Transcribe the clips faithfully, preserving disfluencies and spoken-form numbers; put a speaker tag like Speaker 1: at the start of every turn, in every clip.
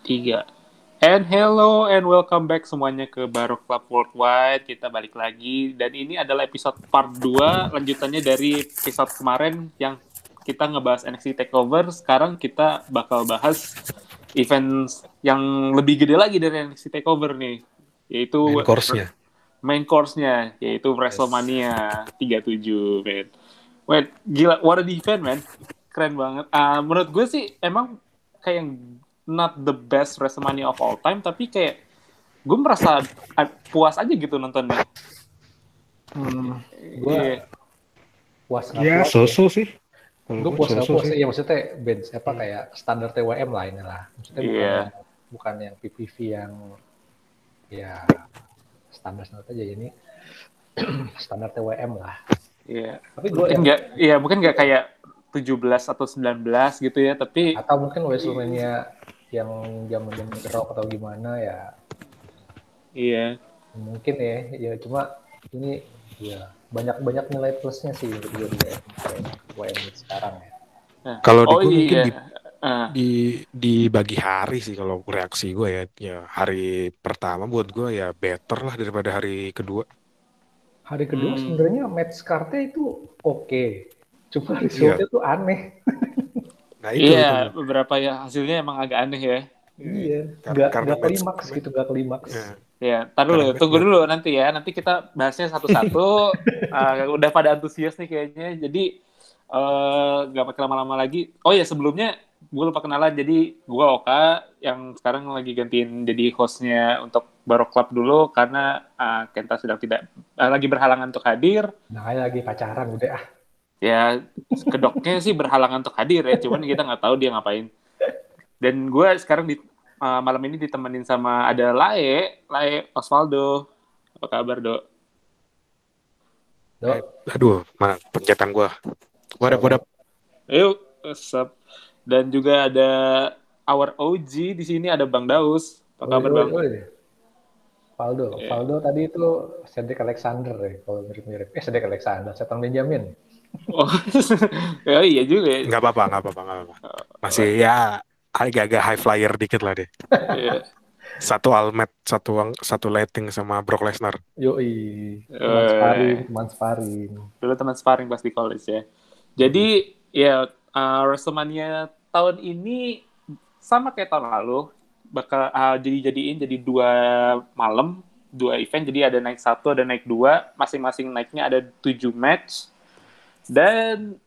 Speaker 1: Tiga. And hello and welcome back semuanya ke Barok Club Worldwide. Kita balik lagi dan ini adalah episode part dua lanjutannya dari episode kemarin yang kita ngebahas N X T Takeover. Sekarang kita bakal bahas event yang lebih gede lagi dari N X T Takeover nih, yaitu
Speaker 2: Main course-nya.
Speaker 1: main course-nya, yaitu WrestleMania tiga puluh tujuh, man. Wait, gila, what a event, man. Keren banget. Uh, menurut gue sih emang kayak not the best WrestleMania of all time, tapi kayak gue merasa uh, puas aja gitu nontonnya.
Speaker 3: Hmm, gue
Speaker 1: Iya.
Speaker 3: puas nggak
Speaker 2: Ya,
Speaker 3: puas
Speaker 2: so-so sih.
Speaker 3: gue puas nggak puas sih ya, maksudnya bench apa hmm. kayak standar T W M lah ini lah, maksudnya bukan
Speaker 1: Iya.
Speaker 3: yang bukan yang P P V yang ya standar standar aja ini standar T W M lah.
Speaker 1: Iya.
Speaker 3: Tapi gue
Speaker 1: mungkin nggak ya mungkin nggak kayak tujuh belas atau sembilan belas gitu ya, tapi
Speaker 3: atau mungkin WrestleMania yang zaman-zaman Rock atau gimana ya.
Speaker 1: Iya.
Speaker 3: Mungkin ya, ya cuma ini ya banyak-banyak nilai plusnya sih untuk gue di W M sekarang ya.
Speaker 2: Nah, kalau
Speaker 1: oh,
Speaker 2: di gue
Speaker 1: iya.
Speaker 2: mungkin di,
Speaker 1: uh.
Speaker 2: di dibagi hari sih kalau reaksi gue ya. Ya hari pertama buat gue ya better lah daripada hari kedua.
Speaker 3: Hari kedua hmm. sebenarnya match card-nya itu oke. Okay. Cuma resultnya
Speaker 2: iya.
Speaker 3: tuh aneh.
Speaker 2: Nah itu,
Speaker 1: iya,
Speaker 2: itu.
Speaker 1: beberapa ya hasilnya emang agak aneh ya.
Speaker 3: Iya, nggak nggak klimaks gitu, nggak klimaks.
Speaker 1: Ya, ya taruh dulu, tunggu dulu nanti ya. Nanti kita bahasnya satu-satu. uh, udah pada antusias nih kayaknya. Jadi nggak uh, pakai lama-lama lagi. Oh ya sebelumnya gue lupa kenalan. Jadi gue Oka yang sekarang lagi gantiin jadi hostnya untuk Barok Club dulu karena uh, Kenta sedang tidak uh, lagi berhalangan untuk hadir.
Speaker 3: Nah, lagi pacaran udah ah.
Speaker 1: Ya kedoknya sih berhalangan untuk hadir ya. Cuman kita nggak tahu dia ngapain. Dan gue sekarang di uh, malam ini ditemenin sama ada Lae, Lae Osvaldo. Apa kabar, Dok?
Speaker 3: Dok.
Speaker 2: Eh, aduh, mana pencetan gue. Wadap, wadap.
Speaker 1: Yuk, sup. Dan juga ada our O G di sini ada Bang Daus. Apa kabar, Bang?
Speaker 3: Valdo, yeah. Valdo tadi itu Cedric Alexander ya, kalau mirip-mirip. Eh, Cedric Alexander, Shelton Benjamin.
Speaker 1: Oh, ya, iya juga ya.
Speaker 2: Nggak apa-apa, nggak apa-apa, nggak apa-apa. Masih ya agak-agak high flyer dikit lah deh.
Speaker 1: Yeah.
Speaker 2: Satu almet, satu satu lighting sama Brock Lesnar.
Speaker 3: Yoi, teman uh, sparring, teman sparring.
Speaker 1: Dulu teman sparring pas di college ya. Jadi hmm. ya uh, WrestleMania tahun ini sama kayak tahun lalu bakal uh, jadi jadiin jadi dua malam, dua event. Jadi ada naik satu, ada naik dua, masing-masing naiknya ada tujuh match. Dan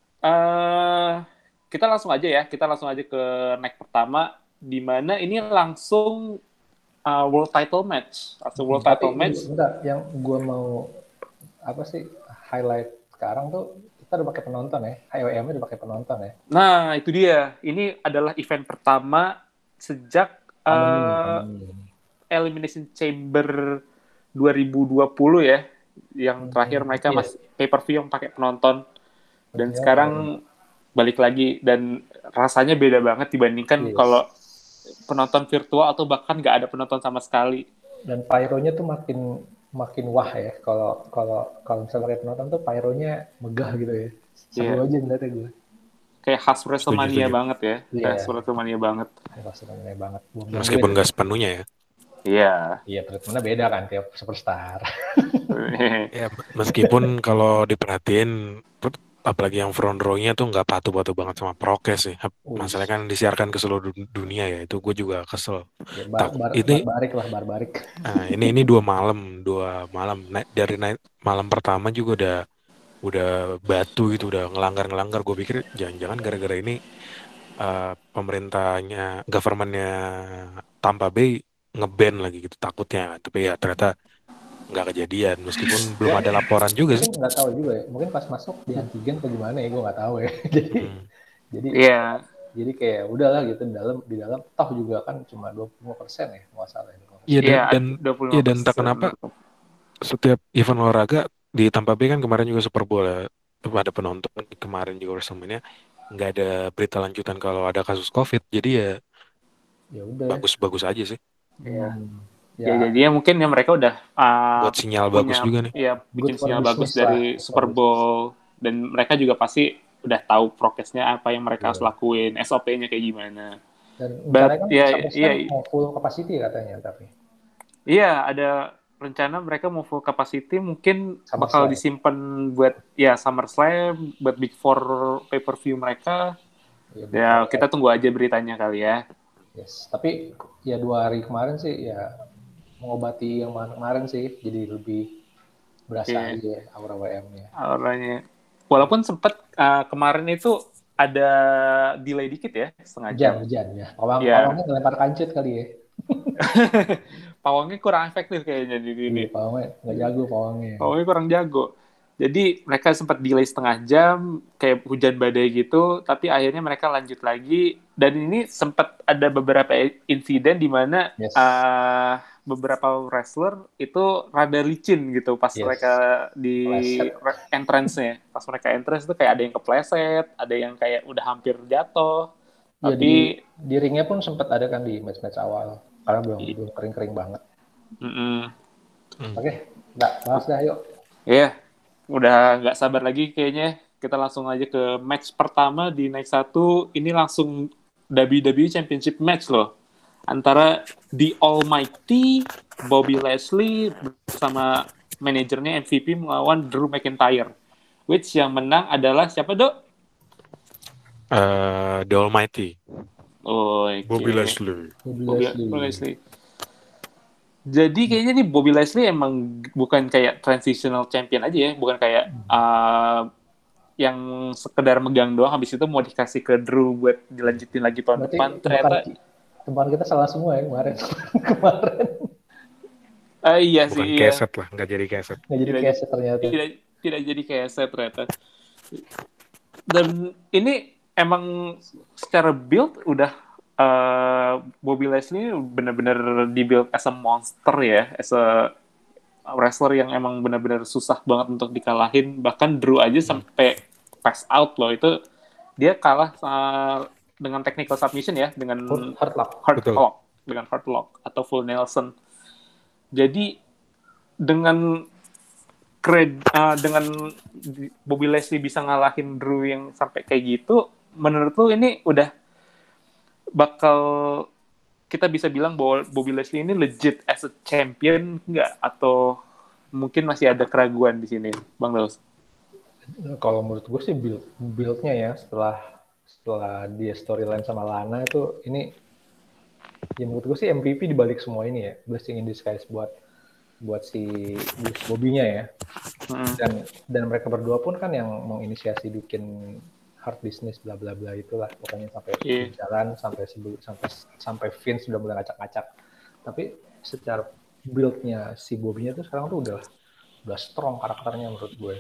Speaker 1: uh, kita langsung aja ya, kita langsung aja ke naik pertama, di mana ini langsung uh, world title match, langsung world
Speaker 3: hmm,
Speaker 1: title match.
Speaker 3: Enggak, yang gue mau apa sih highlight sekarang tuh kita udah pakai penonton ya, H W M-nya udah pakai penonton ya.
Speaker 1: Nah itu dia, ini adalah event pertama sejak uh, Elimination Chamber dua ribu dua puluh ya, yang hmm, terakhir mereka iya. masih pay-per-view yang pakai penonton. Dan ya, sekarang ya. balik lagi dan rasanya beda banget dibandingkan yes. kalau penonton virtual atau bahkan nggak ada penonton sama sekali.
Speaker 3: Dan pyro-nya tuh makin makin wah ya. Kalau kalau kalau misalnya pakai penonton tuh pyro-nya megah gitu ya. Seru yeah. aja ngeliatnya gue.
Speaker 1: Kayak khas WrestleMania banget ya.
Speaker 3: Yeah.
Speaker 1: Khas WrestleMania banget.
Speaker 3: Khas WrestleMania banget.
Speaker 2: Meskipun nggak sepenuhnya ya.
Speaker 1: Iya.
Speaker 3: Iya, treatmentnya beda kan tiap superstar.
Speaker 2: Ya, meskipun kalau diperhatiin apalagi yang front row-nya tuh nggak patuh-patuh banget sama prokes sih. Masalahnya kan disiarkan ke seluruh dunia ya, itu gue juga kesel.
Speaker 3: Ya, bar, bar, ini barbarik lah, barbarik.
Speaker 2: Nah, ini ini dua malam, dua malam. Dari night, malam pertama juga udah udah batu gitu, udah ngelanggar-ngelanggar. Gue pikir jangan-jangan gara-gara ini uh, pemerintahnya, government-nya Tampa Bay nge-ban lagi gitu takutnya. Tapi ya ternyata nggak kejadian meskipun ya, belum ada laporan juga sih.
Speaker 3: Nggak tahu juga ya, mungkin pas masuk di antigen atau gimana ya, gue nggak tahu ya. jadi hmm. jadi
Speaker 1: yeah.
Speaker 3: jadi kayak udahlah gitu di dalam di dalam toh juga kan cuma dua puluh lima persen ya nggak salah.
Speaker 2: Iya dan, yeah, dan iya dan tak kenapa setiap event olahraga di Tampa Bay kan kemarin juga Super Bowl ya, ada penonton, kemarin juga WrestleMania nggak ada berita lanjutan kalau ada kasus COVID, jadi ya
Speaker 3: ya udah
Speaker 2: bagus-bagus aja sih.
Speaker 1: Iya. Hmm. Ya, ya jadinya mungkin ya mereka udah uh,
Speaker 2: buat sinyal punya, bagus juga nih.
Speaker 1: Iya, bikin sinyal bagus dari lah. Super Bowl dan mereka juga pasti udah tahu prokesnya apa yang mereka yeah. harus lakuin, S O P-nya kayak gimana.
Speaker 3: Dan
Speaker 1: But
Speaker 3: rencananya kan
Speaker 1: ya
Speaker 3: sampai
Speaker 1: iya
Speaker 3: sekarang mau full capacity katanya, tapi
Speaker 1: iya ada rencana mereka mau full capacity, mungkin bakal
Speaker 3: SummerSlam.
Speaker 1: disimpan buat ya SummerSlam, buat Big Four pay-per-view mereka.
Speaker 3: Ya,
Speaker 1: Ya kita tunggu aja beritanya kali ya.
Speaker 3: yes. Tapi ya dua hari kemarin sih ya mengobati yang kemarin sih, jadi lebih berasa
Speaker 1: Iya.
Speaker 3: aja ya aura W M-nya.
Speaker 1: Auranya. Walaupun sempat uh, kemarin itu ada delay dikit ya, setengah
Speaker 3: Hujan,
Speaker 1: jam.
Speaker 3: hujan ya. Pawang,
Speaker 1: Ya.
Speaker 3: Pawangnya ngelempar kancut kali ya.
Speaker 1: Pawangnya kurang efektif kayaknya di sini.
Speaker 3: Iya, pawangnya nggak jago pawangnya.
Speaker 1: Pawangnya kurang jago. Jadi mereka sempat delay setengah jam, kayak hujan badai gitu, tapi akhirnya mereka lanjut lagi. Dan ini sempat ada beberapa insiden di mana
Speaker 3: Yes.
Speaker 1: uh, beberapa wrestler itu rada licin gitu pas
Speaker 3: Yes.
Speaker 1: mereka di
Speaker 3: Kepleset.
Speaker 1: entrance-nya. Pas mereka entrance itu kayak ada yang kepleset, ada yang kayak udah hampir jatuh.
Speaker 3: Ya,
Speaker 1: Tapi
Speaker 3: di, di ringnya pun sempat ada kan di match-match awal, karena belum
Speaker 1: i-
Speaker 3: belum kering-kering banget.
Speaker 1: mm-mm.
Speaker 2: Hmm.
Speaker 3: Oke, nggak bahas dah yuk.
Speaker 1: Iya, udah nggak sabar lagi kayaknya. Kita langsung aja ke match pertama di Night satu. Ini langsung W W E Championship match loh. Antara The Almighty, Bobby Lashley bersama manajernya M V P melawan Drew McIntyre. Which yang menang adalah siapa, Dok?
Speaker 2: Uh, The Almighty,
Speaker 1: Oh, okay.
Speaker 2: Bobby Lashley.
Speaker 3: Bobby
Speaker 1: Bobby
Speaker 3: Lashley.
Speaker 1: Bobby Lashley. Jadi kayaknya nih Bobby Lashley emang bukan kayak transitional champion aja ya, bukan kayak uh, yang sekedar megang doang, habis itu mau dikasih ke Drew buat dilanjutin lagi tahun
Speaker 3: Berarti
Speaker 1: depan. Ternyata,
Speaker 3: teman kita salah semua ya kemarin. kemarin
Speaker 1: uh, iya
Speaker 2: Bukan
Speaker 1: sih, iya.
Speaker 2: keset lah, nggak jadi keset.
Speaker 3: nggak jadi
Speaker 1: Tidak-
Speaker 3: keset ternyata.
Speaker 1: Tidak, tidak jadi kayak saya ternyata. Dan ini emang secara build udah uh, Bobby Lashley benar-benar dibuild as a monster ya, as a wrestler yang emang benar-benar susah banget untuk dikalahin. Bahkan Drew aja sampai pass out loh. Itu dia kalah uh, dengan technical submission ya, dengan
Speaker 3: Hurt, hurt lock.
Speaker 1: hard
Speaker 2: Betul.
Speaker 1: lock, dengan hard lock atau full Nelson. Jadi dengan kred, uh, dengan Bobby Lashley bisa ngalahin Drew yang sampai kayak gitu, menurut lu ini udah bakal kita bisa bilang bahwa Bobby Lashley ini legit as a champion nggak? Atau mungkin masih ada keraguan di sini, Bang Daus?
Speaker 3: Kalau menurut gue sih build build-nya ya setelah setelah dia storyline sama Lana itu ini ya menurut gue sih M V P dibalik semua ini ya, blessing in disguise buat buat si Bobby-nya ya.
Speaker 1: Hmm.
Speaker 3: Dan dan mereka berdua pun kan yang menginisiasi bikin hard business bla bla bla itulah pokoknya sampai
Speaker 1: Iya.
Speaker 3: jalan sampai sebelum sampai sampai Vince sudah mulai ngacak-ngacak. Tapi secara build-nya si Bobby-nya tuh sekarang tuh udah udah strong karakternya menurut gue.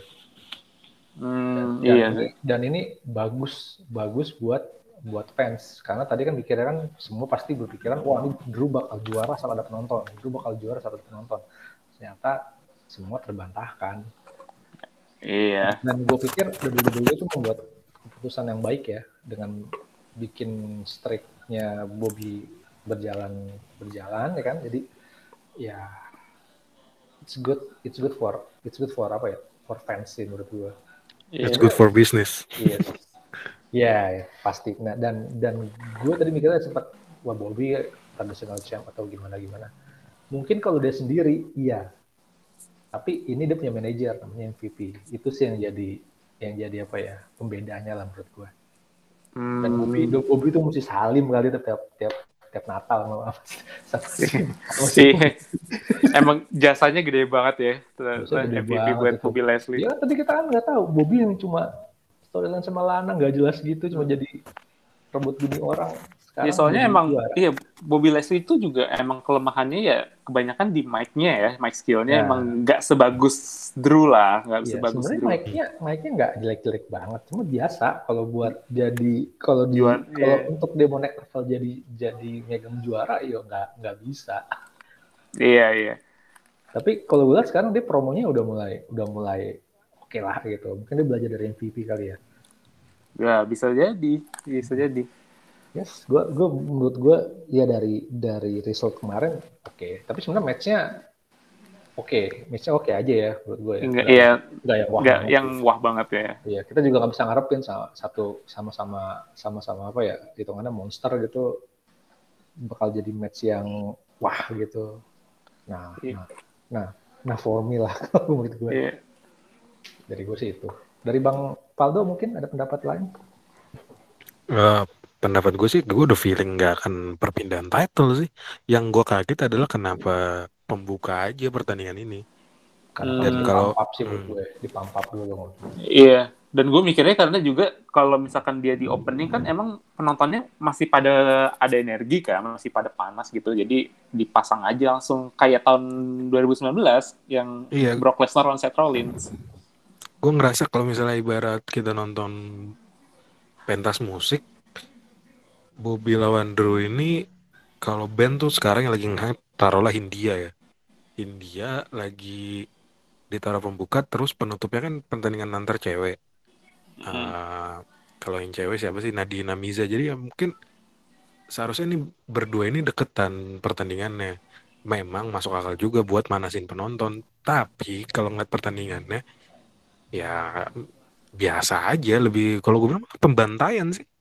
Speaker 1: Hmm,
Speaker 3: Dan,
Speaker 1: iya
Speaker 3: ini,
Speaker 1: sih.
Speaker 3: dan ini bagus bagus buat buat fans karena tadi kan pikirnya kan semua pasti berpikiran wah ini Drew bakal juara saat ada penonton, Drew bakal juara saat ada penonton. Ternyata semua terbantahkan.
Speaker 1: Iya.
Speaker 3: Dan gue pikir W W E itu membuat keputusan yang baik ya dengan bikin streak-nya Bobby berjalan berjalan ya kan. Jadi ya it's good it's good for it's good for apa ya? For fans sih menurut gue.
Speaker 1: Iya.
Speaker 2: It's good for business.
Speaker 3: Yes. Ya, ya, pasti. Nah, dan dan gue tadi mikirnya sempat wah Bobby traditional champ atau gimana gimana. Mungkin kalau dia sendiri, iya. Tapi ini dia punya manajer namanya M V P. Itu sih yang jadi yang jadi apa ya pembedanya lah menurut gue.
Speaker 1: Hmm.
Speaker 3: Dan Bobby, Bobby itu mesti salim kali tiap tiap tiap Natal sama sama si
Speaker 1: Iya. Emang jasanya gede banget ya,
Speaker 3: Jasanya gede
Speaker 1: M V P
Speaker 3: banget
Speaker 1: buat
Speaker 3: itu.
Speaker 1: Bobby Lashley.
Speaker 3: Ya tadi kita kan nggak tahu Bobby yang cuma storyline sama Lana nggak jelas gitu, cuma jadi rebut gini orang. Sekarang
Speaker 1: Ya, soalnya
Speaker 3: jadi
Speaker 1: emang
Speaker 3: juara.
Speaker 1: iya Bobby Lashley itu juga emang kelemahannya ya kebanyakan di mic-nya ya, mic skill-nya
Speaker 3: Ya.
Speaker 1: emang nggak sebagus Drew lah, nggak
Speaker 3: Iya,
Speaker 1: sebagus
Speaker 3: sebenarnya
Speaker 1: Drew.
Speaker 3: mic-nya mic-nya nggak jelek-jelek banget, cuma biasa kalau buat jadi kalau di
Speaker 1: Juara,
Speaker 3: kalau
Speaker 1: iya.
Speaker 3: untuk dia mau naik level jadi jadi megang juara, ya nggak nggak bisa.
Speaker 1: Iya, iya.
Speaker 3: Tapi kalau gue lihat sekarang dia promonya udah mulai udah mulai oke lah gitu. Mungkin dia belajar dari M V P kali ya.
Speaker 1: Ya, bisa jadi, bisa jadi.
Speaker 3: Yes, gue gue menurut gue ya dari dari result kemarin oke. Tapi sebenarnya match-nya oke, match-nya oke aja ya menurut gue ya.
Speaker 1: Enggak,
Speaker 3: Nggak-
Speaker 1: iya,
Speaker 3: nggak yang wah
Speaker 1: nggak
Speaker 3: banget
Speaker 1: yang
Speaker 3: gitu.
Speaker 1: wah banget ya.
Speaker 3: Iya, kita juga nggak bisa ngarepin sama satu sama-sama sama-sama apa ya hitungannya monster gitu bakal jadi match yang wah gitu. Nah,
Speaker 1: Iya.
Speaker 3: nah, nah, nah for me lah kalau menurut gue.
Speaker 1: Iya.
Speaker 3: Dari gue sih itu. Dari Bang Faldo mungkin ada pendapat lain?
Speaker 2: Eh, pendapat gue sih, gue udah feeling nggak akan perpindahan title sih. Yang gue kaget adalah kenapa pembuka aja pertandingan ini.
Speaker 3: Karena
Speaker 2: Dan
Speaker 3: harus
Speaker 1: Hmm,
Speaker 2: kalau
Speaker 3: dipump up sih menurut
Speaker 2: hmm,
Speaker 3: gue, dipump up dulu.
Speaker 1: iya. Dan gue mikirnya karena juga kalau misalkan dia di opening kan emang penontonnya masih pada ada energi kan, masih pada panas gitu. Jadi dipasang aja langsung kayak tahun dua ribu sembilan belas yang
Speaker 2: iya,
Speaker 1: Brock Lesnar lawan Seth Rollins.
Speaker 2: gue ngerasa kalau misalnya ibarat kita nonton pentas musik, Bobby lawan Drew ini kalau band tuh sekarang yang lagi nge-hype, taruhlah Hindia ya. Hindia lagi ditaruh pembuka, terus penutupnya kan pertandingan antar cewek.
Speaker 1: Hmm.
Speaker 2: Eh, kalau yang cewek siapa sih? Nadine Amiza. Jadi ya mungkin seharusnya ini berdua ini deketan pertandingannya. Memang masuk akal juga buat manasin penonton. Tapi kalau ngeliat pertandingannya, ya biasa aja. Lebih, kalau gue bilang pembantaian sih.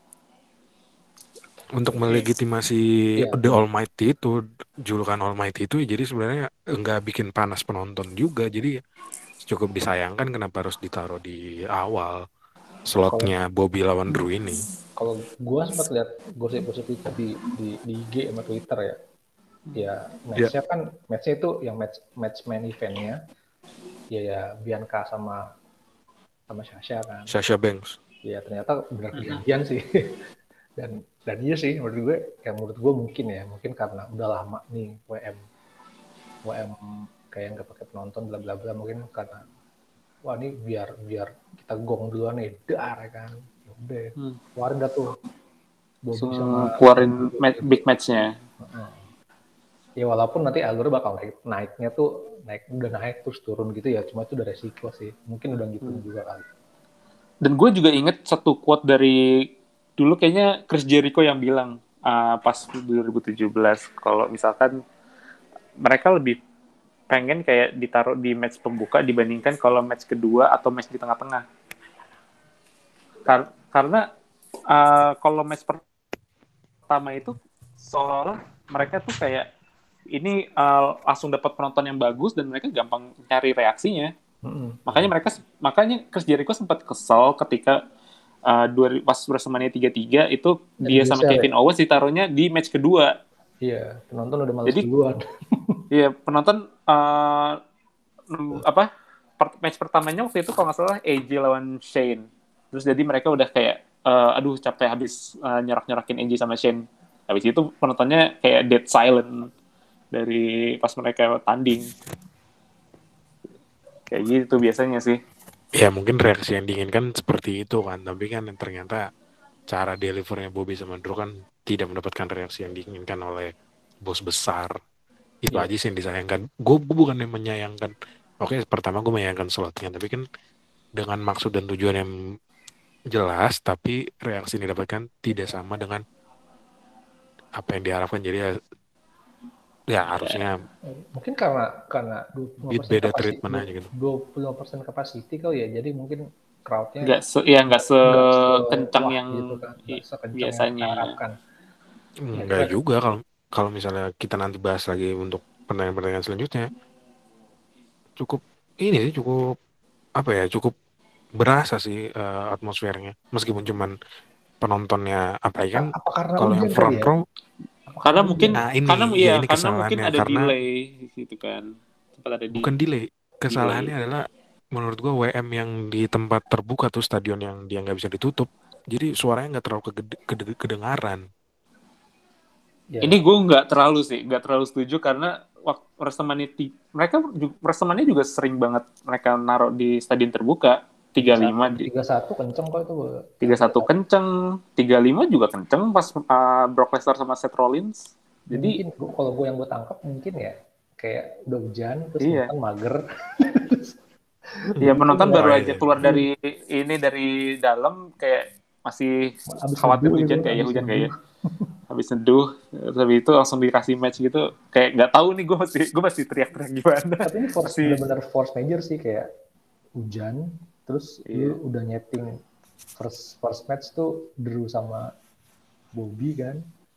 Speaker 2: Untuk melegitimasi
Speaker 3: Iya,
Speaker 2: The Almighty itu, julukan Almighty itu, jadi sebenarnya nggak bikin panas penonton juga. Jadi cukup disayangkan kenapa harus ditaruh di awal
Speaker 3: kalau
Speaker 2: slotnya Bobby lawan Drew ini.
Speaker 3: kalau gue sempat lihat gosip-gosip itu di, di di I G sama Twitter ya. Ya
Speaker 2: Ya,
Speaker 3: match-nya kan match-nya itu yang match match main event-nya ya ya Bianca sama sama Sasha kan.
Speaker 2: Sasha Banks.
Speaker 3: Ya ternyata benar kejadian sih. dan dan iya sih menurut gue kayak menurut gue mungkin ya mungkin karena udah lama nih W M W M kayak nggak pakai penonton bla bla bla mungkin karena wah ini biar biar kita gong duluan nih dar ya kan ya udah
Speaker 1: Hmm.
Speaker 3: keluarin dah tuh Bobby
Speaker 1: Langsung
Speaker 3: sama
Speaker 1: keluarin
Speaker 3: Drew
Speaker 1: match,
Speaker 3: gitu.
Speaker 1: big match-nya.
Speaker 3: Heeh. Ya walaupun nanti alurnya bakal naik naiknya tuh naik udah naik terus turun gitu ya cuma itu udah resiko sih mungkin udah gitu
Speaker 1: Hmm.
Speaker 3: juga kali.
Speaker 1: Dan gue juga inget satu quote dari dulu kayaknya Chris Jericho yang bilang uh, pas dua ribu tujuh belas kalau misalkan mereka lebih pengen kayak ditaruh di match pembuka dibandingkan kalau match kedua atau match di tengah-tengah. Kar- karena uh, kalau match pertama itu seolah mereka tuh kayak ini uh, langsung dapat penonton yang bagus dan mereka gampang cari reaksinya.
Speaker 3: Mm-hmm.
Speaker 1: Makanya mereka makanya Chris Jericho sempat kesel ketika uh, dua, pas WrestleMania tiga puluh tiga itu
Speaker 3: Ya,
Speaker 1: dia sama
Speaker 3: digeser ya.
Speaker 1: Kevin Owens ditaruhnya di match kedua.
Speaker 3: Iya penonton udah males
Speaker 1: Jadi
Speaker 3: duluan.
Speaker 1: ya penonton uh, apa per- match pertamanya waktu itu kalau nggak salah A J lawan Shane. Terus jadi mereka udah kayak uh, aduh capek habis uh, nyerak-nyerakin A J sama Shane. Habis itu penontonnya kayak dead silent dari pas mereka tanding. Kayak gitu biasanya sih.
Speaker 2: Ya mungkin reaksi yang diinginkan seperti itu kan, tapi kan ternyata cara delivernya Bobby sama Drew kan tidak mendapatkan reaksi yang diinginkan oleh bos besar. Itu
Speaker 3: Iya.
Speaker 2: aja sih yang disayangkan. Gue bukan yang menyayangkan. Oke, pertama gue menyayangkan slotnya, tapi kan dengan maksud dan tujuan yang jelas, tapi reaksi yang didapatkan tidak sama dengan apa yang diharapkan. Jadi ya, ya harusnya
Speaker 3: Mungkin karena karena dua puluh lima persen
Speaker 2: beda
Speaker 3: kapasiti
Speaker 2: treatment aja gitu.
Speaker 3: dua puluh lima persen kapasiti kali ya. Jadi mungkin crowd-nya
Speaker 1: Nggak se ya nggak
Speaker 3: nggak
Speaker 1: sekencang
Speaker 3: sewah
Speaker 1: yang
Speaker 3: gitu kan, nggak sekencang yang kita
Speaker 1: biasanya.
Speaker 3: harapkan. Ya,
Speaker 2: Enggak
Speaker 3: kita,
Speaker 2: juga kalau kalau misalnya kita nanti bahas lagi untuk pertanyaan-pertanyaan selanjutnya, cukup ini sih cukup apa ya cukup berasa sih uh, atmosfernya meskipun cuman penontonnya apa ya
Speaker 3: apa,
Speaker 2: kan
Speaker 3: apa karena
Speaker 2: kalau yang
Speaker 3: hujan kali
Speaker 2: front
Speaker 3: ya?
Speaker 2: row
Speaker 3: Apa
Speaker 1: Karena
Speaker 3: karena
Speaker 1: mungkin
Speaker 3: hujan?
Speaker 2: nah ini
Speaker 1: karena
Speaker 2: ya
Speaker 1: iya
Speaker 2: ini
Speaker 1: karena mungkin
Speaker 2: kesalahannya
Speaker 1: ada
Speaker 2: karena
Speaker 1: delay di situ kan. Sempat ada di
Speaker 2: bukan delay
Speaker 1: delay.
Speaker 2: kesalahannya adalah menurut gua W M yang di tempat terbuka tuh stadion yang dia nggak bisa ditutup jadi suaranya nggak terlalu kegede- kede- kedengaran.
Speaker 1: Ini
Speaker 3: Ya,
Speaker 1: gue nggak terlalu sih, nggak terlalu setuju karena waktu WrestleMania mereka juga, WrestleMania juga sering banget mereka naruh di stadion terbuka tiga puluh lima di
Speaker 3: tiga satu kenceng kok itu.
Speaker 1: tiga puluh satu kenceng, tiga puluh lima juga kenceng pas uh, Brock Lesnar sama Seth Rollins.
Speaker 3: Ya,
Speaker 1: Jadi
Speaker 3: mungkin gua, kalau gue yang gue tangkap mungkin ya kayak udah hujan terus
Speaker 1: iya,
Speaker 3: nonton mager.
Speaker 1: iya
Speaker 3: Jadi
Speaker 1: penonton
Speaker 2: Oh
Speaker 1: baru
Speaker 3: mulai
Speaker 1: aja
Speaker 2: iya.
Speaker 1: keluar dari ini dari dalam kayak masih
Speaker 3: abis
Speaker 1: khawatir
Speaker 3: neduh gitu,
Speaker 1: hujan kayak ya
Speaker 3: abis
Speaker 1: hujan kayak
Speaker 3: neduh.
Speaker 1: ya. Habis neduh, terus habis itu langsung dikasih match gitu. Kayak nggak tahu nih gue masih gue masih teriak-teriak gimana.
Speaker 3: Tapi ini force
Speaker 1: Masih
Speaker 3: benar-benar force major sih kayak hujan terus
Speaker 1: iya.
Speaker 3: lu udah nyeting first first match tuh Drew sama Bobby kan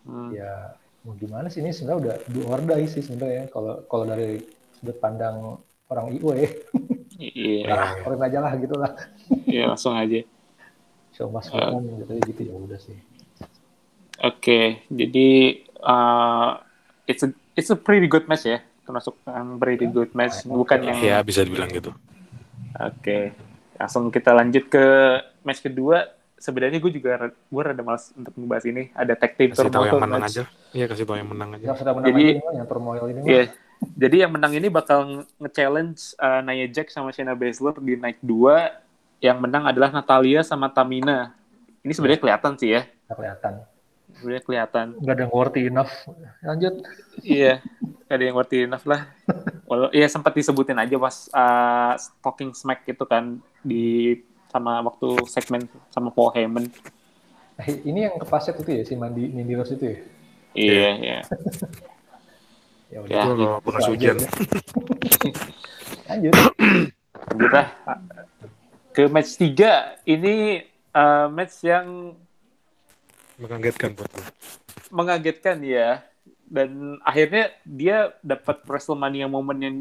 Speaker 1: Hmm.
Speaker 3: Ya mau gimana sih, ini sebenarnya udah do or die sih sebenarnya kalau kalau dari sudut pandang orang I W ya.
Speaker 1: Iya,
Speaker 3: Udah laporin aja lah gitu lah.
Speaker 1: iya langsung aja.
Speaker 3: Show must go
Speaker 1: Uh,
Speaker 3: on gitu gitu ya udah sih.
Speaker 1: Oke, okay. Jadi uh, it's a it's a pretty good match ya, termasuk yang pretty good match, bukan yang.
Speaker 2: Ya bisa dibilang gitu.
Speaker 1: Oke, okay. Langsung kita lanjut ke match kedua. Sebenarnya gue juga gue rada malas untuk membahas ini. Ada tag team
Speaker 2: Kasih tahu yang
Speaker 1: turmoil
Speaker 2: menang
Speaker 1: match.
Speaker 2: aja. Iya kasih tahu yang menang aja.
Speaker 3: Yang sudah menang
Speaker 1: Jadi,
Speaker 3: aja nih, yang turmoil ini mah.
Speaker 1: Iya. Jadi yang menang ini bakal nge-challenge uh, Nia Jax sama Shayna Baszler di night dua. Yang menang adalah Natalia sama Tamina. Ini sebenarnya
Speaker 3: Ya.
Speaker 1: kelihatan sih ya.
Speaker 3: Nggak kelihatan.
Speaker 1: Sebenarnya kelihatan.
Speaker 3: Nggak ada yang worthy enough. Lanjut.
Speaker 1: Iya, nggak ada yang worthy enough lah. Walau ya sempat disebutin aja pas uh, Talking Smack gitu kan di sama waktu segmen sama Paul Heyman.
Speaker 3: Eh, ini yang kepaset itu ya si Mandy Mandy Rose itu ya.
Speaker 1: Iya, iya.
Speaker 3: Ya udah.
Speaker 1: Ya,
Speaker 2: Itu
Speaker 1: gitu
Speaker 2: kalau bekas
Speaker 3: aja
Speaker 2: hujan.
Speaker 3: udah. Lanjut.
Speaker 1: Lanjut lah. Ke match tiga. Ini uh, match yang
Speaker 2: Mengagetkan buat gue.
Speaker 1: mengagetkan ya. Dan akhirnya dia dapat WrestleMania moment yang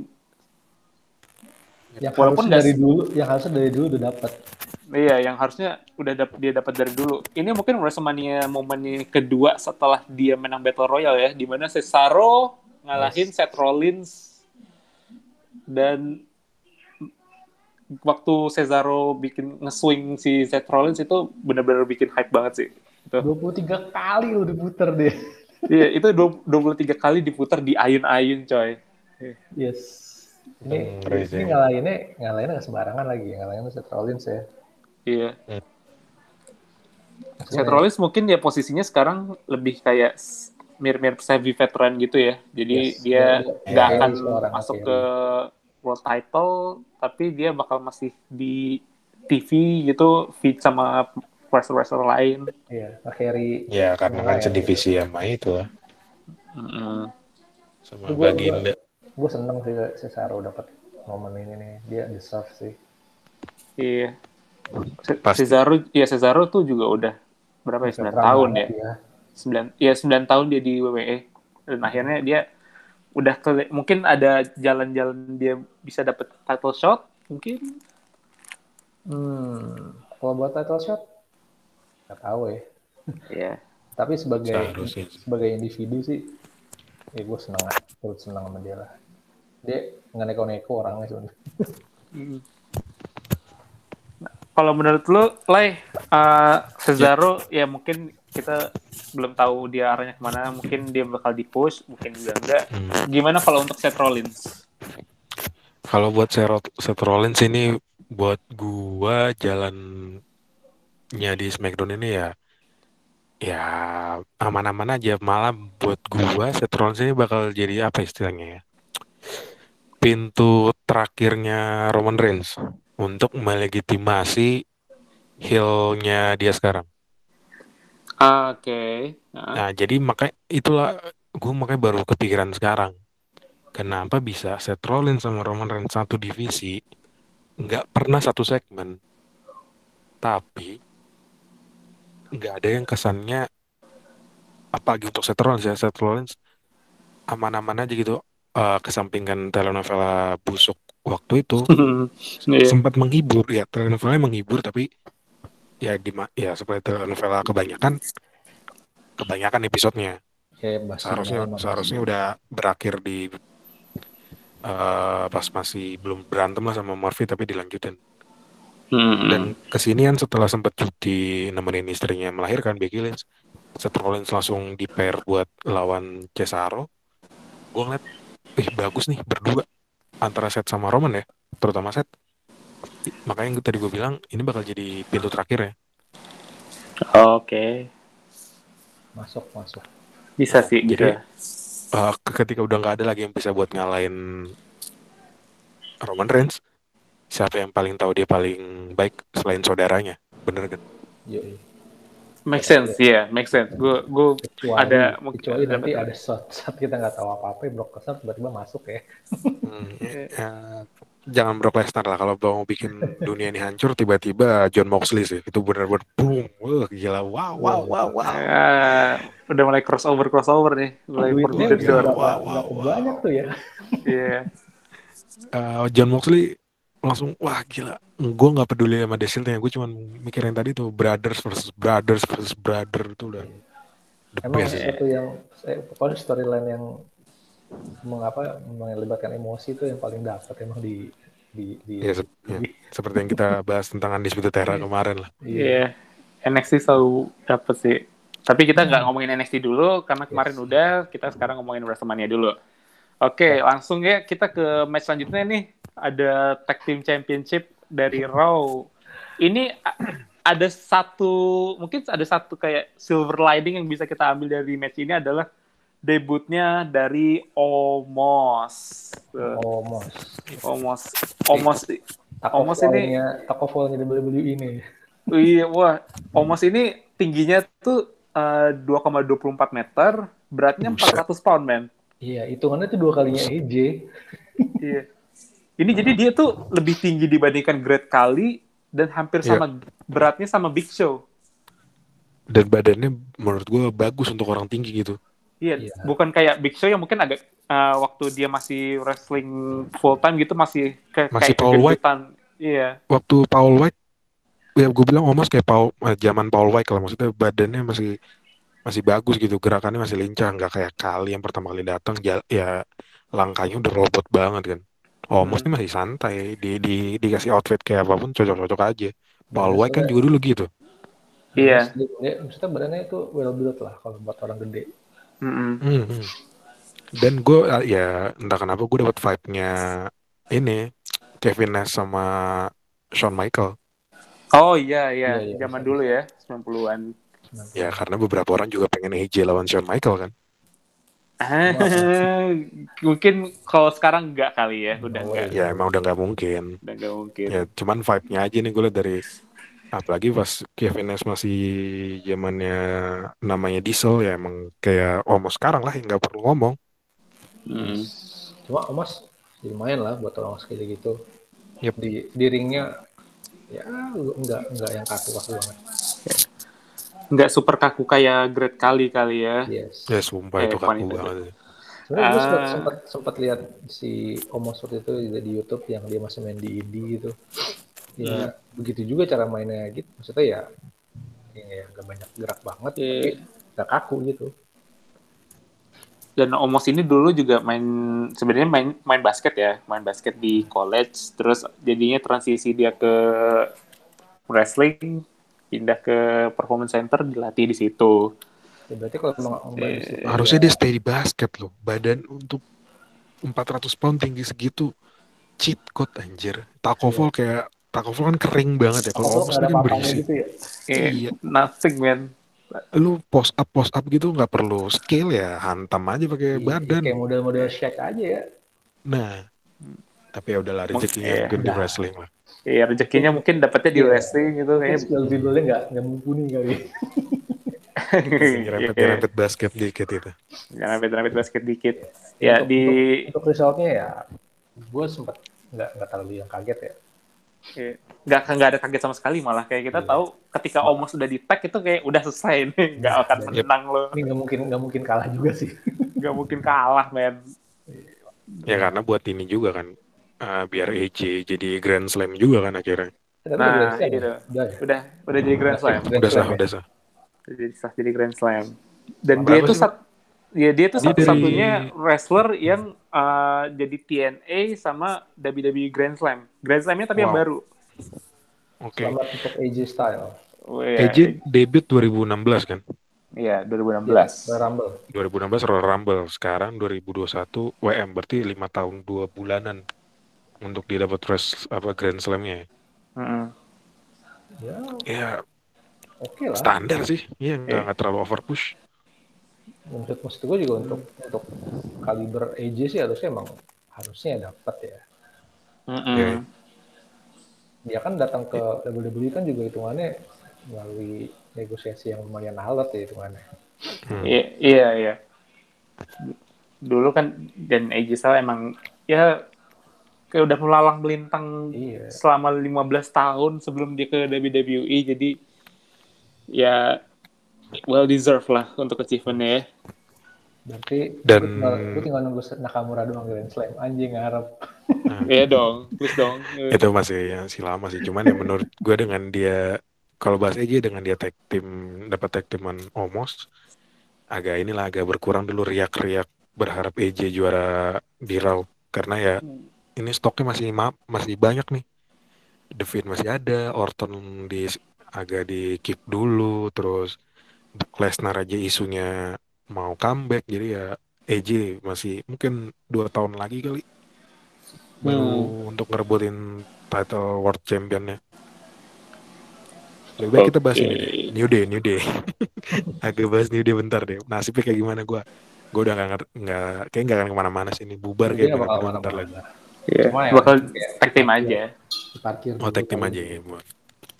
Speaker 3: Yang
Speaker 1: walaupun
Speaker 3: harusnya
Speaker 1: nggak
Speaker 3: dari dulu, yang harusnya dari dulu udah dapat.
Speaker 1: iya, yang harusnya udah dap- dia dapat dari dulu. Ini mungkin WrestleMania momen kedua setelah dia menang Battle Royale ya, di mana Cesaro ngalahin
Speaker 3: Yes.
Speaker 1: Seth Rollins dan waktu Cesaro bikin nge-swing si Seth Rollins itu benar-benar bikin hype banget sih. Itu.
Speaker 3: dua puluh tiga kali udah diputer deh.
Speaker 1: Iya, itu dua puluh tiga kali diputar di ayun-ayun, coy.
Speaker 3: Yes. Ini,
Speaker 2: Hmm,
Speaker 3: ini
Speaker 2: crazy.
Speaker 3: ngalahinnya, ngalahinnya nggak sembarangan lagi, ngalahinnya Seth Rollins ya.
Speaker 1: Iya.
Speaker 2: Hmm.
Speaker 1: Seth Rollins mungkin ya posisinya sekarang lebih kayak mirip-mirip savvy veteran gitu ya. Jadi
Speaker 3: Yes,
Speaker 1: dia
Speaker 3: dia-
Speaker 1: nggak
Speaker 2: dia
Speaker 1: akan
Speaker 3: seorang
Speaker 1: masuk
Speaker 3: carry.
Speaker 1: ke world title, tapi dia bakal masih di T V gitu, feed sama wrestler-wrestler lain.
Speaker 3: Iya, carry.
Speaker 2: Ya karena kan sedivisi sama itu lah.
Speaker 1: Mm-hmm.
Speaker 2: Sama
Speaker 3: Gue
Speaker 2: Baginda.
Speaker 3: gue seneng sih Cesaro dapat momen ini nih, dia deserve sih.
Speaker 1: Iya. Ce-
Speaker 2: Pasti.
Speaker 1: Cesaro, ya Cesaro tuh juga udah berapa ya, sembilan tahun ya.
Speaker 3: ya.
Speaker 1: sembilan ya sembilan tahun dia di W W E dan akhirnya dia udah ke, mungkin ada jalan-jalan dia bisa dapet title shot mungkin.
Speaker 3: Hmm, kalau buat title shot nggak tahu ya.
Speaker 1: Iya.
Speaker 3: Tapi sebagai
Speaker 2: Seharusnya.
Speaker 3: sebagai individu sih, ya gue senang, terus senang sama dia lah. Dia nggak neko-neko orangnya sebenarnya.
Speaker 1: Hmm. Nah, kalau menurut lu, Lai, uh, Cesaro ya. ya mungkin kita belum tahu dia arahnya kemana, mungkin dia bakal di-push, mungkin juga enggak. Hmm. Gimana kalau untuk Seth Rollins?
Speaker 2: Kalau buat Seth Rollins ini, buat gua jalannya di SmackDown ini ya, ya aman-aman aja. Malah buat gua Seth Rollins ini bakal jadi apa istilahnya ya? Pintu terakhirnya Roman Reigns untuk melegitimasi heel-nya dia sekarang.
Speaker 1: Oke. Okay.
Speaker 2: Nah. nah, jadi makanya itulah gue makanya baru kepikiran sekarang. Kenapa bisa Seth Rollins sama Roman Reigns satu divisi, nggak pernah satu segmen, tapi nggak ada yang kesannya apalagi untuk Seth Rollins ya. Seth Rollins aman-aman aja gitu. Uh, kesampingkan telenovela busuk waktu itu yeah. sempat menghibur ya, telenovela menghibur tapi ya di ya seperti telenovela kebanyakan kebanyakan episodenya
Speaker 3: ya,
Speaker 2: seharusnya
Speaker 3: banget,
Speaker 2: seharusnya udah berakhir di uh, pas masih belum berantem lah sama Murphy tapi dilanjutin. Mm-hmm. Dan kesinian setelah sempat cuti nemenin istrinya melahirkan Becky Lynch, Seth Rollins langsung di pair buat lawan Cesaro. Gue ngeliat ih bagus nih berdua antara Seth sama Roman ya, terutama Seth. Makanya tadi gue bilang ini bakal jadi pintu terakhir ya.
Speaker 1: Oke. Okay.
Speaker 3: Masuk masuk.
Speaker 1: Bisa sih.
Speaker 2: Jadi
Speaker 1: bisa.
Speaker 2: Uh, ketika udah nggak ada lagi yang bisa buat ngalahin Roman Reigns, siapa yang paling tahu dia paling baik selain saudaranya, bener kan?
Speaker 3: Iya.
Speaker 1: Make sense, ya, yeah, make sense. Gue, gue ada
Speaker 3: mungkin kecuali nanti ada shot, shot kita nggak tahu apa-apa, Brock Lesnar tiba-tiba masuk ya.
Speaker 2: hmm, ya, jangan Brock Lesnar lah, kalau mau bikin dunia ini hancur tiba-tiba John Moxley sih, itu benar-benar boom, wah gila, wow wow wow wow.
Speaker 1: Eh, udah mulai crossover crossover nih, mulai
Speaker 3: Duitnya
Speaker 1: Forbidden
Speaker 3: bisa
Speaker 1: Door.
Speaker 2: Wow
Speaker 3: berapa
Speaker 2: wow wow
Speaker 3: berapa
Speaker 2: wow.
Speaker 3: banyak tuh ya?
Speaker 1: Iya.
Speaker 2: Uh, John Moxley langsung wah gila, gue nggak peduli sama The Shield-nya, gue cuma mikirin tadi tuh brothers versus brothers versus brother itu udah the
Speaker 3: Emang
Speaker 2: best sih.
Speaker 3: satu yang eh, pokoknya storyline yang mengapa melibatkan emosi itu yang paling dapat emang di di di,
Speaker 2: Ya,
Speaker 3: di,
Speaker 2: sep- ya,
Speaker 3: di
Speaker 2: seperti yang kita bahas tentang Undisputed Era kemarin lah.
Speaker 1: Iya. N X T selalu dapet sih. Tapi kita nggak ngomongin N X T dulu karena kemarin
Speaker 3: Yes.
Speaker 1: udah, kita sekarang ngomongin WrestleMania dulu. Oke, langsung ya kita ke match selanjutnya nih. Ada Tag Team Championship dari Raw. Ini a- ada satu, mungkin ada satu kayak silver lining yang bisa kita ambil dari match ini adalah debutnya dari Omos. Tuh,
Speaker 3: Omos.
Speaker 1: Omos. Omos.
Speaker 3: Taco
Speaker 1: Omos ini,
Speaker 3: Fall-nya Taco Fall-nya W W E ini.
Speaker 1: iya, wah, Omos ini tingginya tuh eh, dua koma dua puluh empat meter, beratnya
Speaker 2: Buset.
Speaker 1: empat ratus pound, man.
Speaker 3: Iya, hitungannya itu dua kalinya A J.
Speaker 1: Iya. Ini jadi dia tuh lebih tinggi dibandingkan Great Khali dan hampir
Speaker 2: Iya.
Speaker 1: sama beratnya sama Big Show.
Speaker 2: Dan badannya menurut gue bagus untuk orang tinggi gitu.
Speaker 1: Iya,
Speaker 3: Iya.
Speaker 1: bukan kayak Big Show yang mungkin agak eh, waktu dia masih wrestling full time gitu masih ke,
Speaker 2: Masih
Speaker 1: kayak
Speaker 2: Paul White.
Speaker 1: kegendutan. Iya.
Speaker 2: Waktu Paul White, ya gue bilang Omos kayak Paul, eh, zaman Paul White kalau maksudnya badannya masih masih bagus gitu, gerakannya masih lincah, nggak kayak Kali yang pertama kali datang jal- ya langkahnya udah robot banget kan. Omos
Speaker 1: Hmm.
Speaker 2: ini masih santai, di, di dikasih outfit kayak apapun cocok-cocok aja. Paul
Speaker 3: Ya,
Speaker 2: White kan
Speaker 3: soalnya-
Speaker 2: juga dulu gitu.
Speaker 1: Iya.
Speaker 3: Dia, dia, maksudnya badannya itu well built lah kalau buat orang gede.
Speaker 1: Mm-mm.
Speaker 2: Hmm, hmm. Dan gue ya entah kenapa gue dapat vibe-nya ini Kevin Nash sama Shawn Michael.
Speaker 1: Oh iya, iya.
Speaker 3: Iya, iya,
Speaker 1: Zaman
Speaker 3: bisa,
Speaker 1: dulu
Speaker 3: bisa.
Speaker 1: ya, sembilan puluhan.
Speaker 2: Ya karena beberapa orang juga pengen A J lawan Shawn Michael kan.
Speaker 1: Ah, mungkin kalau sekarang enggak kali ya, udah
Speaker 3: No
Speaker 1: enggak.
Speaker 3: way.
Speaker 2: Ya emang udah nggak mungkin.
Speaker 1: Udah enggak mungkin.
Speaker 2: Ya cuman vibe-nya aja nih gue liat dari, apalagi pas Kevin Nash masih zamannya namanya Diesel, ya emang kayak Omos sekarang lah yang nggak perlu ngomong.
Speaker 1: Mm.
Speaker 3: Cuma Omos lumayan lah buat orang sekali gitu.
Speaker 2: Yep.
Speaker 3: Di di ringnya ya enggak enggak yang kaku-kaku banget.
Speaker 1: Nggak super kaku kayak Great Khali kali ya.
Speaker 3: Yes.
Speaker 2: Ya sumpah
Speaker 1: Eh,
Speaker 2: itu
Speaker 1: fun
Speaker 2: kaku
Speaker 1: itu.
Speaker 2: banget.
Speaker 3: Sebenarnya gue
Speaker 1: Ah.
Speaker 3: sempat, sempat sempat lihat si Omos waktu itu di, di YouTube yang dia masih main di indie gitu. Ya begitu juga cara mainnya gitu. Maksudnya ya ya nggak banyak gerak banget,
Speaker 1: Iya.
Speaker 3: tapi nggak kaku gitu.
Speaker 1: Dan Omos ini dulu juga main, sebenarnya main main basket ya, main basket di college, terus jadinya transisi dia ke wrestling, pindah ke performance center, dilatih di situ.
Speaker 3: Ya, berarti kalau memang Om Bayu itu
Speaker 2: Harusnya
Speaker 3: ya,
Speaker 2: dia stay di basket loh. Badan untuk empat ratus pound tinggi segitu, cheat code anjir. Taco Fall kayak Taco Fall kan kering banget ya. Kalau
Speaker 3: kalau
Speaker 2: Omos
Speaker 3: nggak
Speaker 2: ini
Speaker 3: ada
Speaker 2: kan
Speaker 3: papanya
Speaker 2: berisi.
Speaker 3: gitu ya.
Speaker 1: Eh,
Speaker 2: Iya.
Speaker 1: nothing man.
Speaker 2: Lu post up post up gitu nggak perlu skill ya, hantam aja pakai
Speaker 3: Iya,
Speaker 2: badan.
Speaker 3: kayak model-model Shaq aja ya.
Speaker 2: Nah, tapi ya udahlah rezekinya
Speaker 1: Iya,
Speaker 2: mungkin di
Speaker 3: udah.
Speaker 2: wrestling lah.
Speaker 1: Iya, rezekinya mungkin dapetnya di
Speaker 3: Iya.
Speaker 1: wrestling gitu
Speaker 3: Mungkin
Speaker 1: kayaknya.
Speaker 3: skill dribble-nya nggak nggak mumpuni kali.
Speaker 2: Nyerempet
Speaker 1: Iya,
Speaker 2: nyerempet basket dikit itu.
Speaker 1: nyerempet-nyerempet basket dikit. Ya
Speaker 3: untuk,
Speaker 1: di
Speaker 3: untuk, untuk resultnya ya, gue sempat nggak nggak terlalu yang kaget ya.
Speaker 1: Iya. nggak nggak ada kaget sama sekali, malah kayak kita
Speaker 3: Iya.
Speaker 1: tahu ketika Omos udah di tag itu kayak udah selesai nih, nggak akan
Speaker 3: Yep.
Speaker 1: menang lo,
Speaker 3: Ini nggak mungkin nggak mungkin kalah juga sih.
Speaker 1: nggak mungkin kalah men.
Speaker 2: Ya karena buat ini juga kan, uh, biar A J jadi Grand Slam juga kan akhirnya.
Speaker 3: Tapi
Speaker 1: Nah,
Speaker 3: udah Grand Slam ya?
Speaker 1: itu.
Speaker 3: Udah ya?
Speaker 1: Udah udah jadi Grand Slam,
Speaker 3: Grand
Speaker 2: Udah
Speaker 3: Slam
Speaker 2: sah,
Speaker 3: ya?
Speaker 2: udah sah.
Speaker 1: udah jadi sah jadi Grand Slam. Dan
Speaker 2: Berapa
Speaker 1: dia itu
Speaker 2: sih,
Speaker 1: sat, ya dia itu
Speaker 2: Dia
Speaker 1: satu-satunya
Speaker 2: dari-
Speaker 1: wrestler yang uh, jadi T N A sama W W E Grand Slam. Grand Slamnya tapi yang
Speaker 2: Wow.
Speaker 1: baru.
Speaker 2: Oke.
Speaker 3: Selamat untuk A J Style.
Speaker 1: Oh,
Speaker 2: A
Speaker 1: iya.
Speaker 2: J debut dua ribu enam belas kan?
Speaker 1: Iya, dua ribu enam belas.
Speaker 3: Royal Rumble.
Speaker 2: dua ribu enam belas Royal Rumble. Sekarang dua ribu dua puluh satu W M, berarti lima tahun dua bulanan untuk dia dapat res, apa Grand Slam-nya.
Speaker 1: Mm-mm.
Speaker 3: Ya,
Speaker 2: Ya
Speaker 3: oke lah.
Speaker 2: standar sih. Iya, nggak
Speaker 1: Iya.
Speaker 2: nggak terlalu overpush.
Speaker 3: Menurut maksud gue juga untuk untuk kaliber A J sih harusnya emang harusnya dapat ya.
Speaker 1: Mm-mm.
Speaker 2: Iya.
Speaker 3: Dia kan datang ke W W E kan juga hitungannya melalui negosiasi yang lumayan alot ya hitungannya.
Speaker 2: Hmm.
Speaker 1: Iya, iya, iya. Dulu kan dan A J Styles emang ya kayak udah melalang melintang
Speaker 3: Iya.
Speaker 1: selama lima belas tahun sebelum dia ke W W E, jadi ya well deserved lah untuk achievementnya ya.
Speaker 3: Berarti
Speaker 2: Dan
Speaker 3: gue tinggal, gue tinggal nunggu Nakamura doang Grand Slam. Anjing ngarep.
Speaker 2: nah,
Speaker 1: Iya dong, please dong.
Speaker 2: itu masih yang si lama sih. Cuman ya menurut gue dengan dia, kalau bahas aja dengan dia tag team, dapat tag teaman Omos, agak inilah agak berkurang dulu riak-riak berharap A J juara di Raw. Karena ya ini stoknya masih ma- masih banyak nih. The Fiend masih ada, Orton di agak di keep dulu, terus Brock Lesnar aja isunya mau comeback, jadi ya A J masih mungkin dua tahun lagi kali baru
Speaker 1: Hmm.
Speaker 2: untuk ngerebutin title World Championnya. Lebih baik kita bahas
Speaker 1: Oke.
Speaker 2: ini deh, New Day, New Day. Agak bahas New Day bentar deh. Nasibnya kayak gimana gue? Gue udah nggak ngerti, nggak kayak nggak akan kemana-mana sih ini. Bubar
Speaker 3: Jadi
Speaker 2: kayak
Speaker 3: nggak bakal
Speaker 2: bener-bener bentar lagi.
Speaker 3: kemana-mana.
Speaker 1: Iya,
Speaker 3: Cuma ya
Speaker 1: bakal
Speaker 3: kayak
Speaker 1: tag team
Speaker 3: diparkir-
Speaker 1: aja.
Speaker 3: Diparkir
Speaker 2: Oh,
Speaker 3: dulu
Speaker 2: tag team
Speaker 3: kali
Speaker 2: aja
Speaker 3: ini.
Speaker 2: ya. Buat.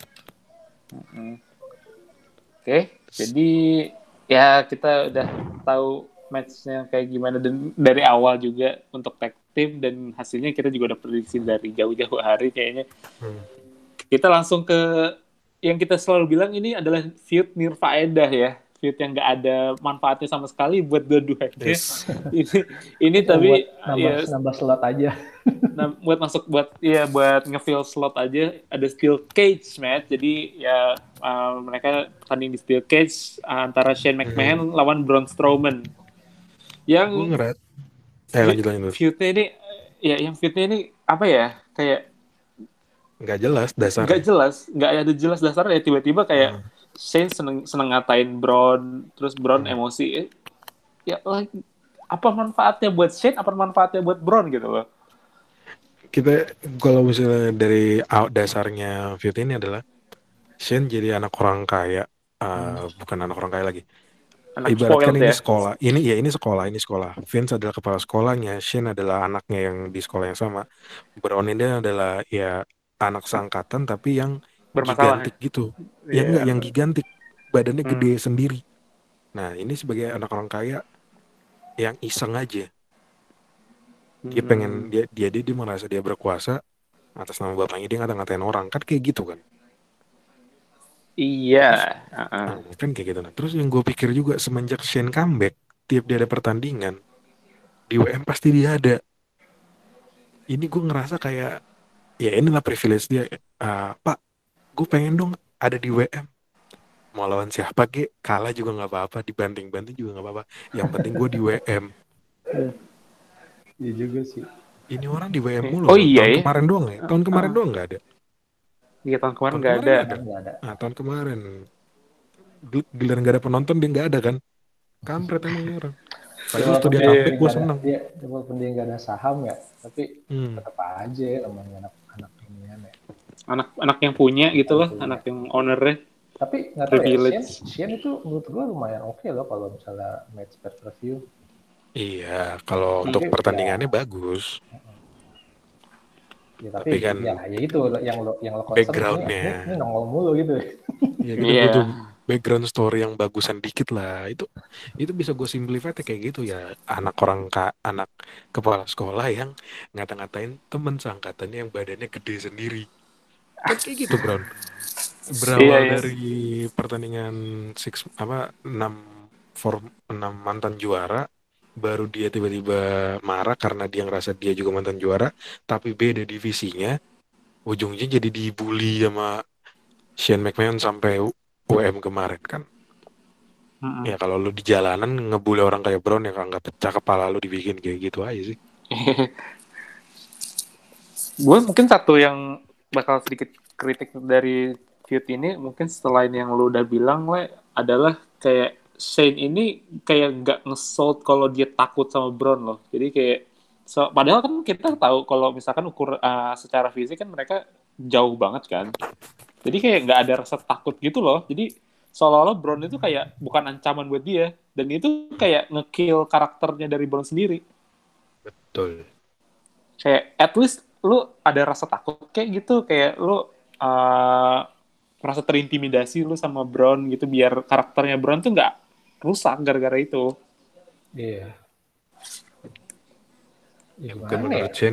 Speaker 1: Mm. Oke, jadi ya kita udah tahu matchnya kayak gimana dan dari awal juga untuk tag team, dan hasilnya kita juga udah prediksi dari jauh-jauh hari kayaknya.
Speaker 2: Hmm.
Speaker 1: Kita langsung ke yang kita selalu bilang ini adalah feud nirfaedah ya, feud yang nggak ada manfaatnya sama sekali buat dua-duanya.
Speaker 2: Yes.
Speaker 1: ini ini
Speaker 3: Cuma
Speaker 1: tapi
Speaker 3: buat nambah,
Speaker 1: ya
Speaker 3: nambah slot aja.
Speaker 1: nah, buat masuk buat ya buat ngefill slot aja ada steel cage match. Jadi ya uh, mereka tanding di steel cage uh, antara Shane McMahon
Speaker 2: Hmm.
Speaker 1: lawan Braun Strowman. Yang
Speaker 2: Gue ngerat. Eh lanjut lanjut.
Speaker 1: feudnya ini ya yang feudnya ini apa ya, kayak
Speaker 2: Nggak jelas
Speaker 1: nggak
Speaker 2: dasarnya.
Speaker 1: jelas, nggak ada jelas dasarnya. Tiba-tiba kayak
Speaker 2: Hmm.
Speaker 1: Shane seneng seneng ngatain Braun, terus Braun
Speaker 2: Hmm.
Speaker 1: emosi. Eh, ya like, apa manfaatnya buat Shane, apa manfaatnya buat Braun gitu loh.
Speaker 2: Kita kalau misalnya dari out dasarnya feud ini adalah Shane jadi anak orang kaya, uh, bukan anak orang kaya lagi.
Speaker 1: Anak
Speaker 2: Ibaratkan
Speaker 1: spoiled
Speaker 2: ini
Speaker 1: ya.
Speaker 2: sekolah, ini ya ini sekolah, ini sekolah. Vince adalah kepala sekolahnya, Shane adalah anaknya yang di sekolah yang sama. Braun ini adalah ya anak seangkatan tapi yang
Speaker 1: Bermasalah.
Speaker 2: gigantik gitu. Ya enggak,
Speaker 1: Iya.
Speaker 2: yang gigantik, badannya
Speaker 1: Hmm.
Speaker 2: gede sendiri. Nah ini sebagai anak orang kaya yang iseng aja. Dia pengen,
Speaker 1: Hmm.
Speaker 2: dia dia dia, dia merasa dia berkuasa atas nama bapaknya, dia ngata-ngatain orang kan kayak gitu kan.
Speaker 1: Iya.
Speaker 2: Terus
Speaker 1: Uh-uh.
Speaker 2: nah, kan kayak gitu. Nah, terus yang gue pikir juga semenjak Shane comeback, tiap dia ada pertandingan di W M pasti dia ada. Ini gue ngerasa kayak ya inilah privilege dia. Uh, Pak, gue pengen dong ada di W M. Mau lawan siapa ke, kalah juga nggak apa-apa, dibanting-banting juga nggak apa-apa. Yang penting gue di W M.
Speaker 3: Iya juga sih.
Speaker 2: Ini orang di W M mulu
Speaker 1: Oh
Speaker 2: loh.
Speaker 1: iya
Speaker 2: Tahun
Speaker 1: ya.
Speaker 2: kemarin doang ya. Tahun kemarin
Speaker 1: Uh-uh.
Speaker 2: doang nggak ada.
Speaker 1: Iya, tahun kemarin
Speaker 2: Tahun
Speaker 1: nggak
Speaker 2: kemarin
Speaker 1: ada.
Speaker 2: ada.
Speaker 3: Nggak ada.
Speaker 2: Nah, tahun kemarin giliran nggak ada penonton dia nggak ada kan. Kampret emang ini orang.
Speaker 3: Ya,
Speaker 2: Padahal waktu
Speaker 3: walaupun
Speaker 2: dia
Speaker 3: dia,
Speaker 2: comeback
Speaker 3: dia
Speaker 2: gue
Speaker 3: nggak ada,
Speaker 2: seneng.
Speaker 3: dia walaupun dia nggak ada saham ya, tapi
Speaker 2: Hmm.
Speaker 3: tetap aja ya namanya anak-anak ini ya.
Speaker 1: Anak-anak yang punya gitu loh,
Speaker 3: Punya.
Speaker 1: anak yang ownernya.
Speaker 3: Tapi nggak tahu ya, Shane,
Speaker 1: Privilege.
Speaker 3: Shane itu menurut gue lumayan oke loh kalau misalnya match per view.
Speaker 2: Iya, kalau
Speaker 1: Hmm.
Speaker 2: untuk
Speaker 3: Tapi,
Speaker 2: pertandingannya
Speaker 3: ya,
Speaker 2: bagus.
Speaker 3: ya
Speaker 2: Tapi
Speaker 3: tapi
Speaker 2: kan
Speaker 3: ya ya itu yang lo yang lo concern ini,
Speaker 2: backgroundnya,
Speaker 3: ini, ini nongol mulu gitu.
Speaker 2: ya kita
Speaker 1: Iya.
Speaker 2: butuh background story yang bagusan dikit lah. Itu itu bisa gue simplify kayak gitu ya. Anak orang ka, anak kepala sekolah yang ngata-ngatain temen seangkatannya yang badannya gede sendiri. Kan kayak gitu, Brown. Berawal
Speaker 1: Iya, iya.
Speaker 2: dari pertandingan six apa enam form enam mantan juara, baru dia tiba-tiba marah karena dia ngerasa dia juga mantan juara, tapi beda divisinya. Ujungnya jadi dibully sama Shane McMahon sampai W M kemarin kan.
Speaker 1: Mm-mm.
Speaker 2: Ya kalau lu di jalanan ngebully orang kayak Brown ya nggak pecah kepala lu dibikin kayak gitu aja sih.
Speaker 1: Gue mungkin satu yang bakal sedikit kritik dari feud ini, mungkin selain yang lu udah bilang, Le, adalah kayak Shane ini kayak nggak nge-sold kalau dia takut sama Braun loh. Jadi kayak, so, padahal kan kita tahu kalau misalkan ukur uh, secara fisik kan mereka jauh banget kan. Jadi kayak nggak ada rasa takut gitu loh. Jadi seolah-olah Braun itu kayak bukan ancaman buat dia. Dan itu kayak nge-kill karakternya dari Braun sendiri.
Speaker 2: Betul.
Speaker 1: Kayak at least lu ada rasa takut kayak gitu, kayak lu uh, merasa terintimidasi lu sama Braun gitu, biar karakternya Braun tuh nggak rusak gara-gara itu.
Speaker 3: Iya.
Speaker 2: Ya,
Speaker 3: Ya,
Speaker 2: mungkin
Speaker 3: gimana
Speaker 2: menurut
Speaker 3: ya?
Speaker 2: Shane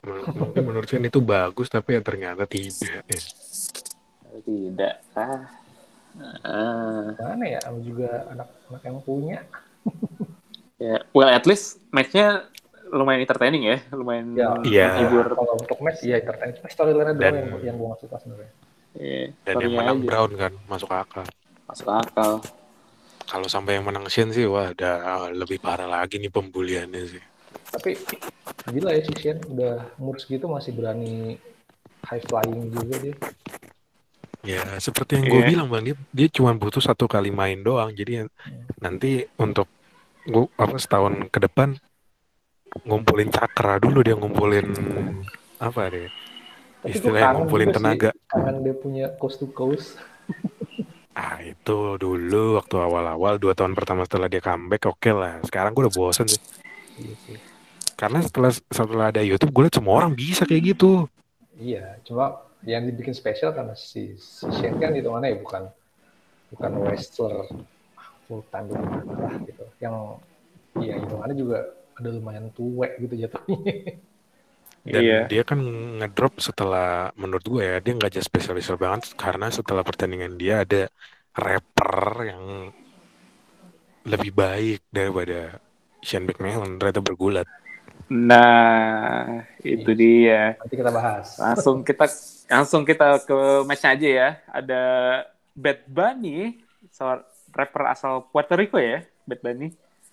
Speaker 2: Mungkin menurut Chen itu bagus, tapi ya ternyata tidak. Ya.
Speaker 1: Tidak. Ah. Ah.
Speaker 3: Mana ya, aku juga anak-anak yang punya.
Speaker 1: Ya, well at least match-nya lumayan entertaining ya, lumayan
Speaker 3: Ya,
Speaker 2: Iya.
Speaker 1: menghibur.
Speaker 3: kalau untuk match, ya entertaining. Cuma storyline-nya doang
Speaker 2: Dan
Speaker 3: yang, yang gue gak suka sebenarnya.
Speaker 1: Ya,
Speaker 2: dan yang
Speaker 1: story-nya
Speaker 2: menang
Speaker 1: aja
Speaker 2: Brown kan, masuk akal.
Speaker 1: masuk akal.
Speaker 2: Kalau sampai yang menang Shen sih, wah udah lebih parah lagi nih pembuliannya sih.
Speaker 3: Tapi gila ya si Shen, udah umur segitu masih berani high flying juga dia.
Speaker 2: Ya seperti yang gue
Speaker 1: Iya.
Speaker 2: bilang bang, dia dia cuma butuh satu kali main doang. Jadi nanti untuk gue apa setahun ke depan ngumpulin cakra dulu, dia ngumpulin apa deh
Speaker 3: Tapi gue
Speaker 2: istilahnya,
Speaker 3: kangen
Speaker 2: ngumpulin
Speaker 3: juga sih,
Speaker 2: tenaga.
Speaker 3: kangen dia punya coast to coast.
Speaker 2: Ah itu dulu waktu awal-awal dua tahun pertama setelah dia comeback, oke lah. Sekarang gue udah bosen sih.
Speaker 3: Iya sih.
Speaker 2: Karena setelah setelah ada YouTube, gue liat semua orang bisa kayak gitu.
Speaker 3: Iya, cuma yang dibikin spesial karena si, si Shen kan hitungannya ya bukan bukan wrestler full time gimana lah gitu. Yang ya hitungannya juga ada lumayan tuwek gitu jatuhnya.
Speaker 2: Dan
Speaker 1: Iya.
Speaker 2: dia kan ngedrop setelah, menurut gue ya, dia nggak jadi spesialis banget karena setelah pertandingan dia ada rapper yang lebih baik daripada Shane McMahon, ternyata bergulat.
Speaker 1: Nah, itu dia.
Speaker 3: Nanti kita bahas.
Speaker 1: Langsung kita langsung kita ke match aja ya. Ada Bad Bunny, seorang rapper asal Puerto Rico ya, Bad Bunny.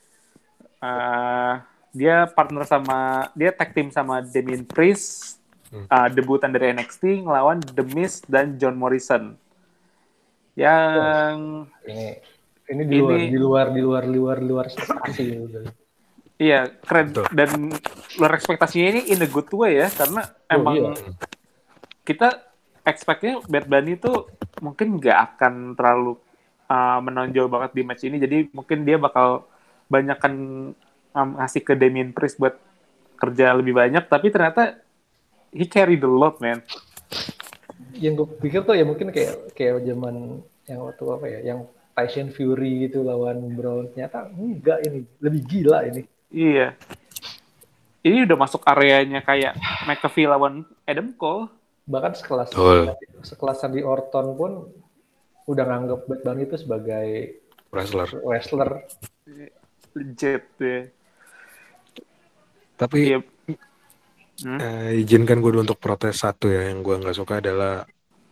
Speaker 1: Uh, dia partner sama, dia tag team sama Damien Priest, uh, debutan dari N X T ngelawan The Miz dan John Morrison. Yang
Speaker 3: ini ini di luar ini, di luar di luar di luar di luar ekspektasi gitu.
Speaker 1: Iya, keren. Betul. Dan luar ekspektasinya ini in a good way ya, karena oh, emang iya. Kita expect-nya Bad Bunny itu mungkin nggak akan terlalu uh, menonjol banget di match ini, jadi mungkin dia bakal banyakkan um, ngasih ke Damien Priest buat kerja lebih banyak, tapi ternyata he carry the load, man.
Speaker 3: Yang gue pikir tuh ya mungkin kayak kayak zaman yang waktu apa ya, yang Tyson Fury gitu lawan Brown, ternyata enggak, ini lebih gila ini.
Speaker 1: Iya. Ini udah masuk areanya kayak McAfee lawan Adam Cole.
Speaker 3: Bahkan sekelas
Speaker 2: oh.
Speaker 3: sekelas Randy Orton pun udah nganggap Bad Bunny itu sebagai
Speaker 2: wrestler.
Speaker 3: Wrestler.
Speaker 1: Legit ya.
Speaker 2: Tapi yep. hmm? uh, izinkan gue untuk protes satu ya, yang gue nggak suka adalah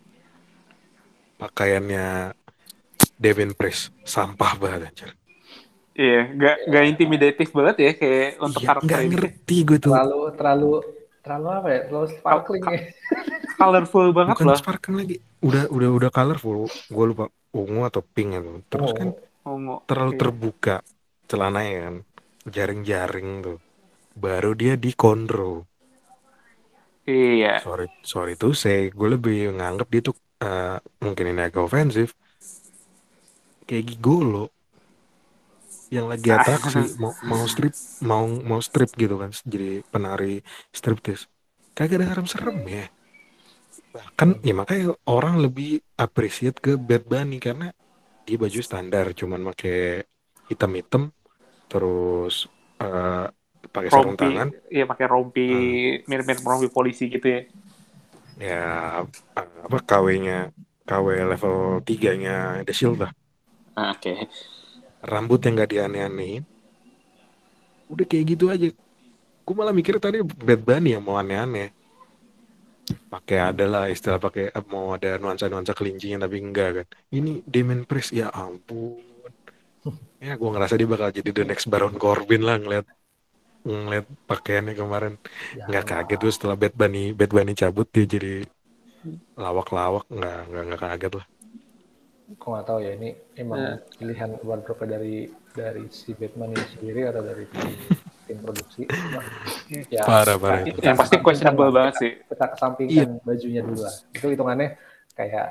Speaker 2: pakaiannya Damien Priest, sampah banget anjir.
Speaker 1: Iya, gak, gak intimidatif banget ya kayak untuk
Speaker 2: iya,
Speaker 1: karakter
Speaker 2: gak
Speaker 1: ini.
Speaker 2: Ngerti gue tuh.
Speaker 3: Terlalu terlalu terlalu apa ya? Terlalu sparkling ya.
Speaker 1: Colorful banget
Speaker 2: Bukan
Speaker 1: loh.
Speaker 2: Bukan sparkling lagi. Udah udah udah colorful. Gue lupa ungu atau pink itu. Terus
Speaker 3: oh.
Speaker 2: kan
Speaker 1: ungu.
Speaker 2: Terlalu iya. terbuka celananya kan. Jaring-jaring tuh. Baru dia di kondro.
Speaker 1: Iya.
Speaker 2: Sorry sorry tuh saya gue lebih nganggep dia tuh uh, mungkin ini agak ofensif. Kayak gigolo. Yang lagi atraksi mau mau strip mau mau strip gitu kan, jadi penari striptease, kagak ada serem-serem ya. Bahkan ya makanya orang lebih appreciate ke Bad Bunny karena dia baju standar cuman pakai hitam-hitam terus uh, pakai sarung tangan.
Speaker 1: Iya, pakai rompi hmm. mirip-mirip rompi polisi gitu ya.
Speaker 2: Ya apa K W-nya K W level tiga-nya The Shield lah.
Speaker 1: Ah, oke. Okay.
Speaker 2: Rambut yang gak dianeh-anehin. Udah kayak gitu aja. Gue malah mikir tadi Bad Bunny yang mau aneh-aneh. Pakai ada lah istilah pakai mau ada nuansa-nuansa kelincinya, tapi enggak kan. Ini Damien Priest, ya ampun. Ya gue ngerasa dia bakal jadi the next Baron Corbin lah ngeliat ngeliat pakaiannya kemarin. Ya, nggak kaget tuh setelah Bad Bunny Bad Bunny cabut dia jadi lawak-lawak, nggak nggak nggak kaget lah.
Speaker 3: Kok nggak tahu ya, ini emang nah. pilihan wardrobe dari dari si Batman ini sendiri atau dari tim, tim produksi. Nah, ya,
Speaker 2: parah parah.
Speaker 1: Kita, yang pasti questionable banget
Speaker 3: kita,
Speaker 1: sih.
Speaker 3: Kita kesampingkan iya. bajunya dulu lah. Itu hitungannya kayak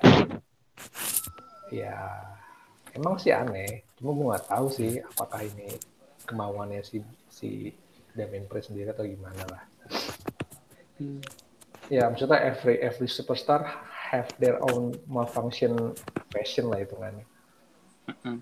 Speaker 3: ya emang sih aneh. Cuma gue nggak tahu sih apakah ini kemauannya si si Damien Priest sendiri atau gimana lah. Hmm. Ya maksudnya every every superstar have their own malfunction fashion lah hitungannya.
Speaker 1: Mm-hmm.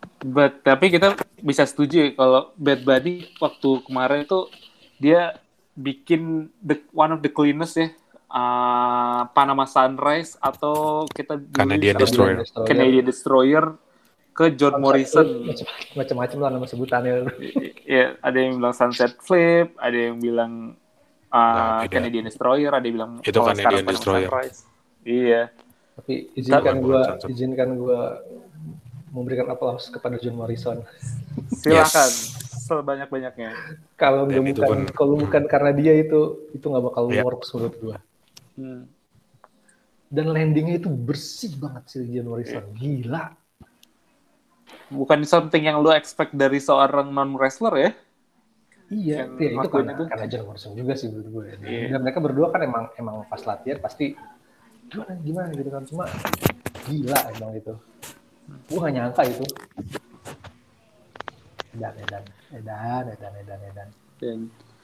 Speaker 1: But tapi kita bisa setuju kalau Bad Bunny waktu kemarin itu dia bikin the, one of the cleanest ya, uh, Panama Sunrise atau kita dulu
Speaker 2: Canadian
Speaker 1: kita
Speaker 2: Destroyer.
Speaker 1: bilang Canadian Destroyer ke John Morrison.
Speaker 3: Macam-macam lah nama sebutannya.
Speaker 1: Ya, ada yang bilang Sunset Flip, ada yang bilang uh,
Speaker 2: Nah,
Speaker 1: Canadian Destroyer, ada yang bilang
Speaker 2: itu
Speaker 1: oh, sekarang
Speaker 2: Canadian
Speaker 1: Panama
Speaker 2: Destroyer.
Speaker 1: Sunrise. Iya.
Speaker 3: Tapi izinkan gue
Speaker 2: Sunset.
Speaker 3: izinkan gue memberikan aplaus kepada John Morrison.
Speaker 1: Silakan,
Speaker 2: Yes.
Speaker 1: sebanyak-banyaknya.
Speaker 3: Kalau
Speaker 2: Dan
Speaker 3: nggak
Speaker 2: itu
Speaker 3: bukan
Speaker 2: pun-
Speaker 3: kalau bukan karena dia itu itu nggak bakal
Speaker 2: Ya.
Speaker 3: works menurut gue.
Speaker 1: Hmm.
Speaker 3: Dan landingnya itu bersih banget sih John Morrison. Gila.
Speaker 1: Bukan something yang lu expect dari seorang non wrestler ya?
Speaker 3: Iya,
Speaker 1: Yang
Speaker 3: ya, itu
Speaker 1: ngelakuin
Speaker 3: karena,
Speaker 1: itu.
Speaker 3: karena John Morrison juga sih menurut gue. Dan,
Speaker 1: Iya.
Speaker 3: dan mereka berdua kan emang emang pas latihan pasti gimana gimana gitu kan, cuma gila emang itu. Gue gak nyangka itu. Edan, edan, edan, edan, edan, edan.
Speaker 1: Dan,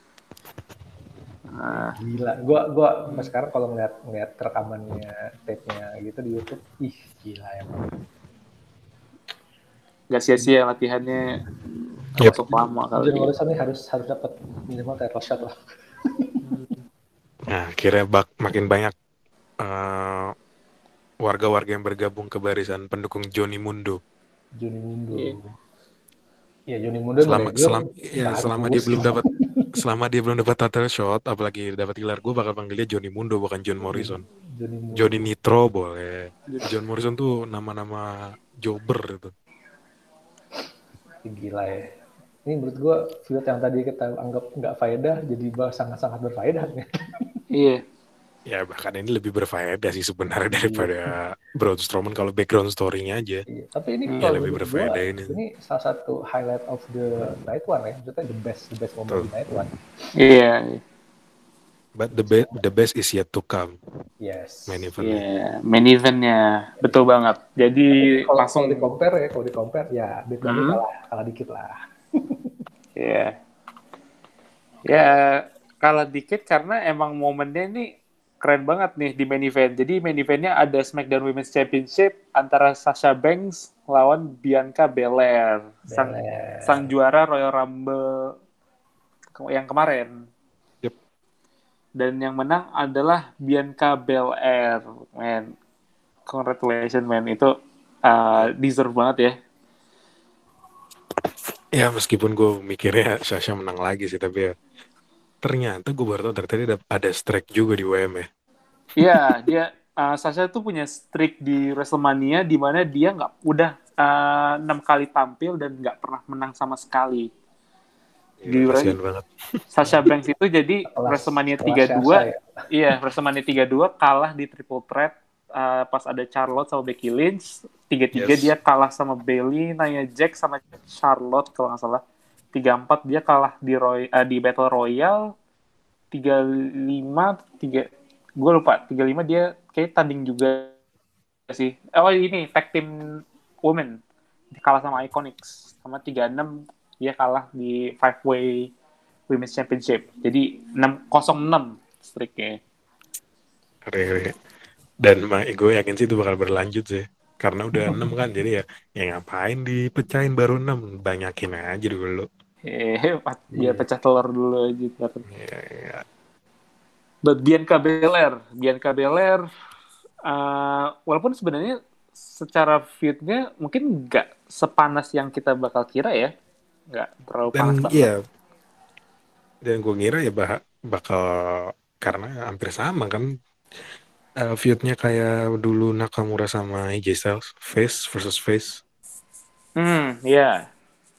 Speaker 1: ah,
Speaker 3: Gila. Gue gua sampai sekarang kalau ngeliat ngeliat rekamannya tape-nya gitu di YouTube, ih gila emang.
Speaker 1: gak sia-sia latihannya
Speaker 2: Yep.
Speaker 1: masuk lama
Speaker 3: John
Speaker 1: kali.
Speaker 3: Morrison ini harus harus dapat minimal title shot lah.
Speaker 2: Nah, akhirnya bak makin banyak eh, warga-warga yang bergabung ke barisan pendukung Johnny Mundo.
Speaker 3: Johnny Mundo.
Speaker 1: Iya.
Speaker 3: Ya Johnny Mundo
Speaker 2: Selama
Speaker 3: menurut gue
Speaker 2: selama, ya,
Speaker 3: bagus.
Speaker 2: selama dia belum dapat selama dia belum dapat title shot, apalagi dapat gelar, gue bakal panggil dia Johnny Mundo bukan John Morrison.
Speaker 3: Johnny Mundo.
Speaker 2: Johnny Nitro boleh. John Morrison tuh nama-nama jobber itu.
Speaker 3: Gila ya. Ini menurut gue feud yang tadi kita anggap nggak faedah jadi sangat-sangat berfaedah.
Speaker 1: Iya.
Speaker 2: Ya bahkan ini lebih berfaedah sih sebenarnya daripada Braun Strowman kalau background story-nya aja.
Speaker 3: Iya. Tapi ini
Speaker 1: Hmm.
Speaker 3: kalau
Speaker 2: Ya, lebih
Speaker 3: menurut
Speaker 2: berfaedah
Speaker 3: gua,
Speaker 2: ini.
Speaker 3: ini salah satu highlight of the night one ya. Maksudnya the best the best moment
Speaker 2: Betul.
Speaker 3: di night one.
Speaker 1: Iya.
Speaker 2: But the best the best is yet to come.
Speaker 3: Yes.
Speaker 2: Main event.
Speaker 1: Iya. Main eventnya betul banget. Jadi
Speaker 3: Kalau
Speaker 1: langsung
Speaker 3: kalau di compare ya, kalau di compare ya Big Daddy
Speaker 1: Hmm.
Speaker 3: kalah kalah dikit lah.
Speaker 1: Iya. Ya, kalah dikit karena emang momennya ini keren banget nih di main event. Jadi main eventnya ada SmackDown Women's Championship antara Sasha Banks lawan Bianca Belair, sang,
Speaker 3: Belair.
Speaker 1: sang juara Royal Rumble ke- yang kemarin.
Speaker 2: Yep.
Speaker 1: Dan yang menang adalah Bianca Belair, man. Congratulations, man. Itu uh, deserve banget ya.
Speaker 2: Ya meskipun gue mikirnya Sasha menang lagi sih, tapi ya ternyata gue baru tahu ternyata ada, ada strike juga di W M ya.
Speaker 1: Iya, dia uh, Sasha tuh punya streak di WrestleMania di mana dia nggak udah uh, enam kali tampil dan nggak pernah menang sama sekali. Di
Speaker 2: Gila, kasihan banget.
Speaker 1: Sasha Banks itu jadi
Speaker 3: Kelas-
Speaker 1: WrestleMania
Speaker 3: kelas
Speaker 1: tiga puluh dua,
Speaker 3: Sasha ya.
Speaker 1: iya WrestleMania tiga puluh dua kalah di triple threat uh, pas ada Charlotte sama Becky Lynch, tiga-tiga
Speaker 2: Yes.
Speaker 1: dia kalah sama Bayley, Nia Jax sama Charlotte kalau nggak salah. tiga puluh empat dia kalah di Roy, uh, di Battle Royale, tiga puluh lima tiga gue lupa tiga puluh lima dia kayak tanding juga sih. Oh ini tag team women kalah sama Iconics, sama tiga puluh enam dia kalah di five way Women's Championship. Jadi enam nol enam streaknya.
Speaker 2: Ngeri-ngeri. Dan gue yakin sih itu bakal berlanjut sih. Karena udah enam kan, jadi ya, ya ngapain dipecahin baru enam, banyakin aja dulu.
Speaker 1: Eh, dia pecah telur dulu aja.
Speaker 2: Ya, ya.
Speaker 1: But Bianca Belair, Bianca Belair, uh, walaupun sebenarnya secara feud-nya mungkin nggak sepanas yang kita bakal kira ya, nggak terlalu
Speaker 2: Dan
Speaker 1: panas banget.
Speaker 2: iya, dan gue ngira ya bah- bakal karena hampir sama kan uh, feud-nya kayak dulu Nakamura sama A J Styles, face versus face.
Speaker 1: Hmm, ya.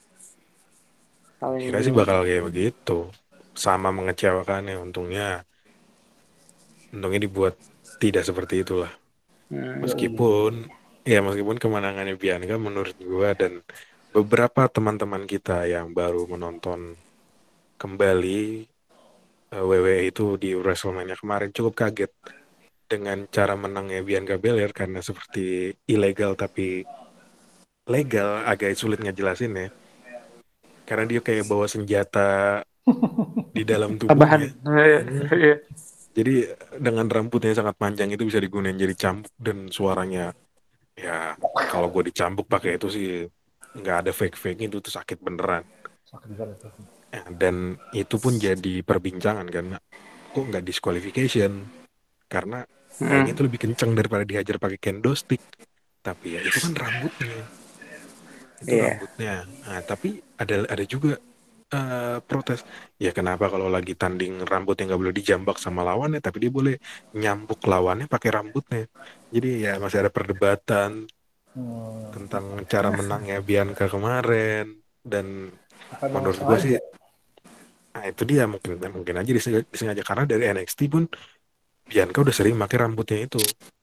Speaker 2: Kira sih bakal kayak begitu, sama mengecewakan ya. Untungnya, untungnya dibuat tidak seperti itulah.
Speaker 1: Hmm,
Speaker 2: Meskipun, ya meskipun kemenangannya Bianca menurut gue dan beberapa teman-teman kita yang baru menonton kembali uh, W W E itu di WrestleMania kemarin cukup kaget dengan cara menangnya Bianca Belair karena seperti ilegal tapi legal, agak sulit ngejelasin ya. Karena dia kayak bawa senjata di dalam
Speaker 1: tambahan.
Speaker 2: tubuhnya.
Speaker 1: Iya.
Speaker 2: Jadi dengan rambutnya sangat panjang itu bisa digunakan jadi cambuk dan suaranya ya kalau gue dicambuk pakai itu sih nggak ada fake-fake itu tuh sakit beneran.
Speaker 3: Sakit banget tuh.
Speaker 2: Ya, dan itu pun jadi perbincangan karena kok nggak disqualification karena
Speaker 1: Hmm.
Speaker 2: kayaknya itu lebih kenceng daripada dihajar pakai kendo stick. Tapi ya itu kan rambutnya, itu
Speaker 1: Iya.
Speaker 2: rambutnya. Nah, tapi ada ada juga eh, protes. Ya kenapa kalau lagi tanding rambutnya nggak boleh dijambak sama lawannya, tapi dia boleh nyambuk lawannya pakai rambutnya. Jadi ya masih ada perdebatan
Speaker 3: Hmm,
Speaker 2: tentang cara menangnya Bianca kemarin. Dan
Speaker 3: apa memang
Speaker 2: menurut gue sih,
Speaker 3: sengaja?
Speaker 2: nah itu dia mungkin mungkin aja disengaja, disengaja karena dari N X T pun Bianca udah sering pakai rambutnya itu.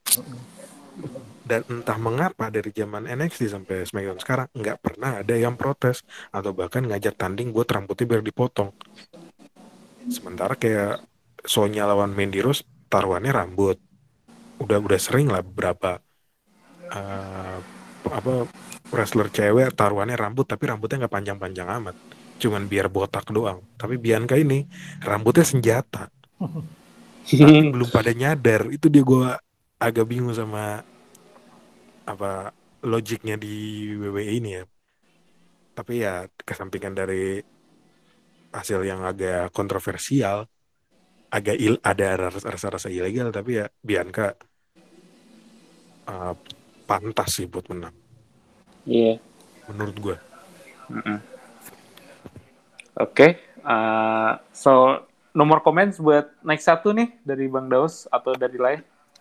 Speaker 2: Dan entah mengapa dari zaman N X T sampai SmackDown sekarang nggak pernah ada yang protes atau bahkan ngajak tanding buat rambutnya biar dipotong. Sementara kayak Sonya lawan Mandy Rose taruhannya rambut. Udah udah sering lah beberapa eh, apa wrestler cewek taruhannya rambut tapi rambutnya nggak panjang-panjang amat. Cuman biar botak doang. Tapi Bianca ini rambutnya senjata. Tapi belum pada nyadar. Itu dia gue agak bingung sama apa logiknya di W W E ini ya. Tapi ya kesampingan dari hasil yang agak kontroversial, agak il, ada rasa-rasa ilegal, tapi ya Bianca uh, pantas sih buat menang,
Speaker 1: Iya.
Speaker 2: menurut gue.
Speaker 1: Mm-mm. Oke. Uh, so nomor komen buat naik satu nih dari Bang Daus atau dari Lai?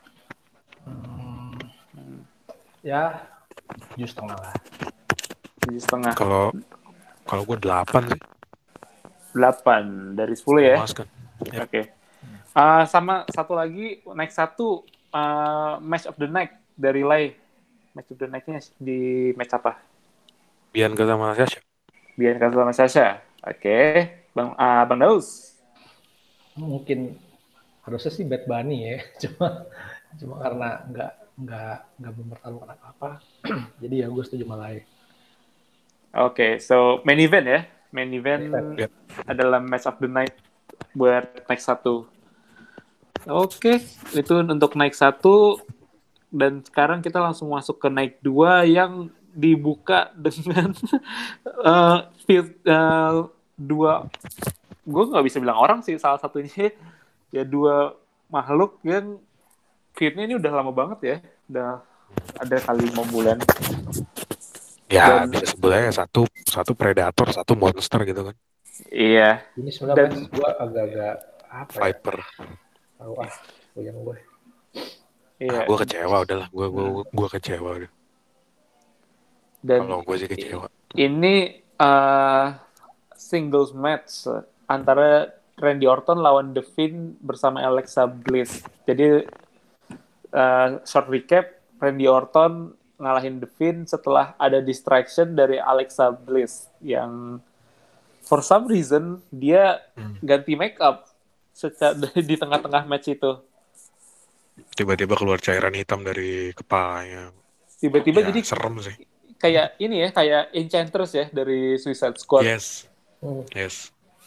Speaker 3: Ya, tujuh setengah lah.
Speaker 1: Tujuh setengah.
Speaker 2: Kalau kalau gue delapan sih,
Speaker 1: Delapan dari sepuluh ya.
Speaker 2: memuaskan. Ya.
Speaker 1: Oke. Uh, sama satu lagi naik satu uh, match of the night dari Lai. Match of the night-nya di match apa?
Speaker 2: Bianca sama Sasha.
Speaker 1: Bianca sama Sasha. Oke. Bang uh, Bang Daus.
Speaker 3: Mungkin harusnya sih Bad Bunny ya, cuma cuma karena nggak nggak nggak mempertaruhkan apa-apa, jadi ya gue setuju malah.
Speaker 1: Oke, okay, so main event ya, main event
Speaker 2: Yep.
Speaker 1: adalah match of the night buat naik satu. Oke, okay, itu untuk naik satu dan sekarang kita langsung masuk ke naik dua yang dibuka dengan uh, field, uh, dua, gue nggak bisa bilang orang sih, salah satunya ya dua makhluk yang feudnya ini udah lama banget ya, udah ada kali lima bulan.
Speaker 2: Ya dan, bisa sebelahnya satu satu predator, satu monster gitu kan.
Speaker 1: Iya.
Speaker 3: Ini sebenarnya dan, gue agak-agak apa
Speaker 2: Viper.
Speaker 3: ya? Tahu ah, yang gue.
Speaker 2: Iya. Ah, gue kecewa udahlah, gue gue gue kecewa udah. Dan kalau gue sih kecewa.
Speaker 1: Ini uh, singles match antara Randy Orton lawan The Fiend bersama Alexa Bliss. Jadi uh, short recap, Randy Orton ngalahin The Fiend setelah ada distraction dari Alexa Bliss yang for some reason dia hmm. ganti make up secara di tengah-tengah match itu.
Speaker 2: Tiba-tiba keluar cairan hitam dari kepalanya.
Speaker 1: Tiba-tiba
Speaker 2: ya,
Speaker 1: jadi
Speaker 2: serem sih.
Speaker 1: Kayak ini ya, kayak Enchantress ya dari Suicide Squad.
Speaker 2: Yes. Hmm. Yes.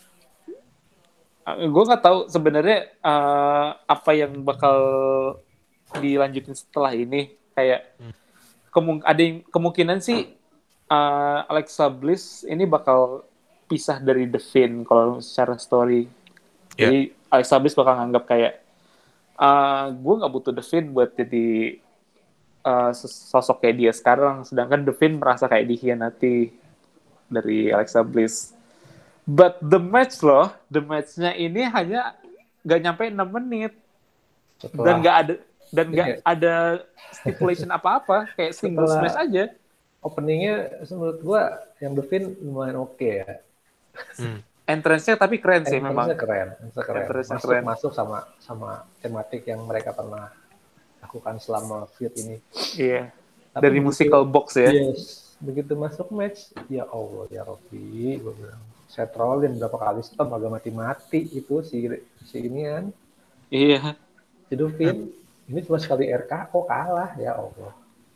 Speaker 1: Uh, gue nggak tahu sebenarnya uh, apa yang bakal dilanjutin setelah ini. Kayak hmm. kemung- ada yang, kemungkinan sih uh, Alexa Bliss ini bakal pisah dari The Fiend kalau secara story. Yeah. Jadi Alexa Bliss bakal nganggap kayak uh, gue nggak butuh The Fiend buat jadi uh, sosok kayak dia sekarang, sedangkan The Fiend merasa kayak dikhianati dari Alexa Bliss. But the match loh, the match-nya ini hanya nggak nyampe enam menit. Setelah, dan nggak ada dan nggak yeah. ada stipulation apa-apa, kayak single match aja.
Speaker 3: Openingnya menurut gua yang The Fiend lumayan oke okay ya.
Speaker 1: Hmm. Entrance-nya tapi keren sih memang.
Speaker 3: Entrance-nya keren, entrance keren.
Speaker 1: Entrance-nya
Speaker 3: masuk
Speaker 1: keren.
Speaker 3: masuk sama sama tematik yang mereka pernah lakukan selama feud ini.
Speaker 1: Iya. Tapi dari begitu, musical box ya.
Speaker 3: Yes. Begitu masuk match, ya Allah ya Robby, gue bilang. Saya trollin berapa kali stop agak mati-mati itu si si inian.
Speaker 1: Iya.
Speaker 3: Si Duvin, ini cuma sekali R K kok kalah ya Allah.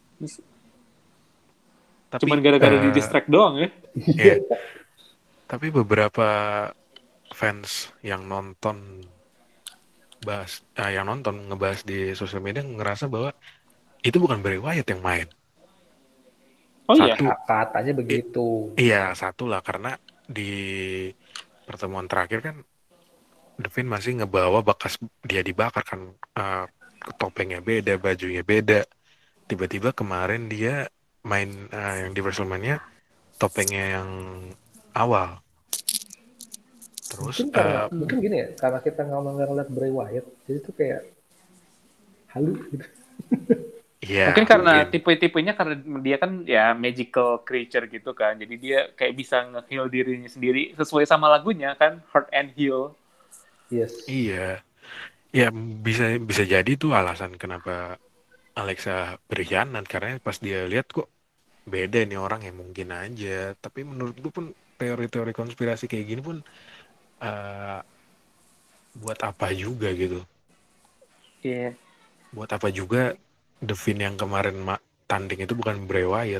Speaker 1: Tapi, cuman gara-gara uh, di distract doang ya.
Speaker 2: Iya. Tapi beberapa fans yang nonton bahas, uh, yang nonton ngebahas di sosial media ngerasa bahwa itu bukan Bray Wyatt yang main.
Speaker 3: Oh
Speaker 2: satu,
Speaker 3: iya, katanya begitu.
Speaker 2: I- iya, satu lah karena di pertemuan terakhir kan The Fiend masih ngebawa bekas dia dibakar kan, uh, topengnya beda, bajunya beda. Tiba-tiba kemarin dia main uh, yang di WrestleMania topengnya yang awal. Terus
Speaker 3: Mungkin karena
Speaker 2: uh,
Speaker 3: mungkin gini ya, karena kita nggak ngeliat Bray Wyatt, jadi tuh kayak halu gitu.
Speaker 2: ya
Speaker 1: Mungkin karena
Speaker 2: mungkin
Speaker 1: tipe-tipenya karena dia kan ya magical creature gitu kan. Jadi dia kayak bisa nge-heal dirinya sendiri sesuai sama lagunya kan, Hurt and Heal.
Speaker 3: Yes.
Speaker 2: iya, ya bisa bisa jadi tuh alasan kenapa Alexa berkhianat, karena pas dia lihat kok beda nih orang, yang mungkin aja. Tapi menurut gue pun teori-teori konspirasi kayak gini pun uh, buat apa juga gitu,
Speaker 1: Iya. Yeah.
Speaker 2: buat apa juga The Fiend yang kemarin ma- tanding itu bukan Bray Wyatt.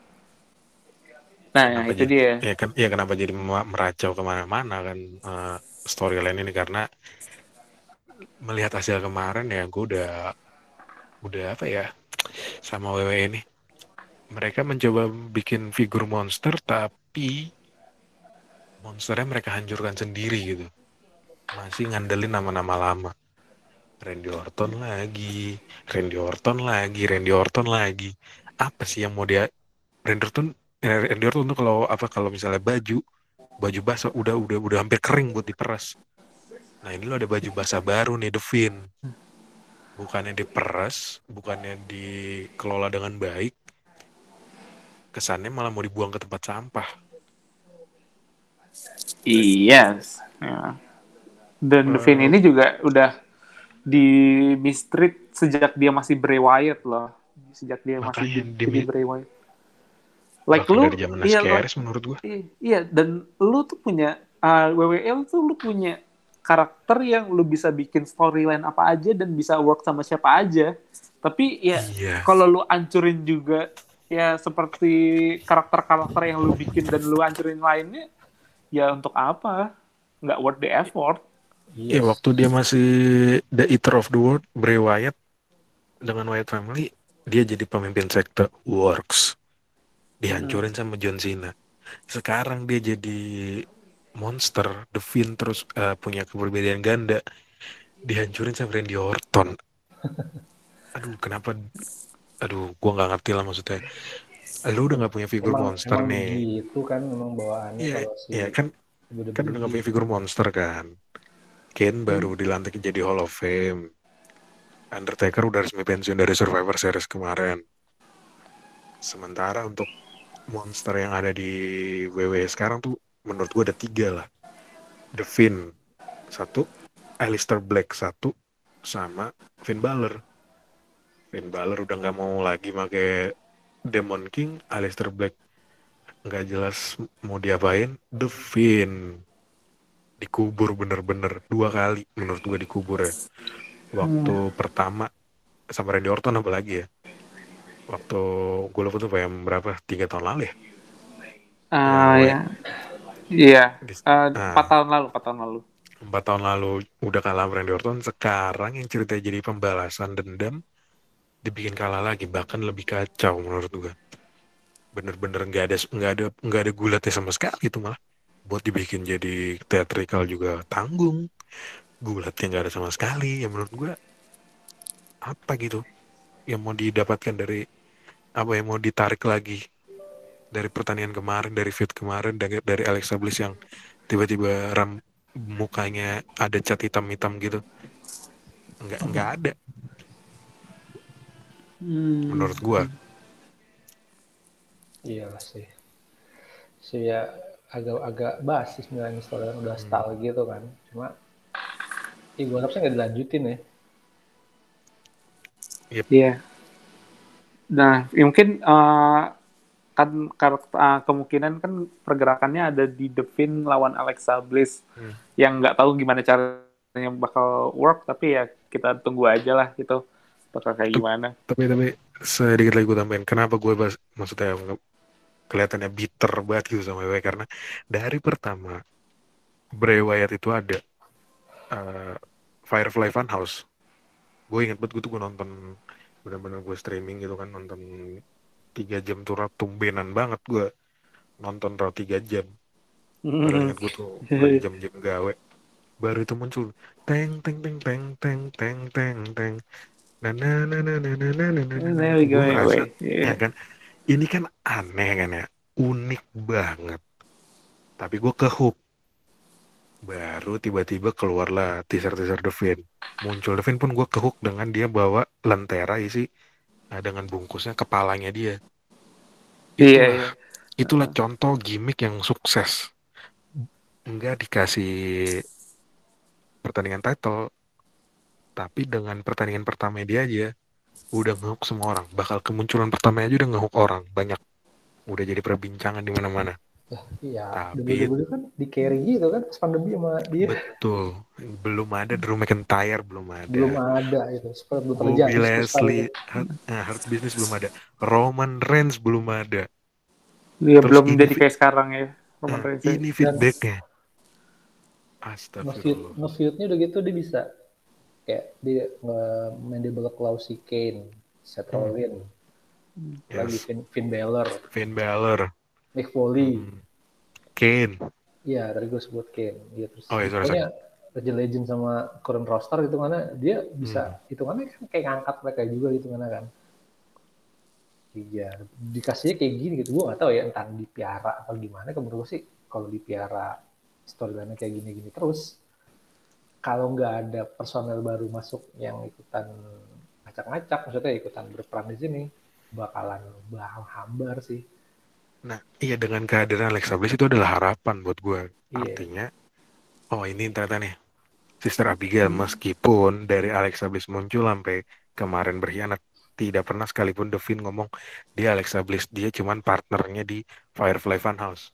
Speaker 1: Nah,
Speaker 2: Kenapa
Speaker 1: itu
Speaker 2: jadi
Speaker 1: dia.
Speaker 2: ya kan ya kenapa jadi meracau kemana-mana kan, uh, storyline ini, karena melihat hasil kemarin ya gue udah udah apa ya sama W W E ini, mereka mencoba bikin figur monster tapi monsternya mereka hancurkan sendiri gitu, masih ngandelin nama-nama lama. Randy Orton lagi, Randy Orton lagi, Randy Orton lagi. Apa sih yang mau dia Randy Orton? eh, Randy Orton tuh kalau apa kalau misalnya baju baju basah udah udah udah hampir kering buat diperas. Nah ini lo ada baju basah baru nih, The Fiend. Bukannya diperas, bukannya dikelola dengan baik, kesannya malah mau dibuang ke tempat sampah.
Speaker 1: Iya. Ya. Dan The Fiend
Speaker 2: Eh,
Speaker 1: ini juga udah di mistreat sejak dia masih Bray Wyatt loh. Sejak dia masih
Speaker 2: makanya
Speaker 1: di- jadi
Speaker 2: demi
Speaker 1: Bray Wyatt. Like
Speaker 2: bahkan dari
Speaker 1: lu,
Speaker 2: zaman
Speaker 1: iya, like,
Speaker 2: Ascaris menurut gua.
Speaker 1: iya, dan lu tuh punya uh, W W L tuh lu punya karakter yang lu bisa bikin storyline apa aja dan bisa work sama siapa aja. Tapi ya
Speaker 2: Iya,
Speaker 1: kalau lu ancurin juga ya seperti karakter-karakter yang lu bikin dan lu ancurin lainnya, ya untuk apa? Nggak worth the effort.
Speaker 2: ya
Speaker 3: Yes.
Speaker 2: waktu dia masih the Eater of the World, Bray Wyatt dengan Wyatt Family, dia jadi pemimpin sekte Works,
Speaker 1: Hmm.
Speaker 2: dihancurin sama John Cena. Sekarang dia jadi monster, The Fiend, terus uh, punya keberbedaan ganda, dihancurin sama Randy Orton. Aduh, kenapa? Aduh, gua nggak ngerti lah maksudnya. Lu udah nggak punya figur
Speaker 3: Emang
Speaker 2: monster
Speaker 3: emang
Speaker 2: nih.
Speaker 3: begitu kan memang bawaannya
Speaker 2: Iya,
Speaker 3: kalau si
Speaker 2: iya kan, kan udah
Speaker 3: W W E.
Speaker 2: nggak punya figur monster kan. Kane baru
Speaker 3: Hmm.
Speaker 2: dilantik jadi Hall of Fame. Undertaker udah resmi pensiun dari Survivor Series kemarin. Sementara untuk monster yang ada di W W E sekarang tuh menurut gue ada tiga lah. The Fiend satu, Aleister Black satu, sama Finn Balor. Finn Balor udah nggak mau lagi pakai Demon King, Aleister Black nggak jelas mau diapain. The Fiend dikubur bener-bener dua kali menurut gue dikubur ya. Waktu
Speaker 1: Hmm.
Speaker 2: pertama sama Randy Orton apa lagi ya, waktu gue lupa tuh yang berapa, tiga tahun lalu ya, yang
Speaker 1: Ah,
Speaker 2: White
Speaker 1: ya, iya.
Speaker 2: di,
Speaker 1: Uh, empat
Speaker 2: nah
Speaker 1: tahun lalu, empat tahun lalu.
Speaker 2: empat tahun lalu udah kalah sama Randy Orton, sekarang yang ceritanya jadi pembalasan dendam dibikin kalah lagi, bahkan lebih kacau menurut gue. Bener-bener nggak ada nggak ada nggak ada gulatnya sama sekali itu, malah buat dibikin jadi teatrikal juga tanggung, gulatnya nggak ada sama sekali. Ya menurut gue apa gitu yang mau didapatkan dari, apa yang mau ditarik lagi dari pertandingan kemarin, dari fit kemarin, dari, dari Alexa Bliss yang tiba-tiba ram mukanya ada cat hitam-hitam gitu, nggak nggak ada
Speaker 1: Hmm.
Speaker 2: menurut gua.
Speaker 3: Iyalah sih. Sih ya agak-agak basi sebenarnya storyline udah
Speaker 2: Hmm.
Speaker 3: style gitu kan. Cuma ya gue harap sih nggak dilanjutin ya.
Speaker 2: Yep.
Speaker 1: Iya. Nah, ya mungkin uh, kan karakter uh, kemungkinan kan pergerakannya ada di The Fiend lawan Alexa Bliss
Speaker 2: Hmm.
Speaker 1: yang nggak tahu gimana caranya bakal work, tapi ya kita tunggu aja lah gitu bakal kayak
Speaker 2: Tuh,
Speaker 1: gimana.
Speaker 2: tapi tapi sedikit lagi gue tambahin kenapa gue bahas, maksudnya nge- kelihatannya bitter banget gitu sama W W E, karena dari pertama Bray Wyatt itu ada uh, Firefly Funhouse, gue inget banget, gue tuh gue nonton benar-benar, gue streaming gitu kan, nonton tiga jam tuh tumbenan banget gue nonton raw tiga jam. Padahal
Speaker 1: Hmm.
Speaker 2: ingat gue tuh lagi jam-jam gawe. Baru itu muncul teng teng teng teng teng teng teng teng. Nah, nah, nah, nah, nah, nah, nah, nah, nah, nah,
Speaker 1: There
Speaker 2: nah.
Speaker 1: we go
Speaker 2: Gue ngerasa,
Speaker 1: anyway.
Speaker 2: ya
Speaker 1: Yeah.
Speaker 2: kan, ini kan aneh kan ya, unik banget. Tapi gue kehook. Baru tiba-tiba keluarlah teaser-teaser The Vin. Muncul The Vin pun gue kehook dengan dia bawa lentera isi, nah, dengan bungkusnya kepalanya dia.
Speaker 1: Iya,
Speaker 2: Itulah,
Speaker 1: iya.
Speaker 2: itulah
Speaker 1: Uh-uh.
Speaker 2: contoh gimmick yang sukses. Enggak dikasih pertandingan title, tapi dengan pertandingan pertama dia aja, udah ngehook semua orang. Bakal kemunculan pertamanya aja udah ngehook orang. Banyak. Udah jadi perbincangan di mana-mana.
Speaker 3: Iya,
Speaker 2: Tapi
Speaker 3: W W E kan di carry gitu kan pas pandemi sama dia.
Speaker 2: betul, belum ada Drew McIntyre, belum ada.
Speaker 3: Belum ada itu, seperti belum
Speaker 2: Bobby
Speaker 3: terjadi superstar itu.
Speaker 2: Leslie, Hurt, nah, Hurt Business belum ada. Roman Reigns belum ada.
Speaker 1: Dia
Speaker 2: Terus
Speaker 1: belum
Speaker 2: ini
Speaker 1: jadi kayak sekarang ya, Roman
Speaker 2: nah,
Speaker 1: Reigns.
Speaker 2: ini
Speaker 3: Dan
Speaker 2: feedbacknya.
Speaker 3: nge-feud
Speaker 2: Astagfirullah.
Speaker 3: nge-feudnya udah gitu dia bisa kayak dia nge-mandible claw si Kane, Seth
Speaker 2: Hmm,
Speaker 3: Rollins, lagi
Speaker 2: yes.
Speaker 3: Finn, Finn Balor,
Speaker 2: Finn Balor.
Speaker 3: Mick Foley.
Speaker 2: Hmm, Kane.
Speaker 3: Iya, tadi gue sebut Kane. Dia terus
Speaker 2: Oh ya, sorry, sorry.
Speaker 3: pokoknya Legend Legend sama current roster gitu mana dia bisa
Speaker 2: Hmm.
Speaker 3: hitungannya kan kayak ngangkat mereka juga gitu mana kan. Iya, dikasihnya kayak gini gitu. Gue gak tahu ya entah dipiara atau gimana. Menurut gue sih kalau dipiara storyline kayak gini-gini terus, kalau nggak ada personel baru masuk yang ikutan ngacak-ngacak, maksudnya ikutan berperan di sini, bakalan bakal hambar sih.
Speaker 2: Nah, iya, dengan kehadiran Alexa Bliss itu adalah harapan buat gue.
Speaker 3: Iya.
Speaker 2: Artinya, oh ini ternyata nih, Sister Abigail, meskipun dari Alexa Bliss muncul sampai kemarin berkhianat, tidak pernah sekalipun The Fiend ngomong dia Alexa Bliss, dia cuman partnernya di Firefly Funhouse.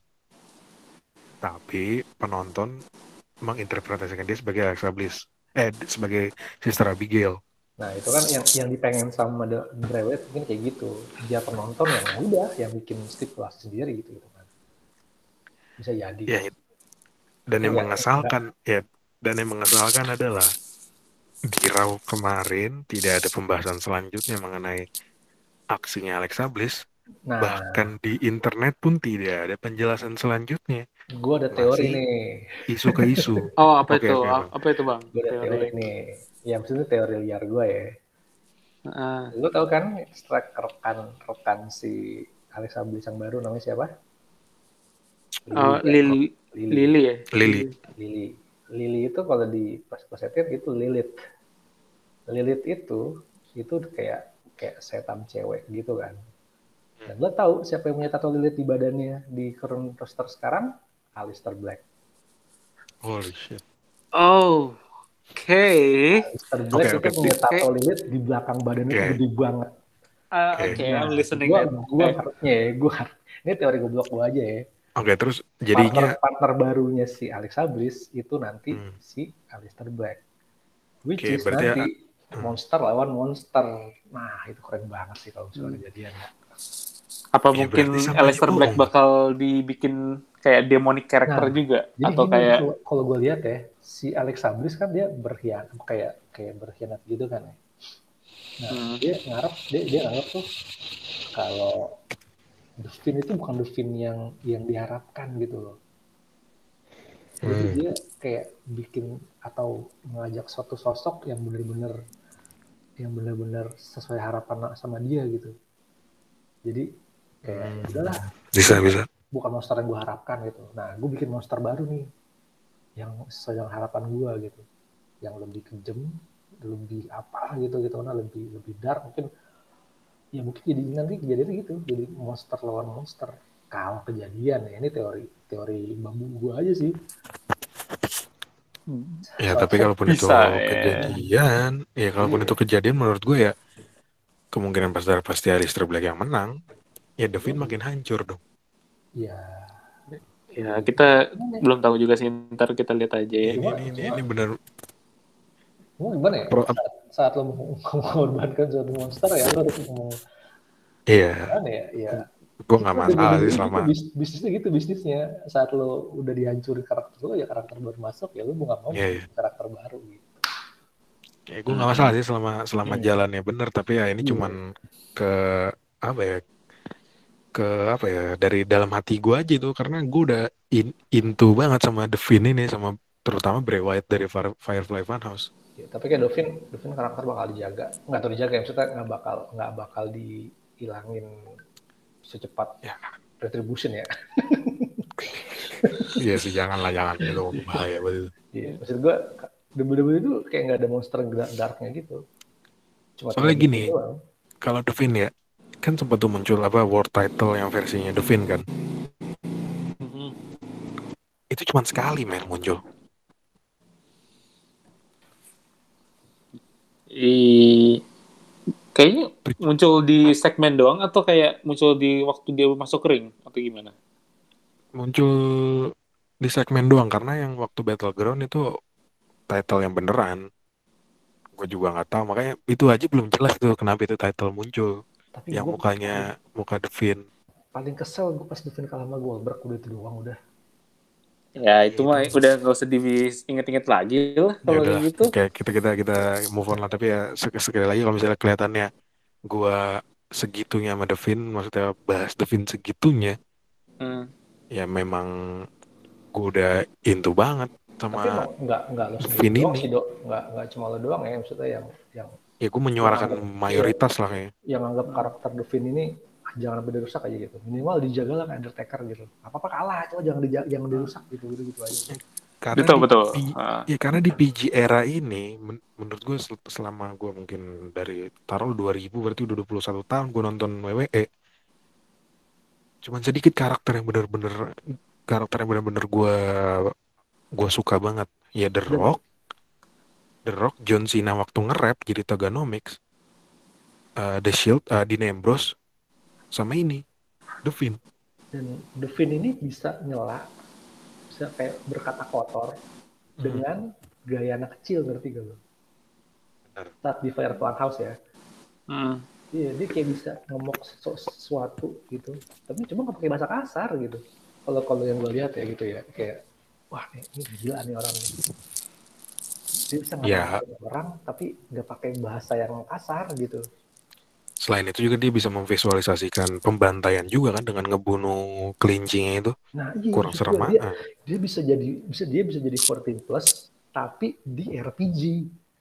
Speaker 2: Tapi penonton menginterpretasikan dia sebagai Alexa Bliss, eh sebagai Sister Abigail.
Speaker 3: Nah itu kan yang yang dipengen sama The Bray Wyatt mungkin kayak gitu. Dia penonton yang ya udah yang bikin stipulasi sendiri gitu gitu kan. Bisa jadi.
Speaker 2: Ya, dan yang
Speaker 3: Enggak, enggak.
Speaker 2: mengesalkan ya, dan yang mengesalkan adalah di Raw kemarin tidak ada pembahasan selanjutnya mengenai aksinya Alexa Bliss.
Speaker 3: Nah,
Speaker 2: Bahkan di internet pun tidak ada penjelasan selanjutnya.
Speaker 3: gue ada teori
Speaker 2: Masih
Speaker 3: nih.
Speaker 2: isu ke isu.
Speaker 1: Oh, apa
Speaker 2: Oke,
Speaker 1: itu?
Speaker 2: oke,
Speaker 1: Ah,
Speaker 2: Bang.
Speaker 1: Apa itu, Bang?
Speaker 3: Gue ada
Speaker 1: Teori.
Speaker 3: teori nih. Ya maksudnya teori liar gue ya.
Speaker 1: Uh,
Speaker 3: Lu tau kan strike rekan rekan si Alexa Bliss yang baru namanya siapa? Lily.
Speaker 1: oh, Lily,
Speaker 3: Lily.
Speaker 1: Lily ya?
Speaker 2: Lily.
Speaker 3: Lily. Lily itu kalau di pas pasetin itu Lilith. Lilith itu itu kayak kayak setan cewek gitu kan. Dan lo tahu siapa yang punya tato Lilith di badannya di current roster sekarang? Aleister Black.
Speaker 2: Holy shit.
Speaker 1: Oh, oke. Okay.
Speaker 3: Aleister
Speaker 2: Oke,
Speaker 3: Black
Speaker 2: oke.
Speaker 3: itu punya
Speaker 2: Di-
Speaker 3: tato
Speaker 1: Oke.
Speaker 3: Lilith di belakang badannya itu
Speaker 2: Oke.
Speaker 3: gede banget.
Speaker 1: Uh,
Speaker 2: Oke.
Speaker 1: Oke,
Speaker 3: Nah,
Speaker 1: I'm listening
Speaker 3: gua
Speaker 1: then.
Speaker 3: gua
Speaker 1: Okay.
Speaker 3: harusnya ya, gua ini teori goblok gua aja ya.
Speaker 2: Oke, terus
Speaker 3: Partner
Speaker 2: jadinya
Speaker 3: partner barunya si Alexa Bliss itu nanti
Speaker 2: hmm,
Speaker 3: si Aleister Black. Which
Speaker 2: oke,
Speaker 3: is
Speaker 2: berarti ya,
Speaker 3: nanti
Speaker 2: hmm,
Speaker 3: monster lawan monster. Nah, itu keren banget sih kalau misalnya kejadian ya.
Speaker 1: Apa
Speaker 2: ya berarti
Speaker 1: mungkin
Speaker 2: sama aja
Speaker 1: Aleister Black
Speaker 2: bohong.
Speaker 1: bakal dibikin kayak demonic character
Speaker 3: Nah,
Speaker 1: juga?
Speaker 3: jadi
Speaker 1: Atau
Speaker 3: gini
Speaker 1: kayak...
Speaker 3: kalau kalau gue lihat ya, si Alexa Bliss kan dia berkhianat kayak kayak berkhianat gitu kan ya. Nah,
Speaker 1: Hmm.
Speaker 3: dia ngarep dia dia nganggap tuh kalau The Fiend itu bukan The Fiend yang yang diharapkan gitu loh. Jadi
Speaker 2: Hmm.
Speaker 3: dia kayak bikin atau mengajak suatu sosok yang benar-benar yang benar-benar sesuai harapan sama dia gitu. Jadi kayak
Speaker 2: Hmm.
Speaker 3: udahlah,
Speaker 2: Bisa,
Speaker 3: bukan,
Speaker 2: bisa.
Speaker 3: bukan monster yang gue harapkan gitu. Nah, gue bikin monster baru nih yang sesuai dengan harapan gue gitu, yang lebih kejam, lebih apa gitu gitu, nah lebih lebih dark mungkin. Ya mungkin jadi nanti kejadian gitu, jadi monster lawan monster. Kalau kejadian ya ini teori teori bambu gue aja sih.
Speaker 2: Ya,
Speaker 3: Soalnya
Speaker 2: tapi kalaupun itu
Speaker 1: Bisa ya.
Speaker 2: kejadian, ya kalaupun
Speaker 3: iya,
Speaker 2: itu kejadian menurut gue ya kemungkinan pasti pasti Aleister Black yang menang. Ya The Fiend makin hancur dong.
Speaker 3: iya.
Speaker 1: Ya, kita belum tahu juga sih, ntar kita lihat aja ya.
Speaker 2: Ini ini ini, ini benar.
Speaker 3: Cuma gimana ya?
Speaker 2: Pro,
Speaker 3: Saat, saat lo mau mengorbankan suatu monster ya lo harus ngomong
Speaker 2: iya,
Speaker 3: gimana ya? Ya
Speaker 2: gue
Speaker 3: itu
Speaker 2: nggak
Speaker 3: W
Speaker 2: masalah
Speaker 3: W E
Speaker 2: sih
Speaker 3: gitu,
Speaker 2: selama
Speaker 3: bis, bisnisnya gitu bisnisnya. Saat lo udah dihancurin karakter lo ya karakter baru masuk ya lo mau nggak mau
Speaker 2: ya, ya.
Speaker 3: karakter baru gitu.
Speaker 2: Ya, gue nggak masalah sih selama selama
Speaker 3: Hmm.
Speaker 2: jalannya bener, tapi ya ini
Speaker 3: Iya.
Speaker 2: cuman ke apa ya, ke apa ya, dari dalam hati gue aja tuh, karena gue udah in, into banget sama The Fiend ini, sama terutama Bray Wyatt dari Fire- Firefly Funhouse.
Speaker 3: Ya, tapi kayak Dovin, Dovin karakter bakal dijaga, nggak tahu dijaga ya, maksudnya nggak bakal nggak bakal dihilangin secepat
Speaker 2: Ya,
Speaker 3: Retribution ya.
Speaker 2: iya sih, janganlah, jangan itu bahaya banget.
Speaker 3: Iya, maksud gue W W E itu kayak nggak ada monster darknya gitu, cuma
Speaker 2: Soalnya
Speaker 3: tinggal
Speaker 2: gini,
Speaker 3: Dovin doang.
Speaker 2: kalau The Fiend ya, kan sempat tuh muncul apa world title yang versinya The Fiend kan,
Speaker 1: Mhm.
Speaker 2: itu cuma sekali men muncul.
Speaker 1: I... Kayaknya muncul di segmen doang atau kayak muncul di waktu dia masuk ring atau gimana?
Speaker 2: Muncul di segmen doang, karena yang waktu Battleground itu title yang beneran. Gue juga nggak tahu, makanya itu aja belum jelas tuh kenapa itu title muncul.
Speaker 3: Tapi
Speaker 2: Yang
Speaker 3: gue
Speaker 2: mukanya
Speaker 3: paling,
Speaker 2: muka The Fiend.
Speaker 3: paling kesel gue pas Dovin kalah sama Goldberg, udah itu doang udah.
Speaker 1: Ya
Speaker 2: Ya
Speaker 1: itu
Speaker 2: itu,
Speaker 1: mah udah nggak usah diinget-inget lagi lah
Speaker 2: ya
Speaker 1: kalau kayak
Speaker 2: udahlah,
Speaker 1: gitu.
Speaker 2: kayak kita kita kita move on lah. Tapi ya sek- sekali lagi, kalau misalnya kelihatannya gue segitunya sama The Fiend, maksudnya bahas The Fiend segitunya,
Speaker 1: Hmm.
Speaker 2: ya memang gue udah into banget
Speaker 3: Tapi
Speaker 2: sama
Speaker 3: emang nggak nggak lo
Speaker 2: The
Speaker 3: sendiri
Speaker 2: Fiend
Speaker 3: doang
Speaker 2: ini.
Speaker 3: sih dok, nggak nggak cuma lo doang ya, maksudnya yang yang
Speaker 2: Ya gue
Speaker 3: yang
Speaker 2: menyuarakan
Speaker 3: anggap ya,
Speaker 2: mayoritas lah kayaknya.
Speaker 3: yang anggap karakter Dovin ini ah, jangan sampai dirusak aja gitu, minimal dijaga lah kayak Undertaker gitu, apa apa kalah cuma jangan dijaga, jangan dirusak gitu gitu gitu aja.
Speaker 2: Karena
Speaker 1: Betul
Speaker 2: di
Speaker 1: betul.
Speaker 2: P-
Speaker 1: Ah.
Speaker 2: ya karena di P G era ini, men- menurut gue sel- selama gue mungkin dari taruh dua ribu, berarti udah dua puluh satu tahun gue nonton W W E, cuman sedikit karakter yang bener-bener karakter yang bener-bener gue gue suka banget. Ya The
Speaker 3: Dan
Speaker 2: Rock, The Rock, John Cena waktu nge-rap jadi Toganomics, uh, The Shield, uh, Dean Ambrose, sama ini The Fiend.
Speaker 3: dan Dovin ini bisa nyela, bisa kayak berkata kotor
Speaker 2: Hmm.
Speaker 3: dengan gaya anak kecil, ngerti gak lo?
Speaker 2: Benar.
Speaker 3: Saat di Firefly House ya,
Speaker 1: Hmm.
Speaker 3: iya dia kayak bisa ngomong sesu- sesuatu gitu, tapi cuma nggak pakai bahasa kasar gitu. Kalau kalau yang gue lihat ya gitu ya, kayak wah ini, ini gila nih orang nih. Dia bisa
Speaker 2: Ya,
Speaker 3: ngata-ngatain orang tapi nggak pakai bahasa yang kasar gitu.
Speaker 2: selain itu juga dia bisa memvisualisasikan pembantaian juga kan, dengan ngebunuh kelincinya itu.
Speaker 3: Nah iya
Speaker 2: Kurang
Speaker 3: maksud
Speaker 2: serem
Speaker 3: gue dia
Speaker 2: ah.
Speaker 3: dia bisa jadi bisa dia bisa jadi empat belas plus tapi di R P G.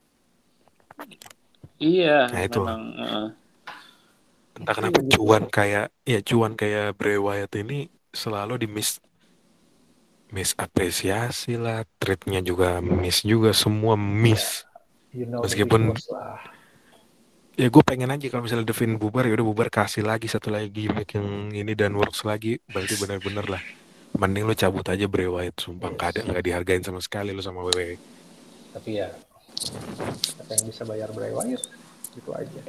Speaker 1: Iya,
Speaker 2: Nah itu,
Speaker 1: memang. Uh,
Speaker 2: entah
Speaker 3: Itu
Speaker 2: kenapa
Speaker 3: yang gitu.
Speaker 2: cuan kayak ya cuan kayak Bray Wyatt ini selalu di miss miss apresiasi lah, treatnya juga miss juga, semua
Speaker 3: Ya,
Speaker 2: miss.
Speaker 3: you know the big
Speaker 2: Meskipun
Speaker 3: boss lah.
Speaker 2: ya gue pengen aja kalau misalnya Devin bubar, ya udah bubar, kasih lagi satu lagi gimmick yang ini dan works lagi, berarti bener-bener lah. Mending lu cabut aja Bray Wyatt, sumpah nggak ada,
Speaker 3: Yes.
Speaker 2: nggak dihargain sama sekali lu sama W W E.
Speaker 3: Tapi ya siapa yang bisa bayar Bray Wyatt gitu aja.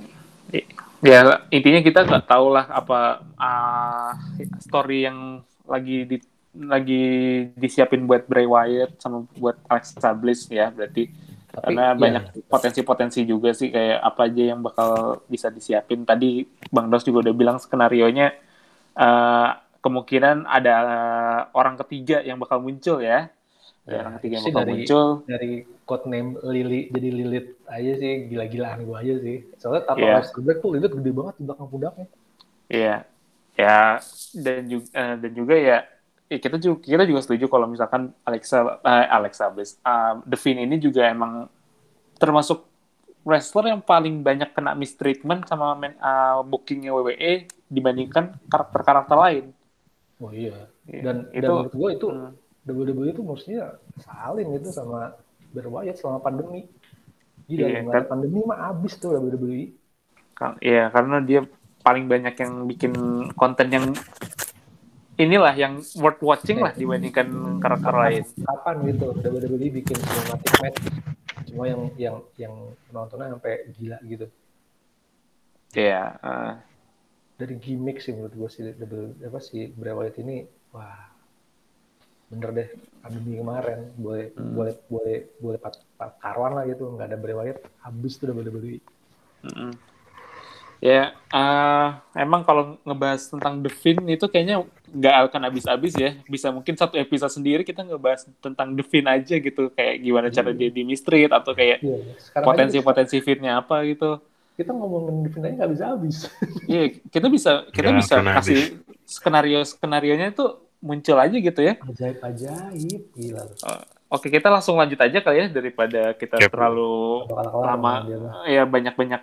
Speaker 1: ya intinya kita nggak tahu lah apa uh, story yang lagi di lagi disiapin buat Bray Wyatt sama buat Alexa Bliss ya, berarti
Speaker 3: Tapi
Speaker 1: karena
Speaker 3: ya,
Speaker 1: banyak potensi-potensi juga sih, kayak apa aja yang bakal bisa disiapin. Tadi Bang Dos juga udah bilang skenarionya uh, kemungkinan ada uh, orang ketiga yang bakal muncul ya. Ada
Speaker 3: ya
Speaker 1: orang ketiga yang
Speaker 3: sih
Speaker 1: bakal
Speaker 3: dari
Speaker 1: muncul.
Speaker 3: dari code name Lily jadi Lilith aja sih, gila-gilaan gue aja sih. Soalnya tato
Speaker 1: Iya.
Speaker 3: Alexa Black tuh Lilith gede banget di belakang pundaknya.
Speaker 1: Iya. Ya, dan juga uh, dan juga ya, ya kita juga kita juga setuju kalau misalkan Alexa uh, Alexa Bliss, uh, The Fiend ini juga emang termasuk wrestler yang paling banyak kena mistreatment sama man, uh, bookingnya W W E dibandingkan karakter-karakter lain.
Speaker 3: Oh iya.
Speaker 1: Ya,
Speaker 3: Dan
Speaker 1: itu,
Speaker 3: dan menurut gue itu
Speaker 1: hmm.
Speaker 3: W W E itu mestinya salin itu sama Bray Wyatt selama pandemi. Gila,
Speaker 1: Iya,
Speaker 3: nggak
Speaker 1: kan,
Speaker 3: ada pandemi mah abis tuh W W E.
Speaker 1: kan, ya karena dia paling banyak yang bikin konten yang inilah yang worth watching lah dibandingkan karakter
Speaker 3: Kapan,
Speaker 1: lain.
Speaker 3: kapan gitu W W E bikin cinematic match cuma yang yang yang penontonnya sampai gila gitu.
Speaker 1: Iya. Uh,
Speaker 3: Dari gimmick sih menurut gue sih double apa sih Bray Wyatt ini, wah bener deh, pandemi kemarin boleh hmm. boleh boleh boleh pat, pat karuan lah gitu, nggak ada Bray Wyatt habis tuh W W E.
Speaker 1: Mm-hmm. Ya, uh, emang kalau ngebahas tentang The Fiend itu kayaknya nggak akan habis-habis ya. Bisa mungkin satu episode sendiri kita ngebahas tentang The Fiend aja gitu, kayak gimana cara
Speaker 3: Iya.
Speaker 1: dia di mistreat atau kayak
Speaker 3: Iya,
Speaker 1: potensi-potensi Fiendnya apa gitu.
Speaker 3: kita ngomongin di finalnya nggak bisa habis.
Speaker 1: Iya, kita bisa kita
Speaker 2: Nggak
Speaker 1: bisa
Speaker 2: pernah
Speaker 1: kasih skenario skenarionya itu muncul aja gitu ya.
Speaker 3: Ajaib ajaib gila.
Speaker 1: Uh, Oke, kita langsung lanjut aja kali ya daripada kita
Speaker 2: Yep.
Speaker 1: terlalu
Speaker 3: Bakal kelar
Speaker 1: lama
Speaker 3: sama dia lah.
Speaker 1: ya banyak-banyak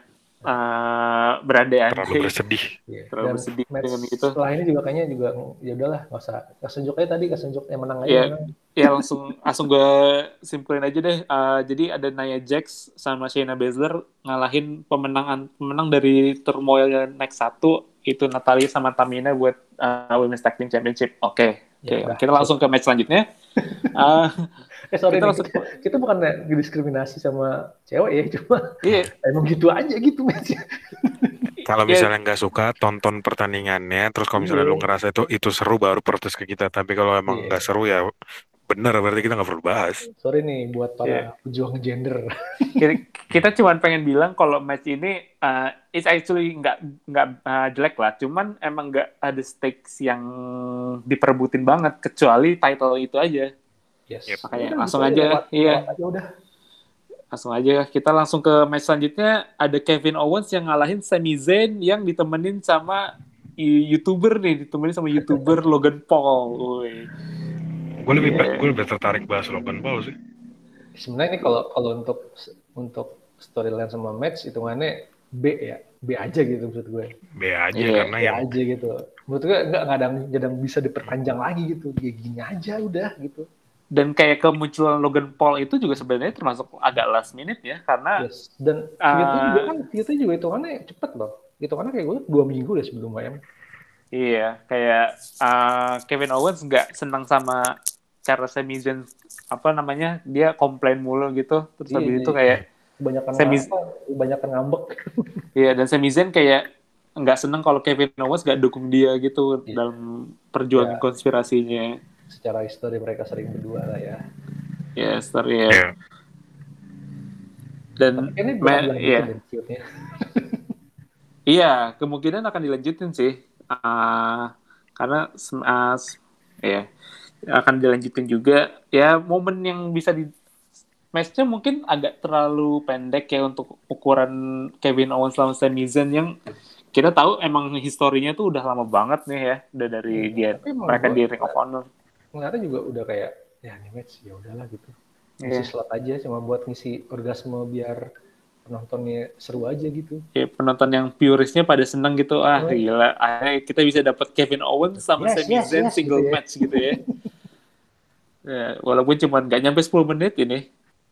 Speaker 1: uh, berandai-andai.
Speaker 2: Terlalu bersedih.
Speaker 3: Iya.
Speaker 1: Terlalu
Speaker 3: Dan
Speaker 1: bersedih
Speaker 3: match
Speaker 1: dengan itu.
Speaker 3: setelah ini juga kayaknya juga ya udahlah nggak usah kesenjuk aja tadi kesenjuk yang menang aja
Speaker 1: Ya,
Speaker 3: menang.
Speaker 1: ya langsung langsung gue simpulin aja deh. Uh, jadi ada Nia Jax sama Shayna Baszler ngalahin pemenangan pemenang dari Turmoil Next satu itu Natalia sama Tamina buat uh, Women's Tag Team Championship. Oke, okay.
Speaker 3: Ya,
Speaker 1: oke.
Speaker 3: udah.
Speaker 1: Kita langsung ke match selanjutnya. Uh,
Speaker 3: Eh sorry
Speaker 1: kita
Speaker 3: nih,
Speaker 1: langsung
Speaker 3: kita, kita bukan diskriminasi sama cewek ya, cuma
Speaker 1: iya.
Speaker 3: emang gitu aja gitu matchnya.
Speaker 2: Kalau
Speaker 1: Iya.
Speaker 2: misalnya nggak suka, tonton pertandingannya. Terus kalau misalnya
Speaker 3: Iya.
Speaker 2: lu ngerasa itu itu seru, baru protes ke kita. Tapi kalau emang nggak
Speaker 3: Iya.
Speaker 2: seru ya bener, berarti kita nggak perlu bahas.
Speaker 3: Sorry nih buat para
Speaker 1: Iya.
Speaker 3: pejuang gender.
Speaker 1: Kita, kita cuma pengen bilang kalau match ini uh, it's actually nggak nggak uh, jelek lah, cuman emang nggak ada stakes yang diperebutin banget kecuali title itu aja.
Speaker 3: Yes.
Speaker 2: Yep.
Speaker 1: Makanya
Speaker 3: Udah,
Speaker 1: langsung
Speaker 3: gitu
Speaker 1: aja,
Speaker 3: lewat,
Speaker 1: iya.
Speaker 3: lewat aja udah.
Speaker 1: Langsung aja kita langsung ke match selanjutnya. Ada Kevin Owens yang ngalahin Sami Zayn yang ditemenin sama YouTuber nih, ditemenin sama YouTuber Logan Paul. Woi.
Speaker 2: Gue lebih
Speaker 1: Yeah.
Speaker 2: gue lebih tertarik bahas Logan Paul sih.
Speaker 3: Sebenarnya ini kalau kalau untuk untuk storyline sama match hitungannya B ya, B aja gitu maksud gue.
Speaker 2: B aja
Speaker 1: Yeah.
Speaker 2: karena
Speaker 3: B
Speaker 2: yang
Speaker 3: aja gitu. Menurut gue nggak nggak ada yang bisa diperpanjang lagi gitu. Ya gini aja udah gitu.
Speaker 1: Dan kayak kemunculan Logan Paul itu juga sebenarnya termasuk agak last minute ya, karena
Speaker 3: Yes. Dan
Speaker 1: uh,
Speaker 3: feudnya juga kan feudnya juga hitungannya cepet loh. Hitungannya kayak gue dua minggu deh sebelum W M.
Speaker 1: iya, kayak uh, Kevin Owens nggak senang sama cara Sami Zayn apa namanya, dia komplain mulu gitu, terus
Speaker 3: Iya,
Speaker 1: habis
Speaker 3: iya,
Speaker 1: itu kayak
Speaker 3: kebanyakan
Speaker 1: Sami
Speaker 3: apa, kebanyakan ngambek.
Speaker 1: iya, dan Sami Zayn kayak nggak senang kalau Kevin Owens nggak dukung dia gitu
Speaker 3: Iya.
Speaker 1: dalam perjuangan
Speaker 3: Ya.
Speaker 1: konspirasinya.
Speaker 3: Secara histori mereka sering berdua lah ya.
Speaker 1: Ya, yes, ya.
Speaker 2: ya,
Speaker 1: Dan
Speaker 3: Tapi ini
Speaker 1: me-
Speaker 3: bakal
Speaker 1: iya.
Speaker 3: dilanjutin deh feud-nya.
Speaker 1: Iya, kemungkinan akan dilanjutin sih. Uh, karena uh, ya akan dilanjutin juga. Ya, momen yang bisa di match-nya mungkin agak terlalu pendek ya untuk ukuran Kevin Owens lawan Sami Zayn yang kita tahu emang historinya tuh udah lama banget nih ya, udah dari
Speaker 3: Hmm,
Speaker 1: dia
Speaker 3: tapi emang
Speaker 1: mereka
Speaker 3: gua-
Speaker 1: di Ring of Honor.
Speaker 3: Ngeliatnya juga udah kayak ya ini match ya udahlah gitu. Ngisi
Speaker 1: Iya.
Speaker 3: slot aja cuma buat ngisi orgasme biar penontonnya seru aja gitu.
Speaker 1: Ya, penonton yang puristnya pada seneng gitu, ah
Speaker 3: Oh.
Speaker 1: gila, akhirnya kita bisa dapat Kevin Owens sama
Speaker 3: Yes,
Speaker 1: Sami
Speaker 3: yes,
Speaker 1: Zayn
Speaker 3: yes,
Speaker 1: single
Speaker 3: gitu ya.
Speaker 1: match gitu ya. Ya, walaupun cuma nggak nyampe sepuluh menit ini.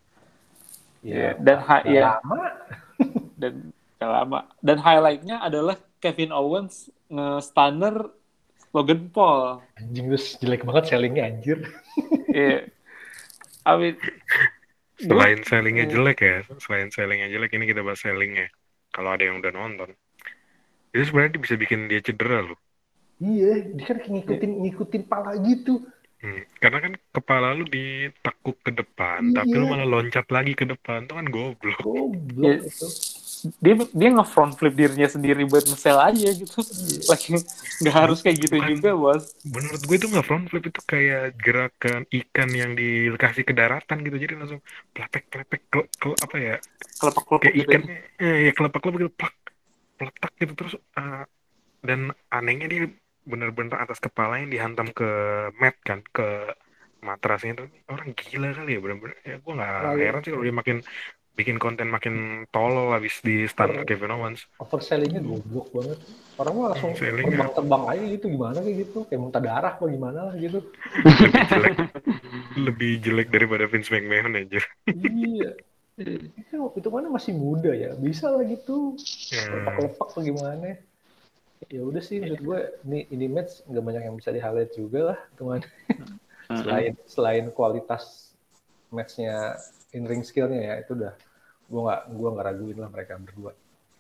Speaker 3: Ya,
Speaker 1: dan
Speaker 3: udah
Speaker 1: ha- ya.
Speaker 3: lama.
Speaker 1: dan gak lama. Dan highlight-nya adalah Kevin Owens nge-stunner Logan Paul.
Speaker 3: Anjing terus jelek banget sellingnya anjir.
Speaker 1: Iya. I mean,
Speaker 2: selain
Speaker 1: gua-
Speaker 2: sellingnya
Speaker 1: Hmm.
Speaker 2: jelek ya, selain sellingnya jelek, ini kita bahas sellingnya. Kalau ada yang udah nonton, itu sebenarnya bisa bikin dia cedera loh.
Speaker 3: Iya, dia kan kayak ngikutin ngikutin pala gitu.
Speaker 2: Hmm, karena kan kepala lu ditekuk ke depan,
Speaker 3: Iya.
Speaker 2: tapi lu malah loncat lagi ke depan, itu kan goblok.
Speaker 3: Goblok
Speaker 1: Iya.
Speaker 3: itu.
Speaker 1: dia dia nge-front flip dirinya sendiri buat nge-sell aja gitu.
Speaker 3: Iya.
Speaker 1: Lagi nggak harus kayak gitu
Speaker 2: Bukan.
Speaker 1: juga, Bos.
Speaker 2: Menurut gue itu nggak front flip, itu kayak gerakan ikan yang dikasih ke daratan gitu, jadi langsung plepek plepek ke, ke apa ya,
Speaker 1: Kelepek-kelepek
Speaker 2: kayak
Speaker 1: gitu.
Speaker 2: ikan, eh, ya kelepak kelepak gitu, plak, peletak gitu terus. Uh, dan anehnya dia bener-bener atas kepala yang dihantam ke mat kan, ke matrasnya tuh. Orang gila kali ya bener-bener. Ya gue nggak
Speaker 3: Lalu-
Speaker 2: heran sih kalau dia makin bikin konten makin tolol habis di stunner Kevin Owens.
Speaker 3: Oversellingnya goblok banget. Orang mah langsung
Speaker 2: Hmm, sellingnya.
Speaker 3: terbang-terbang aja gitu gimana kayak gitu, kayak muntah darah apa gimana lah gitu.
Speaker 2: Lebih jelek, lebih jelek daripada Vince McMahon aja.
Speaker 3: Iya. Itu itu mana masih muda ya, bisa lah gitu.
Speaker 2: Hmm.
Speaker 3: Lepak-lepak apa gimana. Ya udah sih menurut gue ini ini match nggak banyak yang bisa di highlight juga lah teman. selain selain kualitas matchnya in ring skillnya ya itu udah gue nggak gue nggak raguin lah mereka berdua.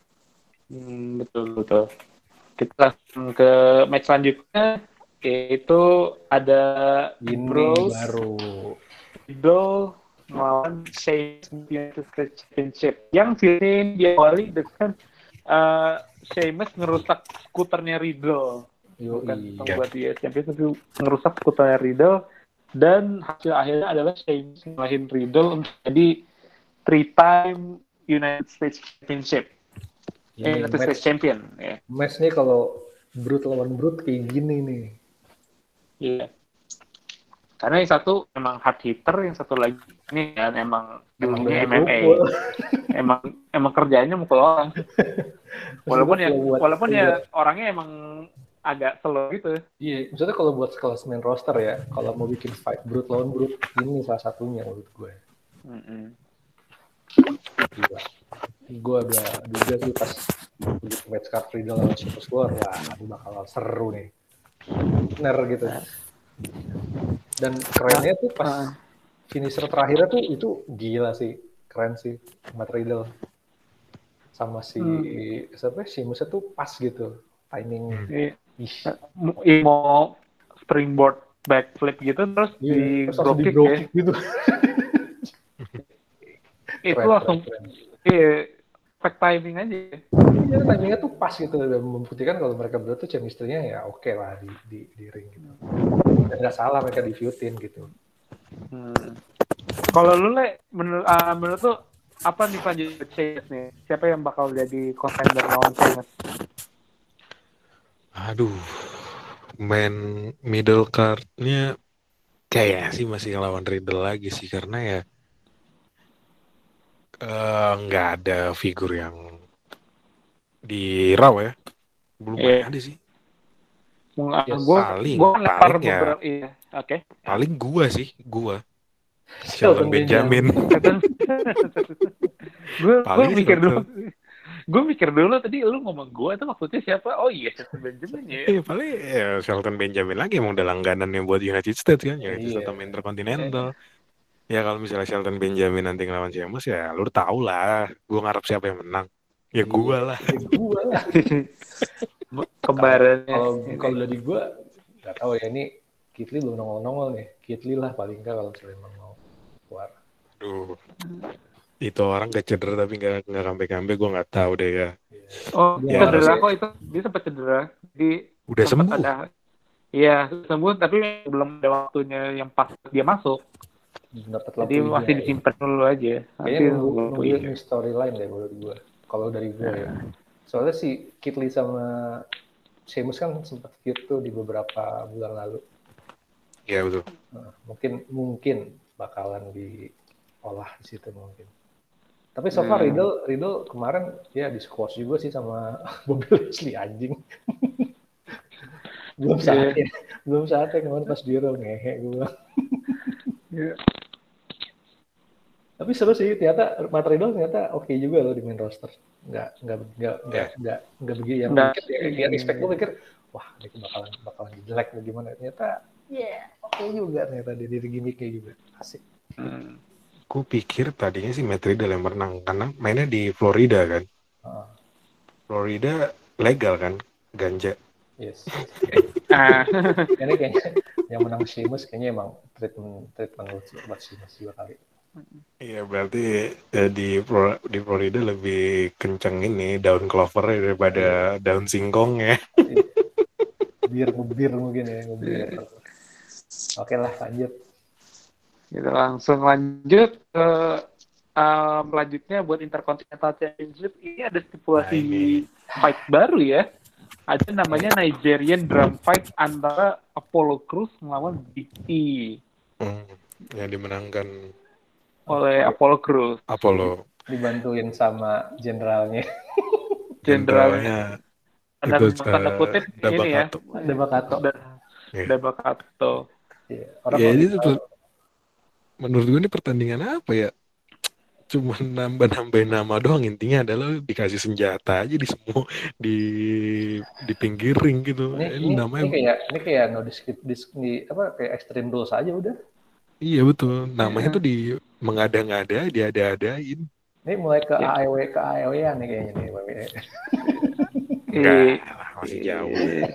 Speaker 1: Hmm, betul betul. Kita langsung ke match selanjutnya, yaitu ada
Speaker 3: Ini
Speaker 1: Bros
Speaker 3: baru
Speaker 1: Riddle melawan Sheamus United States Championship. Yang feud-nya diawali dengan uh, Sheamus ngerusak skuternya Riddle. Bukan
Speaker 3: Yoi.
Speaker 1: membuat dia champion, tapi ngerusak skuternya Riddle. Dan hasil akhirnya adalah Sheamus ngalahin Riddle untuk jadi three-time United States Championship. Eh,
Speaker 3: Ini
Speaker 1: United States
Speaker 3: match,
Speaker 1: Champion. Ya.
Speaker 3: match nih kalau Brute lawan Brute kayak gini nih.
Speaker 1: Iya. Karena yang satu emang hard hitter, yang satu lagi ini kan emang
Speaker 3: Emang
Speaker 1: dulunya
Speaker 3: udah
Speaker 1: M M A.
Speaker 3: dipukul.
Speaker 1: emang emang kerjanya mukul orang. Walaupun
Speaker 3: Maksudnya
Speaker 1: ya
Speaker 3: kalau buat,
Speaker 1: walaupun
Speaker 3: kalau
Speaker 1: ya
Speaker 3: buat
Speaker 1: orangnya emang agak slow gitu.
Speaker 3: iya, maksudnya kalau buat sekelas main roster ya, kalau mau bikin fight Brute lawan Brute, ini salah satunya menurut gue.
Speaker 1: Mm-mm.
Speaker 3: Gila. Gue udah duga sih pas begitu match card Riddle lawan Sheamus keluar, wah ini bakal seru nih. Bener gitu. Dan kerennya tuh pas
Speaker 1: Uh,
Speaker 3: finisher terakhirnya tuh itu gila sih, keren sih Matt Riddle sama si
Speaker 1: hmm.
Speaker 3: siapa Sheamusnya tuh pas gitu timing.
Speaker 1: Iya.
Speaker 3: Ih,
Speaker 1: Iya, mau springboard backflip gitu terus
Speaker 3: iya,
Speaker 1: di
Speaker 3: terus langsung
Speaker 1: drop
Speaker 3: di
Speaker 1: kick
Speaker 3: drop
Speaker 1: ya.
Speaker 3: kick gitu.
Speaker 1: Itu
Speaker 3: Keren,
Speaker 1: langsung
Speaker 3: keren, keren.
Speaker 1: iya, perfect timing aja.
Speaker 3: Iya, timingnya tuh pas gitu dan membuktikan kalau mereka berdua tuh chemistry-nya ya oke okay lah di, di di ring gitu. Dan nggak salah mereka di feud-in gitu.
Speaker 1: Hmm. Kalau lu le menurut uh, menurut lu apa nih selanjutnya Sheamus nih? Siapa yang bakal jadi contender lawan Sheamus?
Speaker 2: Aduh, main middle card-nya kayak sih masih ngelawan Riddle lagi sih karena ya eh, nggak ada figur yang di Raw ya, belum
Speaker 1: Iya.
Speaker 2: ada sih.
Speaker 1: Yeah.
Speaker 3: Yes.
Speaker 1: Gue
Speaker 2: Paling,
Speaker 1: gue lempar
Speaker 2: paling ya,
Speaker 1: beberapa iya. Oke. Okay.
Speaker 2: paling gua sih, gua
Speaker 3: Shelton
Speaker 2: Shelton Benjamin.
Speaker 1: Gue gue
Speaker 2: Paling
Speaker 1: mikir dulu.
Speaker 2: Shelton.
Speaker 1: Gue mikir dulu tadi lu ngomong gue itu maksudnya siapa? Oh iya, Shelton Benjamin ya.
Speaker 2: Iya, paling ya Shelton Benjamin lagi emang udah langganan yang buat United States kan, United States
Speaker 3: Iya.
Speaker 2: sama Intercontinental. Ya kalau misalnya Shelton Benjamin nanti ngelawan Sheamus ya lu tau lah, gue ngarep siapa yang menang. Ya gue lah.
Speaker 3: Ya gue lah.
Speaker 1: Kembarannya.
Speaker 3: Kalau kalau dari gue nggak tahu ya, ini Keith Lee belum nongol-nongol nih. Keith Lee lah paling nggak kalau Sulaiman mau keluar.
Speaker 2: Aduh, itu orang gak cedera tapi nggak nggak kampe-kampe, gue nggak tahu deh ya.
Speaker 1: Oh,
Speaker 3: Dia
Speaker 2: Ya,
Speaker 1: cedera
Speaker 2: harus-
Speaker 1: kok itu. Dia sempat cedera. Jadi
Speaker 2: Udah
Speaker 1: sempat
Speaker 2: sembuh.
Speaker 1: ada. Iya, sembuh tapi belum ada waktunya yang pas dia masuk.
Speaker 3: Dapat
Speaker 1: Jadi
Speaker 3: lampu
Speaker 1: masih
Speaker 3: hijau.
Speaker 1: disimpan dulu aja.
Speaker 3: Kayaknya
Speaker 1: Nanti
Speaker 3: nunggu,
Speaker 1: lampu
Speaker 3: nunggu
Speaker 1: hijau.
Speaker 3: ini storyline deh menurut gue. Kalau dari gue ya. Soalnya si Keith Lee sama Sheamus kan sempat feud tuh di beberapa bulan lalu.
Speaker 2: Iya betul.
Speaker 3: Nah, mungkin mungkin bakalan diolah di situ mungkin. Tapi so far
Speaker 1: Hmm.
Speaker 3: Riddle, Riddle kemarin ya di squash juga sih sama Bobby Lashley anjing. belum saatnya, belum saatnya kemarin pas di Raw ngehe gue bilang.
Speaker 1: Yeah.
Speaker 3: Tapi seru sih, ternyata Matt Riddle ternyata oke okay juga loh di main roster. Nggak nggak nggak nggak nggak nggak begini yang
Speaker 1: Nggak.
Speaker 3: mikir ya, ya expect gue pikir wah ini bakalan bakalan jelek bagaimana, ternyata ya yeah, oke okay juga ternyata dia dari gimmicknya juga asik.
Speaker 1: Hmm.
Speaker 2: Gue pikir tadinya sih Matt Riddle yang menang karena mainnya di Florida kan.
Speaker 3: Uh,
Speaker 2: Florida legal kan ganja.
Speaker 3: yes.
Speaker 1: Ah.
Speaker 3: Ini kayaknya yang menang Sheamus kayaknya emang treatment treatment buat Sheamus juga kali.
Speaker 2: Iya berarti eh, di Pro- di Florida lebih kenceng ini daun clover daripada daun singkong ya.
Speaker 3: Bir ngebir mungkin ya ngebir. Oke lah lanjut.
Speaker 1: Gitu, langsung lanjut ke uh, selanjutnya buat Intercontinental Championship. Ini ada stipulasi
Speaker 2: Nah, ini.
Speaker 1: fight baru ya. Ada namanya Nigerian Drum Fight antara Apollo Crews melawan Big E.
Speaker 2: Hmm, yang dimenangkan
Speaker 1: Oleh Apollo Crews.
Speaker 2: Apollo.
Speaker 3: Dibantuin sama jenderalnya.
Speaker 1: Jenderalnya. Ada
Speaker 2: itu
Speaker 1: tanda
Speaker 2: uh,
Speaker 1: kutip ini ya.
Speaker 3: Dabakato.
Speaker 1: Yeah. Dabakato.
Speaker 3: Iya. Orang
Speaker 2: Ya,
Speaker 3: kalau
Speaker 2: ini
Speaker 3: tahu,
Speaker 2: tuh, menurut gue ini pertandingan apa ya? Cuma nambah-nambahin nama doang, intinya adalah dikasih senjata aja di semua di di pinggir ring gitu.
Speaker 3: Ini,
Speaker 2: Ini,
Speaker 3: ini,
Speaker 2: namanya
Speaker 3: ini kayak ini kayak no disc, disc, di apa kayak Extreme Rules aja udah.
Speaker 2: iya betul. Namanya tuh di mengada-ngada, diada-adain.
Speaker 3: Ini mulai ke
Speaker 1: Ya.
Speaker 3: A E W ke A E W-an nih kayaknya nih W W E.
Speaker 2: Enggak, masih jauh.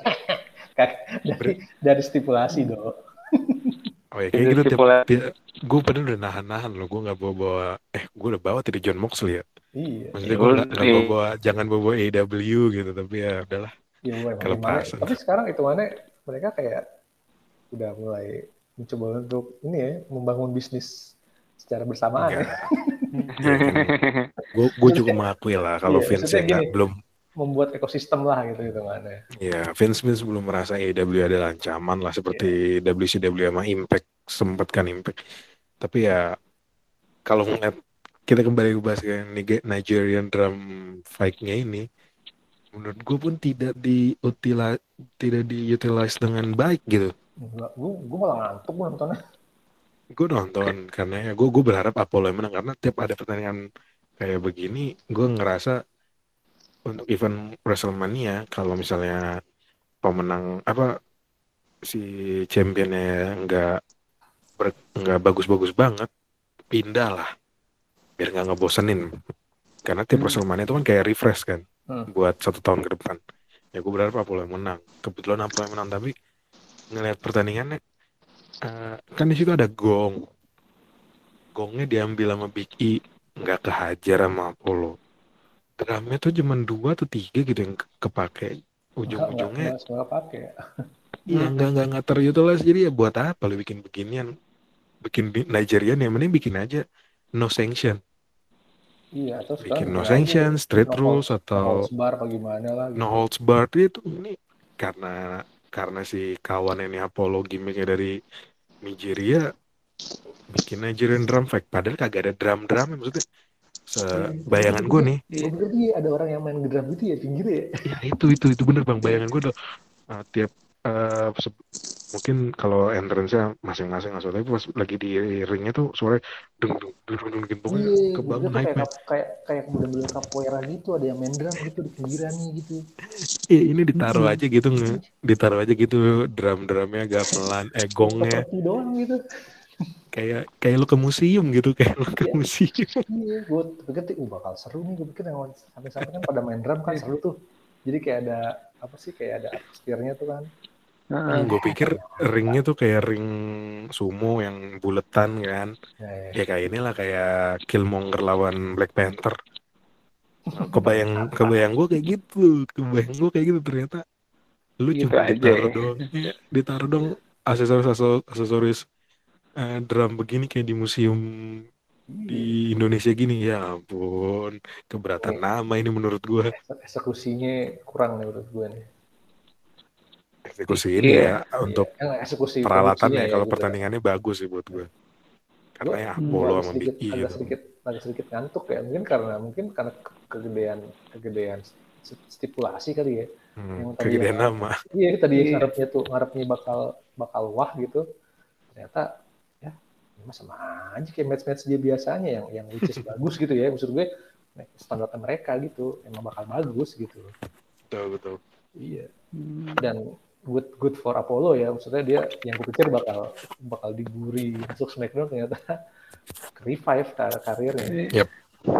Speaker 3: dari dari stipulasi dong.
Speaker 2: Oh ya kayak gitu tiap, tiap gue padahal udah nahan-nahan loh, gue nggak bawa-bawa, eh gue udah bawa tidak John Moxley ya.
Speaker 3: Iya.
Speaker 2: Maksudnya gue nggak nggak bawa-bawa, jangan bawa A E W gitu, tapi ya udahlah.
Speaker 3: Iya, memang
Speaker 2: Kelepasan.
Speaker 3: Tapi sekarang itu mana mereka kayak udah mulai mencoba untuk ini ya membangun bisnis secara bersamaan ya.
Speaker 2: Gue gue cukup mengakui lah kalau
Speaker 3: Iya,
Speaker 2: Vince
Speaker 3: maksudnya
Speaker 2: nggak
Speaker 3: gini.
Speaker 2: belum
Speaker 3: membuat ekosistem lah gitu gitu kan ya.
Speaker 2: Ya, Vince Vince belum merasa A E W adalah ancaman lah seperti W C W sama Impact sempat kan Impact. Tapi ya kalau ngeliat kita kembali ke bahas kayak Nige- Nigerian drum fight-nya ini, menurut gue pun tidak diutila tidak diutilize dengan baik gitu.
Speaker 3: Enggak, gue gue malah ngantuk gue nontonnya.
Speaker 2: Gue nonton karena ya gue gue berharap Apollo yang menang karena tiap ada pertandingan kayak begini, gue ngerasa untuk event WrestleMania kalau misalnya pemenang apa si championnya nggak ber- nggak bagus-bagus banget, pindah lah biar nggak ngebosenin. Karena tiap WrestleMania itu kan kayak refresh kan
Speaker 3: Hmm.
Speaker 2: buat satu tahun ke depan. Ya gue berharap Apollo yang menang. Kebetulan Apollo yang menang tapi ngelihat pertandingannya eh, kan di situ ada gong. Gongnya diambil sama Big E, nggak kehajar sama Apollo. Drumnya tuh cuma dua atau tiga gitu yang ke- kepake.
Speaker 3: Enggak enggak
Speaker 2: Ujung-ujungnya
Speaker 3: enggak semua pakai.
Speaker 2: iya nggak nggak nggak terutilize, jadi ya buat apa lu bikin beginian, bikin bi- Nigerian ya mending bikin aja no sanction,
Speaker 3: Iya, atau sekarang
Speaker 2: bikin no
Speaker 3: bikin aja
Speaker 2: sanction straight
Speaker 3: no hold,
Speaker 2: rules
Speaker 3: no holds
Speaker 2: atau
Speaker 3: bar apa gimana lah
Speaker 2: no
Speaker 3: gitu.
Speaker 2: holds barred. Itu ini karena karena si kawan ini Apollo gimmicknya dari Nigeria bikin Nigerian drum fight padahal kagak ada drum drum maksudnya sebayangan gue nih.
Speaker 3: Gue pikir dia ada orang yang main drum gitu ya pinggirnya ya.
Speaker 2: Ya itu itu itu bener bang, bayangan gue udah uh, tiap uh, se- mungkin kalau entrance-nya masing-masing asal tapi pas lagi di ringnya tuh suaranya dung dung dung dung dung gitu, pokoknya
Speaker 3: Iya, gue pikir
Speaker 2: kebangun
Speaker 3: tuh kayak
Speaker 2: hype-nya.
Speaker 3: kap- kayak kayak bener-bener capoeira gitu, ada yang main drum gitu di pinggirannya gitu.
Speaker 2: Iya ini ditaruh aja gitu nge, ditaruh aja gitu drum-drumnya gamelan eh
Speaker 3: Buat
Speaker 2: gongnya
Speaker 3: seperti doang gitu.
Speaker 2: kayak kayak lu ke museum gitu, kayak lu ke
Speaker 3: Iya.
Speaker 2: museum.
Speaker 3: Iya, gue pikir tuh uh, bakal seru nih. Gue pikir yang sampai-sampai kan pada main drum kan seru tuh. Jadi kayak ada apa sih kayak ada atmosfernya tuh kan.
Speaker 2: Hmm, gue pikir ringnya tuh kayak ring sumo yang buletan kan.
Speaker 3: Ya, ya.
Speaker 2: Ya kayak inilah kayak Killmonger lawan Black Panther. Kebayang kebayang gue kayak gitu, kebayang gue kayak gitu ternyata lu
Speaker 1: Gitu
Speaker 2: cuma
Speaker 1: aja
Speaker 2: ditaruh
Speaker 1: ya.
Speaker 2: doang, ya, ditaruh dong aksesoris aksesoris eh, drum begini kayak di museum di Indonesia gini. Ya ampun, keberatan
Speaker 3: Ini
Speaker 2: nama ini menurut gue.
Speaker 3: eksekusinya kurang nih menurut gue nih.
Speaker 2: Eksekusi ini
Speaker 1: Iya.
Speaker 2: ya untuk
Speaker 3: Iya, eh, eksekusi produksinya
Speaker 2: peralatannya,
Speaker 3: ya
Speaker 2: kalau
Speaker 3: gitu.
Speaker 2: pertandingannya bagus sih buat gue.
Speaker 3: Gue
Speaker 2: Karena ya
Speaker 3: gue
Speaker 2: Apollo
Speaker 3: agak
Speaker 2: sama
Speaker 3: sedikit
Speaker 2: Big E
Speaker 3: agak
Speaker 2: gitu.
Speaker 3: sedikit agak sedikit ngantuk ya mungkin karena mungkin karena ke- kegedean kegedean stipulasi kali ya.
Speaker 2: Hmm,
Speaker 3: Yang tadi yang
Speaker 2: kegedean nama.
Speaker 3: iya tadi
Speaker 1: Iya.
Speaker 3: ngarepnya tuh ngarepnya bakal bakal wah gitu. Ternyata ya ini sama aja kayak match-match dia biasanya yang yang which is bagus gitu ya. Maksud gue standar mereka gitu emang bakal bagus gitu.
Speaker 2: Betul betul.
Speaker 3: Iya. Dan good good for Apollo ya. Maksudnya dia yang gue pikir bakal bakal diburi masuk SmackDown ternyata revive kar- karirnya.
Speaker 2: Yep.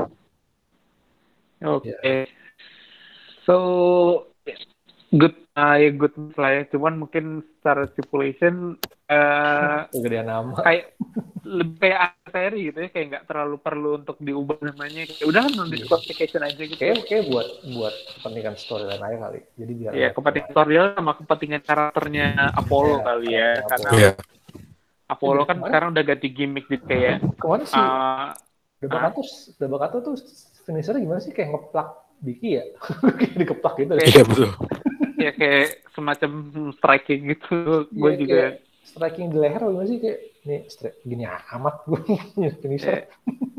Speaker 1: Oke.
Speaker 3: Ya.
Speaker 1: So good, ah ya good lah ya. Cuman mungkin secara stipulation eh
Speaker 3: Kegedean nama.
Speaker 1: kayak lebih kayak seri gitu ya, kayak nggak terlalu perlu untuk diubah namanya. Kayak udah non disqualification aja gitu.
Speaker 3: Kayak kayak buat buat kepentingan storyline aja kali. Jadi biar
Speaker 1: Ya kepentingan tutorial sama kepentingan karakternya Apollo
Speaker 3: Ya,
Speaker 1: kali ya,
Speaker 3: karakternya
Speaker 1: karena
Speaker 2: Iya.
Speaker 1: Apollo kan
Speaker 3: Kemarin-
Speaker 1: sekarang udah ganti gimmick jadi kayak
Speaker 3: kemarin sih
Speaker 1: ah,
Speaker 3: Dabakato Dabakato tuh finishernya gimana sih kayak ngeplak Biki ya? Kayak dikeplak gitu.
Speaker 1: Kayak-
Speaker 2: Iya betul.
Speaker 1: ya kayak semacam striking gitu. Gue
Speaker 3: Iya,
Speaker 1: juga
Speaker 3: kayak striking di leher gimana sih kayak nih stri- gini amat gue finisher.
Speaker 1: eh,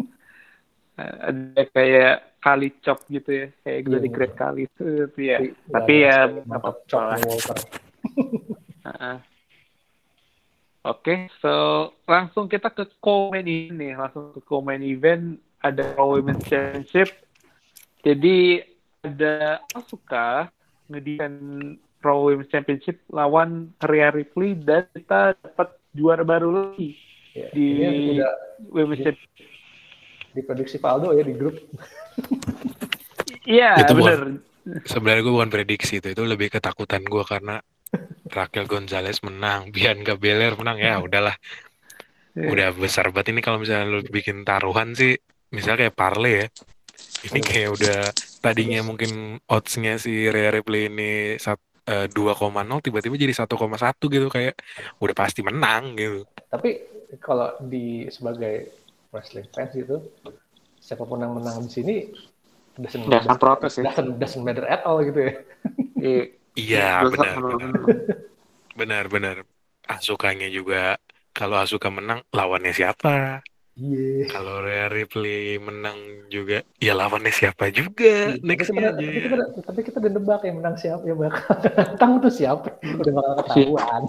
Speaker 1: ada kayak kali chop gitu ya, kayak
Speaker 3: Iya,
Speaker 1: dari
Speaker 3: bener.
Speaker 1: Great Kali itu ya.
Speaker 3: Tapi,
Speaker 1: Tapi
Speaker 3: nggak ada
Speaker 1: ya
Speaker 3: sekali
Speaker 1: nggak
Speaker 3: mantap
Speaker 1: apa-apa
Speaker 3: chopnya
Speaker 1: lah.
Speaker 3: Walter.
Speaker 1: Uh-uh. Oke, so langsung kita ke co-main ini, langsung ke co-main event ada Raw Women's Championship. Jadi ada Asuka ngedikan Raw Women's Championship lawan Rhea Ripley dan kita dapat juara baru lagi
Speaker 3: Ya,
Speaker 1: di
Speaker 3: ini udah
Speaker 1: Women's Championship.
Speaker 3: diprediksi Faldo ya di grup.
Speaker 1: Iya,
Speaker 2: Itu
Speaker 1: benar.
Speaker 2: Sebenarnya gue bukan prediksi itu, itu lebih ketakutan gue karena Raquel Gonzalez menang, Bianca Belair menang, ya udahlah. Udah besar banget ini kalau misalnya lu bikin taruhan sih, misalnya kayak parlay ya. Ini kayak udah tadinya mungkin odds-nya si Rhea Ripley ini sat- eh, dua koma nol tiba-tiba jadi satu koma satu gitu, kayak udah pasti menang gitu.
Speaker 3: Tapi kalau di sebagai wrestling fans itu siapapun yang menang di sini doesn't,
Speaker 1: Nggak akan protes ya.
Speaker 3: doesn't, doesn't matter at all gitu ya.
Speaker 1: Iya,
Speaker 2: Iya,
Speaker 1: Dosa-
Speaker 2: benar,
Speaker 1: benar,
Speaker 2: benar.
Speaker 1: benar.
Speaker 2: Benar, benar. Asukanya juga, kalau Asuka menang, lawannya siapa?
Speaker 3: Iya.
Speaker 2: Kalau Rhea Ripley menang juga, ya lawannya siapa juga?
Speaker 3: Iya, tapi
Speaker 2: Next
Speaker 3: kita,
Speaker 2: aja.
Speaker 3: tapi kita, tapi kita udah nebak yang menang siapa, yang bakal datang tuh siapa, udah bakal ketahuan.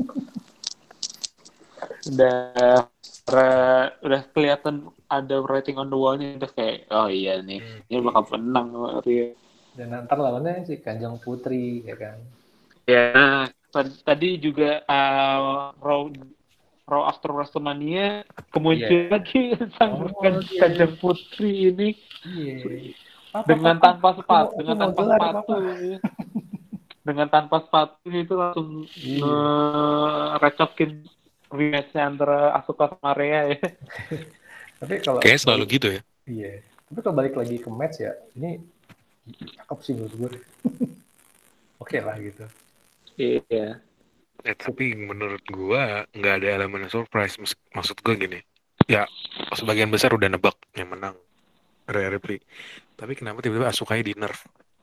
Speaker 1: Udah ra- udah kelihatan ada writing on the wall-nya, udah kayak oh iya nih,
Speaker 2: Hmm.
Speaker 1: ini bakal menang Rhea.
Speaker 3: Dan ntar lawannya si Kanjeng Putri, ya kan.
Speaker 1: Ya, tad- tadi juga uh, Raw Raw after WrestleMania kemuncul
Speaker 3: Iya.
Speaker 1: lagi sang
Speaker 3: Oh,
Speaker 1: Kan-
Speaker 3: iya.
Speaker 1: Kanjeng Putri ini
Speaker 3: Iya. Papa,
Speaker 1: dengan
Speaker 3: papa,
Speaker 1: tanpa
Speaker 3: aku
Speaker 1: sepatu,
Speaker 3: mau-
Speaker 1: dengan
Speaker 3: aku mau
Speaker 1: tanpa
Speaker 3: gelar,
Speaker 1: sepatu,
Speaker 3: Papa.
Speaker 1: ya. Dengan tanpa sepatu itu langsung
Speaker 3: Iya.
Speaker 1: ngerecokin rematch antara Asuka sama Rhea ya.
Speaker 3: Tapi kalau
Speaker 2: Kayaknya selalu gitu ya.
Speaker 3: Iya. Tapi kalau balik lagi ke match ya, ini cakep sih menurut gue. Oke lah gitu.
Speaker 1: Iya.
Speaker 2: Eh, tapi menurut gua nggak ada elemen surprise. Mas- Maksud gua gini, ya sebagian besar udah nebak yang menang Rhea Ripley. Tapi kenapa tiba-tiba Asukanya di nerf?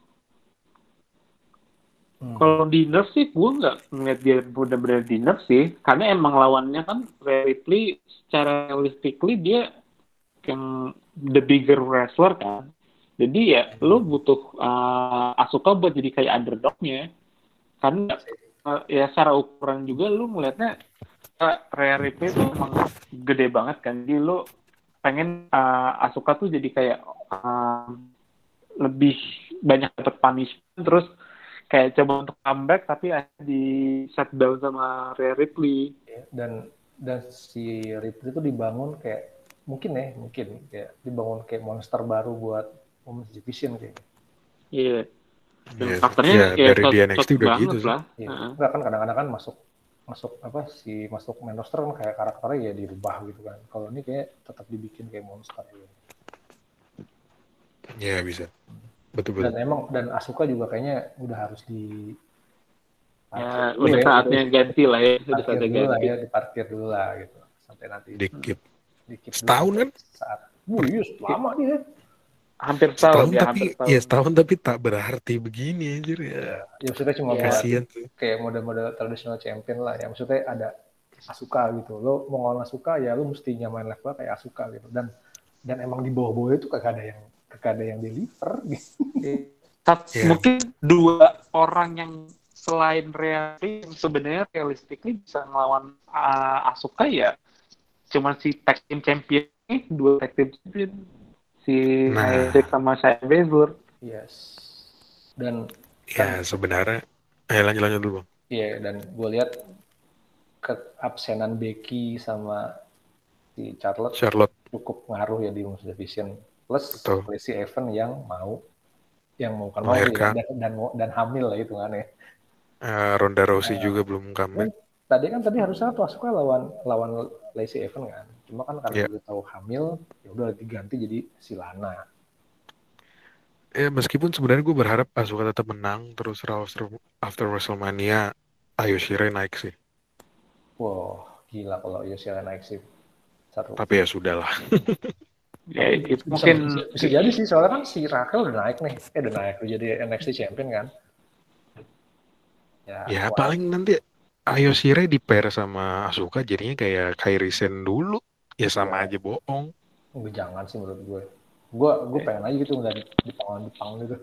Speaker 3: Hmm.
Speaker 1: Kalau di nerf sih, gue nggak ngeliat dia benar-benar di nerf sih, karena emang lawannya kan Rhea Ripley secara realistically dia yang the bigger wrestler kan. Jadi ya lo butuh uh, Asuka buat jadi kayak underdognya, karena uh, ya secara ukuran juga lo ngeliatnya uh, Rhea Ripley tuh emang gede banget kan, jadi lo pengen uh, Asuka tuh jadi kayak uh, lebih banyak dapat punishment, terus kayak coba untuk comeback tapi di shutdown sama Rhea Ripley.
Speaker 3: Dan dan si Ripley itu dibangun kayak mungkin ya mungkin kayak dibangun kayak monster baru buat Women's Division kayaknya.
Speaker 1: Iya. Dan
Speaker 2: Ya,
Speaker 1: karakternya
Speaker 2: ya,
Speaker 1: ya
Speaker 2: dari di N X T
Speaker 1: cocok
Speaker 2: udah
Speaker 1: banget
Speaker 2: gitu sih.
Speaker 1: lah.
Speaker 3: Iya.
Speaker 1: Uh-huh.
Speaker 3: Enggak kan kadang-kadang kan masuk masuk apa si masuk main roster kan kayak karakternya ya dirubah gitu kan. Kalau ini kayak tetap dibikin kayak monster gitu.
Speaker 2: Ya bisa. Betul
Speaker 3: Dan
Speaker 2: betul.
Speaker 3: emang dan Asuka juga kayaknya udah harus di
Speaker 1: Ya,
Speaker 3: dulu
Speaker 1: udah
Speaker 3: ya,
Speaker 1: saatnya
Speaker 3: udah-
Speaker 1: ganti lah ya, udah
Speaker 3: parkir
Speaker 1: saatnya
Speaker 3: dulu lah
Speaker 1: ganti.
Speaker 3: ya, diparkir dulu lah gitu sampai nanti
Speaker 2: Dikit.
Speaker 3: dikit dulu
Speaker 2: Setahun
Speaker 3: sampai
Speaker 2: kan?
Speaker 3: saat. Wuh, yes, lama nih ya.
Speaker 1: Hampir
Speaker 2: Setahun
Speaker 1: setahun ya,
Speaker 2: tapi
Speaker 1: hampir setahun.
Speaker 2: ya setahun tapi tak berarti begini anjir ya.
Speaker 3: Ya, ya maksudnya cuma
Speaker 1: Ya.
Speaker 3: buat
Speaker 2: Kasian tuh.
Speaker 3: kayak mode-mode tradisional champion lah ya. Maksudnya ada Asuka gitu. Lo mau ngelawan Asuka ya lo mesti nyamain level kayak Asuka gitu. Dan dan emang di bawah-bawah itu kagak ada yang kagak ada yang deliver gitu.
Speaker 1: Tapi
Speaker 2: Ya.
Speaker 1: mungkin dua orang yang selain Rhea Ripley yang sebenarnya realistically bisa ngelawan uh, Asuka ya cuma si tag team champion nih, dua tag team champion, si
Speaker 2: Nah.
Speaker 1: Isaac sama Shayna Baszler.
Speaker 3: Yes. Dan
Speaker 2: Ya sebenarnya. Ayo lanjut lanjut dulu bang.
Speaker 3: iya dan gue lihat keabsenan Becky sama si Charlotte
Speaker 2: Charlotte.
Speaker 3: cukup ngaruh ya di Women's Division. Plus
Speaker 2: Betul.
Speaker 3: Lacey Evans yang mau yang mau kan mau
Speaker 2: Melahirkan.
Speaker 3: ya, dan, dan dan hamil lah hitungannya.
Speaker 2: Uh, Ronda Rousey juga belum
Speaker 3: Dan
Speaker 2: comeback.
Speaker 3: tadi kan tadi harusnya tuh Asuka lawan lawan Lacey Evans kan. Cuma kan karena
Speaker 2: Yeah.
Speaker 3: udah tahu hamil, ya udah diganti jadi si Lana.
Speaker 2: Ya meskipun sebenarnya gue berharap Asuka tetap menang terus after, after WrestleMania Io Shirai naik sih.
Speaker 3: Wow, gila kalau Yoshida naik sih. Satu.
Speaker 2: Tapi ya sudahlah.
Speaker 1: Ya, itu
Speaker 3: Bisa,
Speaker 1: mungkin
Speaker 3: bisa, bisa jadi sih soalnya kan si Raquel udah naik nih. Eh udah naik udah jadi N X T champion kan. Ya,
Speaker 2: Ya
Speaker 3: wah,
Speaker 2: paling nanti Io Shirai di pair sama Asuka jadinya kayak Kairi Sen dulu. Ya sama
Speaker 3: Ya.
Speaker 2: aja bohong.
Speaker 3: Enggak, jangan sih menurut gue. Gue gue pengen aja gitu nggak di Jepang gitu.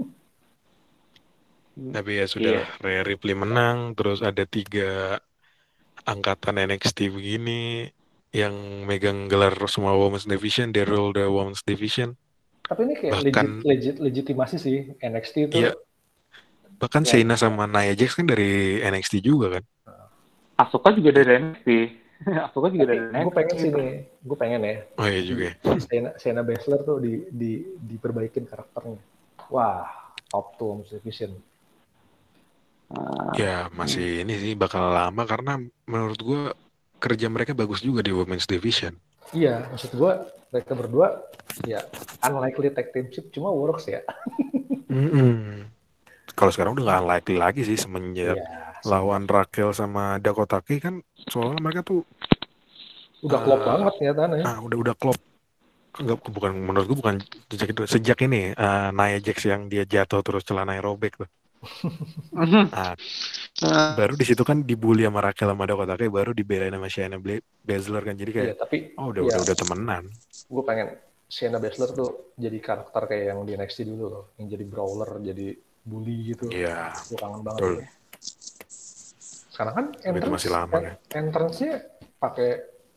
Speaker 2: Tapi ya sudah,
Speaker 1: Iya.
Speaker 2: Rhea Ripley menang, terus ada tiga angkatan N X T begini yang megang gelar semua Women's Division, they rule the Women's Division.
Speaker 3: Tapi ini kayak
Speaker 2: Bahkan-
Speaker 3: legit, legit legitimasi sih N X T itu.
Speaker 2: Iya. Bahkan
Speaker 3: Ya.
Speaker 2: Shayna sama Nia Jax kan dari N X T juga kan.
Speaker 1: Asuka juga dari N X T. Asuka juga dari N X T.
Speaker 3: Gue pengen sih nih, gue pengen ya.
Speaker 2: Oh iya juga.
Speaker 3: Shayna, Shayna Baszler tuh di, di diperbaikin karakternya. Wah, top tuh Women's Division.
Speaker 1: Uh,
Speaker 2: Ya masih ini sih bakal lama karena menurut gua kerja mereka bagus juga di Women's Division.
Speaker 3: Iya, maksud gue mereka berdua ya unlikely tag team ship cuma works ya.
Speaker 2: Mm-mm. Kalau sekarang udah nggak unlikely lagi sih semenjak
Speaker 3: Iya,
Speaker 2: lawan Raquel sama Dakota Kai kan soalnya mereka tuh
Speaker 3: udah klop
Speaker 2: uh,
Speaker 3: banget ya tanah.
Speaker 2: ah udah udah klop. enggak, bukan menurut gue bukan jejak itu sejak ini uh, Nia Jax yang dia jatuh terus celananya robek tuh. Nah, baru di situ kan dibully sama Raquel sama Dakota Kai, baru dibelain sama Shayna Baszler kan, jadi kayak
Speaker 3: Iya, tapi
Speaker 2: oh udah
Speaker 3: ya
Speaker 2: udah udah temenan.
Speaker 3: gue pengen Shayna Baszler tuh jadi karakter kayak yang di N X T dulu loh, yang jadi brawler, jadi bully gitu.
Speaker 2: Iya.
Speaker 3: Gue kangen banget.
Speaker 2: Betul.
Speaker 3: Ya. Sekarang kan
Speaker 2: Tapi itu
Speaker 3: entrance,
Speaker 2: masih lama ya.
Speaker 3: entrance-nya pakai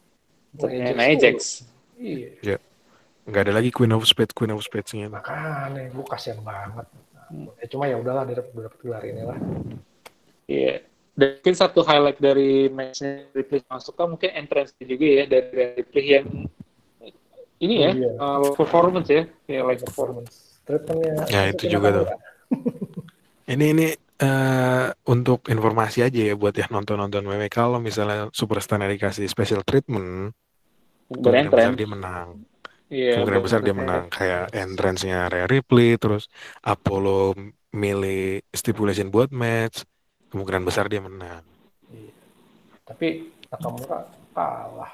Speaker 1: Nia Jax.
Speaker 3: Iya.
Speaker 2: Ya. Nggak ada lagi Queen of Spades, Queen of Spades-nya.
Speaker 3: Makanya gue kasihan banget. Nah, ya cuma ya udahlah, dia dapat dapat gelar ini lah.
Speaker 1: Iya. Dan mungkin satu highlight dari match-nya Ripley masuk kan mungkin entrance juga ya dari Ripley yang ini
Speaker 3: Oh,
Speaker 1: ya,
Speaker 3: iya.
Speaker 1: uh, performance ya, ya like
Speaker 3: performance. Treatment-nya.
Speaker 2: Ya itu juga tuh. Ini ini uh, untuk informasi aja ya buat yang nonton-nonton W W E, kalau misalnya Superstar dikasih special treatment, kemungkinan besar dia menang.
Speaker 1: Iya,
Speaker 2: kemungkinan besar dia menang. Kayak entrance-nya Rhea Ripley, terus Apollo milih stipulation buat match, kemungkinan besar dia menang.
Speaker 3: Iya. Tapi Nakamura kalah.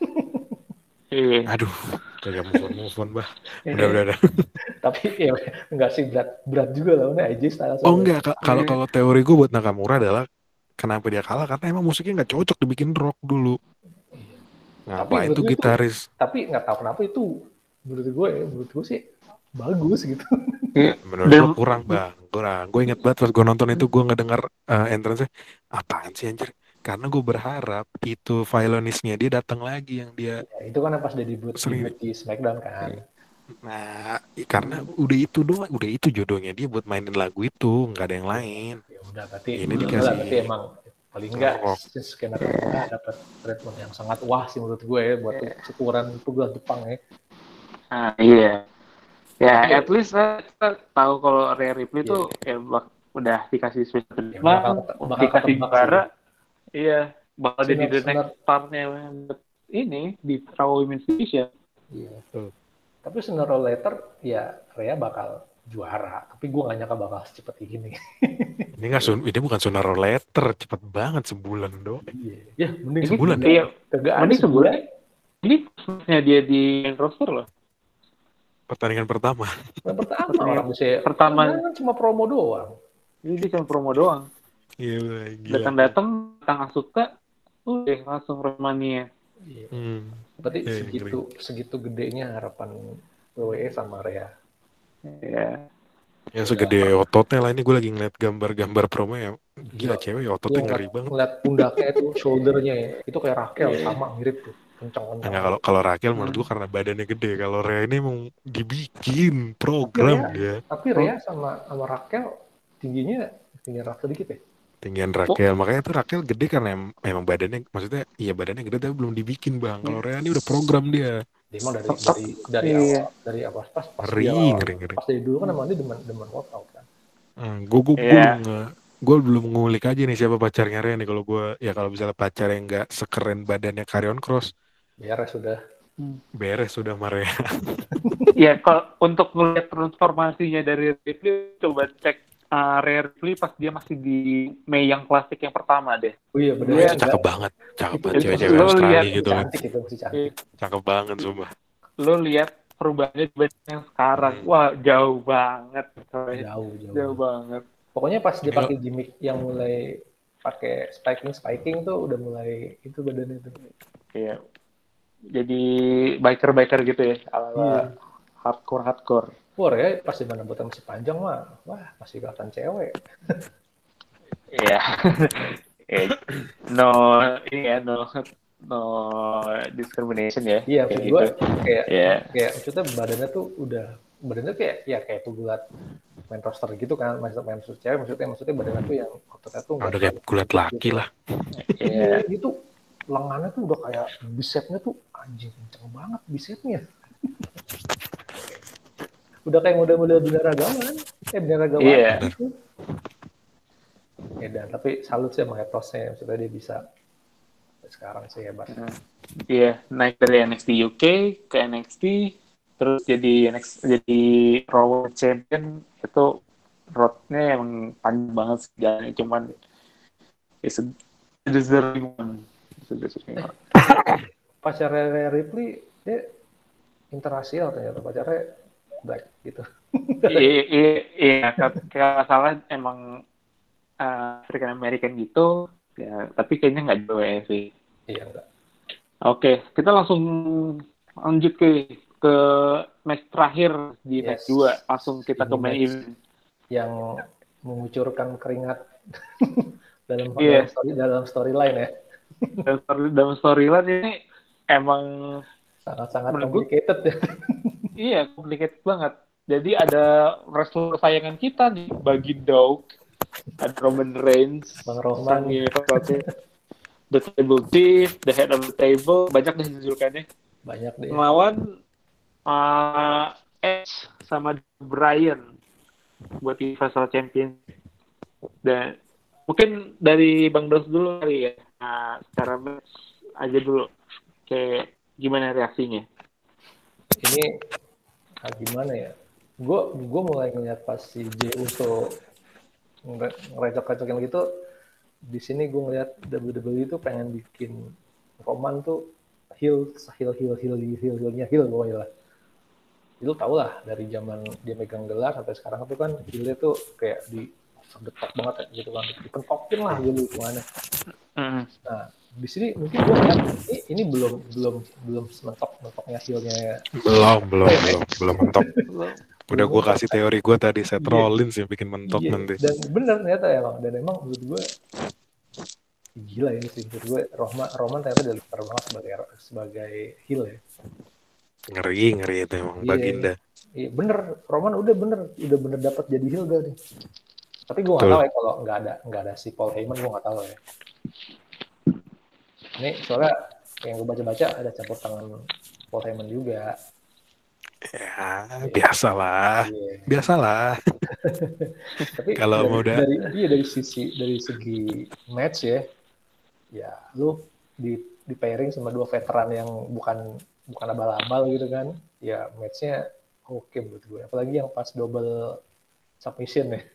Speaker 1: Iya.
Speaker 2: Aduh, kagak move on, move on, bah. Udah, udah, udah.
Speaker 3: Tapi ya enggak sih, berat berat juga lawannya A J Styles.
Speaker 2: Oh enggak, kalau kalau teori gue buat Nakamura adalah kenapa dia kalah, karena emang musiknya nggak cocok dibikin rock dulu. Ngapain itu gitaris?
Speaker 3: Tuh, tapi nggak tahu kenapa itu menurut gue ya, menurut gue sih bagus gitu.
Speaker 2: Menurut gue kurang bang, kurang. Gue inget banget pas gue nonton itu gue nggak dengar uh, entrance-nya. Apaan sih anjir? Karena gue berharap itu violinisnya dia datang lagi yang dia.
Speaker 3: Ya, itu kan pas dia debut di Smackdown kan.
Speaker 2: Nah, karena udah itu doang, udah itu jodohnya dia buat mainin lagu itu, nggak ada yang lain.
Speaker 3: Ya udah, berarti
Speaker 2: ini dikasih.
Speaker 3: Berarti emang paling nggak skenario yeah. dapat treatment yang sangat wah sih menurut gue ya buat yeah. syukuran pukulan Jepang ya.
Speaker 1: Ah iya. Ya, Tapi, at least kita tahu kalau Rhea Ripley yeah. tuh ya bak- udah dikasih special treatment, ya, bakal, bakal dikasih juara. Iya, bakal jadi the next partnya ini di Raw Women's Division.
Speaker 3: Iya. Hmm. Tapi sooner or later ya Rhea bakal juara. Tapi gue gak nyangka bakal secepat ini.
Speaker 2: Ini nggak sun, ini bukan sooner or later, cepet banget sebulan doang.
Speaker 3: Iya, ya, mending
Speaker 1: ini
Speaker 2: sebulan.
Speaker 1: Iya, mending sebulan. Ini maksudnya dia di main roster loh.
Speaker 2: Pertandingan pertama.
Speaker 3: Yang pertama orang bisa.
Speaker 1: Pertama
Speaker 3: kan cuma promo doang.
Speaker 1: Ini dia cuma promo doang.
Speaker 2: Iya,
Speaker 1: datang-datang, datang Asuka, udah langsung WrestleMania.
Speaker 3: Iya.
Speaker 2: Hmm.
Speaker 3: Berarti
Speaker 2: yeah,
Speaker 3: segitu yeah. segitu gedenya harapan W W E sama Rhea.
Speaker 1: Iya.
Speaker 2: Ya segede ya. Ototnya lah, ini gue lagi ngeliat gambar-gambar promo ya, gila ya. Cewek ya ototnya ngeri banget.
Speaker 3: Ngeliat pundaknya itu, shouldernya ya, itu kayak Raquel yeah. sama mirip tuh, kencang-kencang.
Speaker 2: Nah, kalau kalau Raquel menurut gue karena badannya gede, kalau Rhea ini mau dibikin program dia.
Speaker 3: Tapi Rhea sama sama Raquel tingginya tinggi Raquel dikit ya.
Speaker 2: Tinggian Raquel, oh. makanya tuh Raquel gede karena memang badannya, maksudnya iya badannya gede tapi belum dibikin bang. Kalau Rhea ini udah program dia.
Speaker 3: Dia mah dari dari dari
Speaker 1: iya.
Speaker 3: awal, dari apa pas pas
Speaker 2: ngeri,
Speaker 3: dia
Speaker 2: ngeri, ngeri.
Speaker 3: pas dari dulu kan emang dia demen demen workout kan.
Speaker 2: Hmm, gue gue yeah. belum gue belum ngulik aja nih siapa pacarnya Rhea nih. Kalau gue ya kalau misalnya pacar yang nggak sekeren badannya Karrion Kross,
Speaker 3: beres sudah.
Speaker 2: Beres sudah Maria.
Speaker 1: Ya kalau untuk melihat transformasinya dari Ripley, coba cek. Uh, Rhea Ripley pas dia masih di Mei yang klasik yang pertama deh.
Speaker 3: Oh iya benar.
Speaker 2: Oh, itu cakep banget, cakep banget cewek-cewek Australia gitu kan.
Speaker 3: Cantik itu masih cantik.
Speaker 2: Cakep banget sumpah.
Speaker 1: Lo lihat perubahannya dibanding yang sekarang, hmm. wah jauh banget.
Speaker 3: Jauh, jauh,
Speaker 1: jauh banget.
Speaker 3: Pokoknya pas dia pakai gimmick yang mulai pakai spiking spiking tuh udah mulai itu badannya tuh.
Speaker 1: Iya. Jadi biker-biker gitu ya, ala
Speaker 3: iya.
Speaker 1: hardcore hardcore.
Speaker 3: Wah ya, pas di mana buatan masih panjang mah, wah masih kelihatan cewek.
Speaker 1: Iya. no, ini ya no, no discrimination ya.
Speaker 3: Iya, kayak gue kayak,
Speaker 1: yeah.
Speaker 3: kayak maksudnya badannya tuh udah badannya kayak ya kayak gulat main roster gitu kan, maksudnya main roster cewek, maksudnya maksudnya badannya tuh yang ototnya tuh
Speaker 2: udah kayak gulat laki lah.
Speaker 3: Iya, yeah. Gitu lengannya tuh udah kayak bicepnya tuh anjing kenceng banget bicepnya. Udah kayak model-model binaragawan, eh binaragawan.
Speaker 1: Iya.
Speaker 3: Gitu. Ya dan tapi salut sih sama etosnya, maksudnya dia bisa sekarang sih hebat.
Speaker 1: Iya, yeah, naik dari N X T U K ke N X T, terus jadi N X T jadi Raw Champion, itu roadnya emang panjang banget sih, jalannya cuman it's a deserving one.
Speaker 3: Eh, pacarnya Ripley, dia interrasial ternyata pacarnya black gitu.
Speaker 1: Iya, iya, iya. Kalau salah emang uh, African American gitu, ya. Tapi kayaknya nggak jauh ya sih.
Speaker 3: Iya enggak.
Speaker 1: Oke, kita langsung lanjut ke ke match terakhir di
Speaker 3: Yes.
Speaker 1: match dua. Langsung kita
Speaker 3: Ini
Speaker 1: ke main
Speaker 3: match
Speaker 1: event.
Speaker 3: yang mengucurkan keringat dalam
Speaker 1: Iya.
Speaker 3: dalam story dalam storyline ya.
Speaker 1: Dan story- dalam storyline ini emang
Speaker 3: Sangat-sangat
Speaker 1: menurut gue,
Speaker 3: complicated ya.
Speaker 1: iya, complicated banget. Jadi ada wrestler kesayangan kita nih, bagi Dog, ada Roman Reigns,
Speaker 3: Bang Rohman.
Speaker 1: sang The Table Chief, The Head of the Table, banyak deh julukannya.
Speaker 3: Banyak deh.
Speaker 1: Melawan uh, Edge sama Bryan buat Universal Champion. Dan mungkin dari Bang Dos dulu kali ya, nah, secara match aja dulu, kayak gimana reaksinya?
Speaker 3: Ini ah, gimana ya? Gue gue mulai ngeliat pas si Jey Uso ngerecok-recokin gitu. Di sini gue ngeliat W W E itu pengen bikin Roman tuh heel, heel, heel, heel, heel, heelnya heel gue lah. Itu tau lah dari zaman dia megang gelar sampai sekarang tuh kan heelnya tuh kayak di sedetak banget ya, gitu kan, dipentokin lah gitu gimana.
Speaker 1: Mm.
Speaker 3: Nah di sini mungkin gue ngeliat ini, ini belum belum belum mentok mentoknya heelnya.
Speaker 2: Belum, belum, belum, belum mentok. Udah gue kasih teori gue tadi, Seth
Speaker 3: Iya.
Speaker 2: Rollins yang bikin mentok
Speaker 3: Iya.
Speaker 2: nanti.
Speaker 3: Dan bener ternyata ya bang, dan emang menurut gue gila ini sih menurut gue Roman Roman ternyata udah luar banget sebagai sebagai heel ya.
Speaker 2: Ngeri, ngeri itu emang
Speaker 3: Iya,
Speaker 2: Baginda.
Speaker 3: Iya bener, Roman udah bener, udah bener dapat jadi heel udah nih. Tapi gue nggak
Speaker 2: Betul.
Speaker 3: tahu ya kalau nggak ada nggak ada si Paul Heyman, gue nggak tahu ya. Ini soalnya yang gue baca-baca ada campur tangan Paul Heyman juga.
Speaker 2: Ya, biasalah,
Speaker 3: Iya.
Speaker 2: biasalah.
Speaker 3: Tapi
Speaker 2: kalau
Speaker 3: dari,
Speaker 2: mau udah
Speaker 3: dari iya dari sisi dari segi match ya, ya lu di di pairing sama dua veteran yang bukan bukan abal-abal gitu kan, ya matchnya oke menurut gue. Apalagi yang pas double submission ya.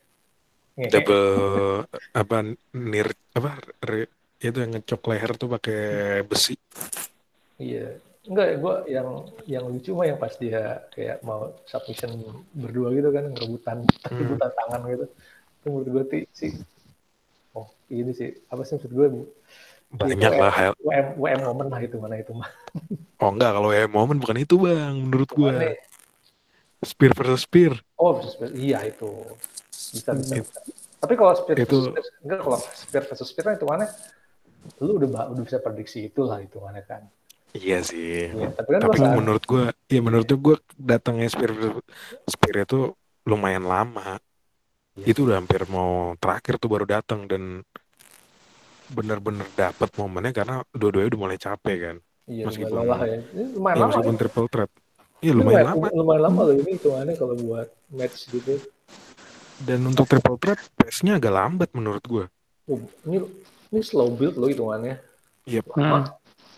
Speaker 2: double apa nir apa re, itu yang ngecok leher tuh pakai besi.
Speaker 3: Iya, enggak ya, gue yang yang lucu mah yang pas dia kayak mau submission berdua gitu kan, rebutan
Speaker 2: Hmm.
Speaker 3: rebutan tangan gitu. Itu menurut gue tuh sih, oh ini sih apa sih maksud gue bu?
Speaker 2: Banyak lah hal.
Speaker 3: W M W M moment lah itu mana itu mah.
Speaker 2: Oh enggak, kalau W M moment bukan itu bang, menurut gue.
Speaker 3: Mana?
Speaker 2: Spear versus spear.
Speaker 3: Oh spear, iya itu bisa bisa. bisa. Tapi kalau spear
Speaker 2: itu
Speaker 3: versus spear, enggak kalau spear versus spear kan itu mana? Lu udah udah bisa prediksi itu lah itu mana kan?
Speaker 2: Iya sih.
Speaker 3: Iya, tapi kan
Speaker 2: tapi
Speaker 3: bahasa,
Speaker 2: menurut gue, ya menurut gue datangnya spear versus spear itu lumayan lama. Iya. Itu udah hampir mau terakhir tuh baru datang dan bener-bener dapat momennya karena dua-duanya udah mulai capek kan.
Speaker 3: iya,
Speaker 2: meskipun
Speaker 3: lelah ya. Ini lumayan
Speaker 2: ya,
Speaker 3: lama
Speaker 2: meskipun
Speaker 3: ya.
Speaker 2: triple threat. Iya
Speaker 3: Ini
Speaker 2: lumayan
Speaker 3: lumayan,
Speaker 2: lama.
Speaker 3: lumayan lama loh ini hitungannya kalau buat match gitu.
Speaker 2: Dan untuk triple threat pace-nya agak lambat menurut gue.
Speaker 3: Oh, ini ini slow build loh hitungannya.
Speaker 2: Yep.
Speaker 3: Lama. Hmm.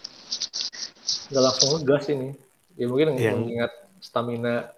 Speaker 3: Nggak langsung ngegas ini. Ya mungkin
Speaker 2: yang...
Speaker 3: mengingat stamina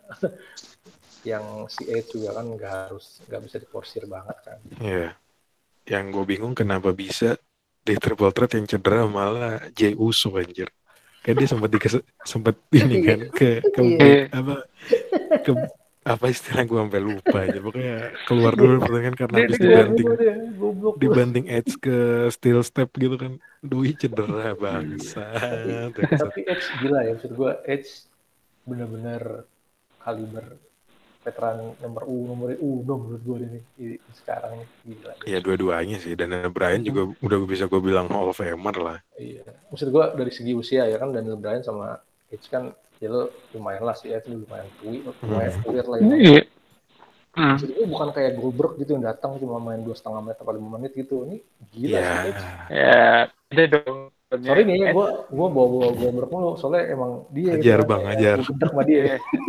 Speaker 3: yang si Edge juga kan nggak harus nggak bisa diporsir banget kan.
Speaker 2: Iya. Yang gue bingung kenapa bisa di triple threat yang cedera malah Jey Uso anjir. Kan dia sempat dikes sempat ini kan ke ke, ke apa ke apa istilah gue sampai lupa aja. Pokoknya keluar dulu pertandingan karena habis dibanting dibanting Edge ke steel step gitu kan. Doi cedera bangsa.
Speaker 3: tapi, tapi Edge gila ya, maksud gue Edge benar-benar kaliber veteran nomor U nomor U menurut gue ini sekarang gila.
Speaker 2: Iya dua-duanya sih, dan Bryan juga udah bisa gue bilang Hall of Famer lah.
Speaker 3: Iya, maksud gue dari segi usia ya kan Daniel Bryan sama Edge kan ya lo lumayan lah sih, Edge lumayan tua, lumayan tua lah ya. Iya. Maksud gue bukan kayak Goldberg gitu yang datang cuma main dua setengah menit atau lima menit gitu, ini gila
Speaker 2: yeah.
Speaker 3: sih Edge.
Speaker 1: Ya, ada dong.
Speaker 3: Sorry nih ya, gue gue bawa-bawa Goldberg mulu soalnya emang dia.
Speaker 2: Ajar bang, ya, ajar.
Speaker 3: Gue gedek sama dia.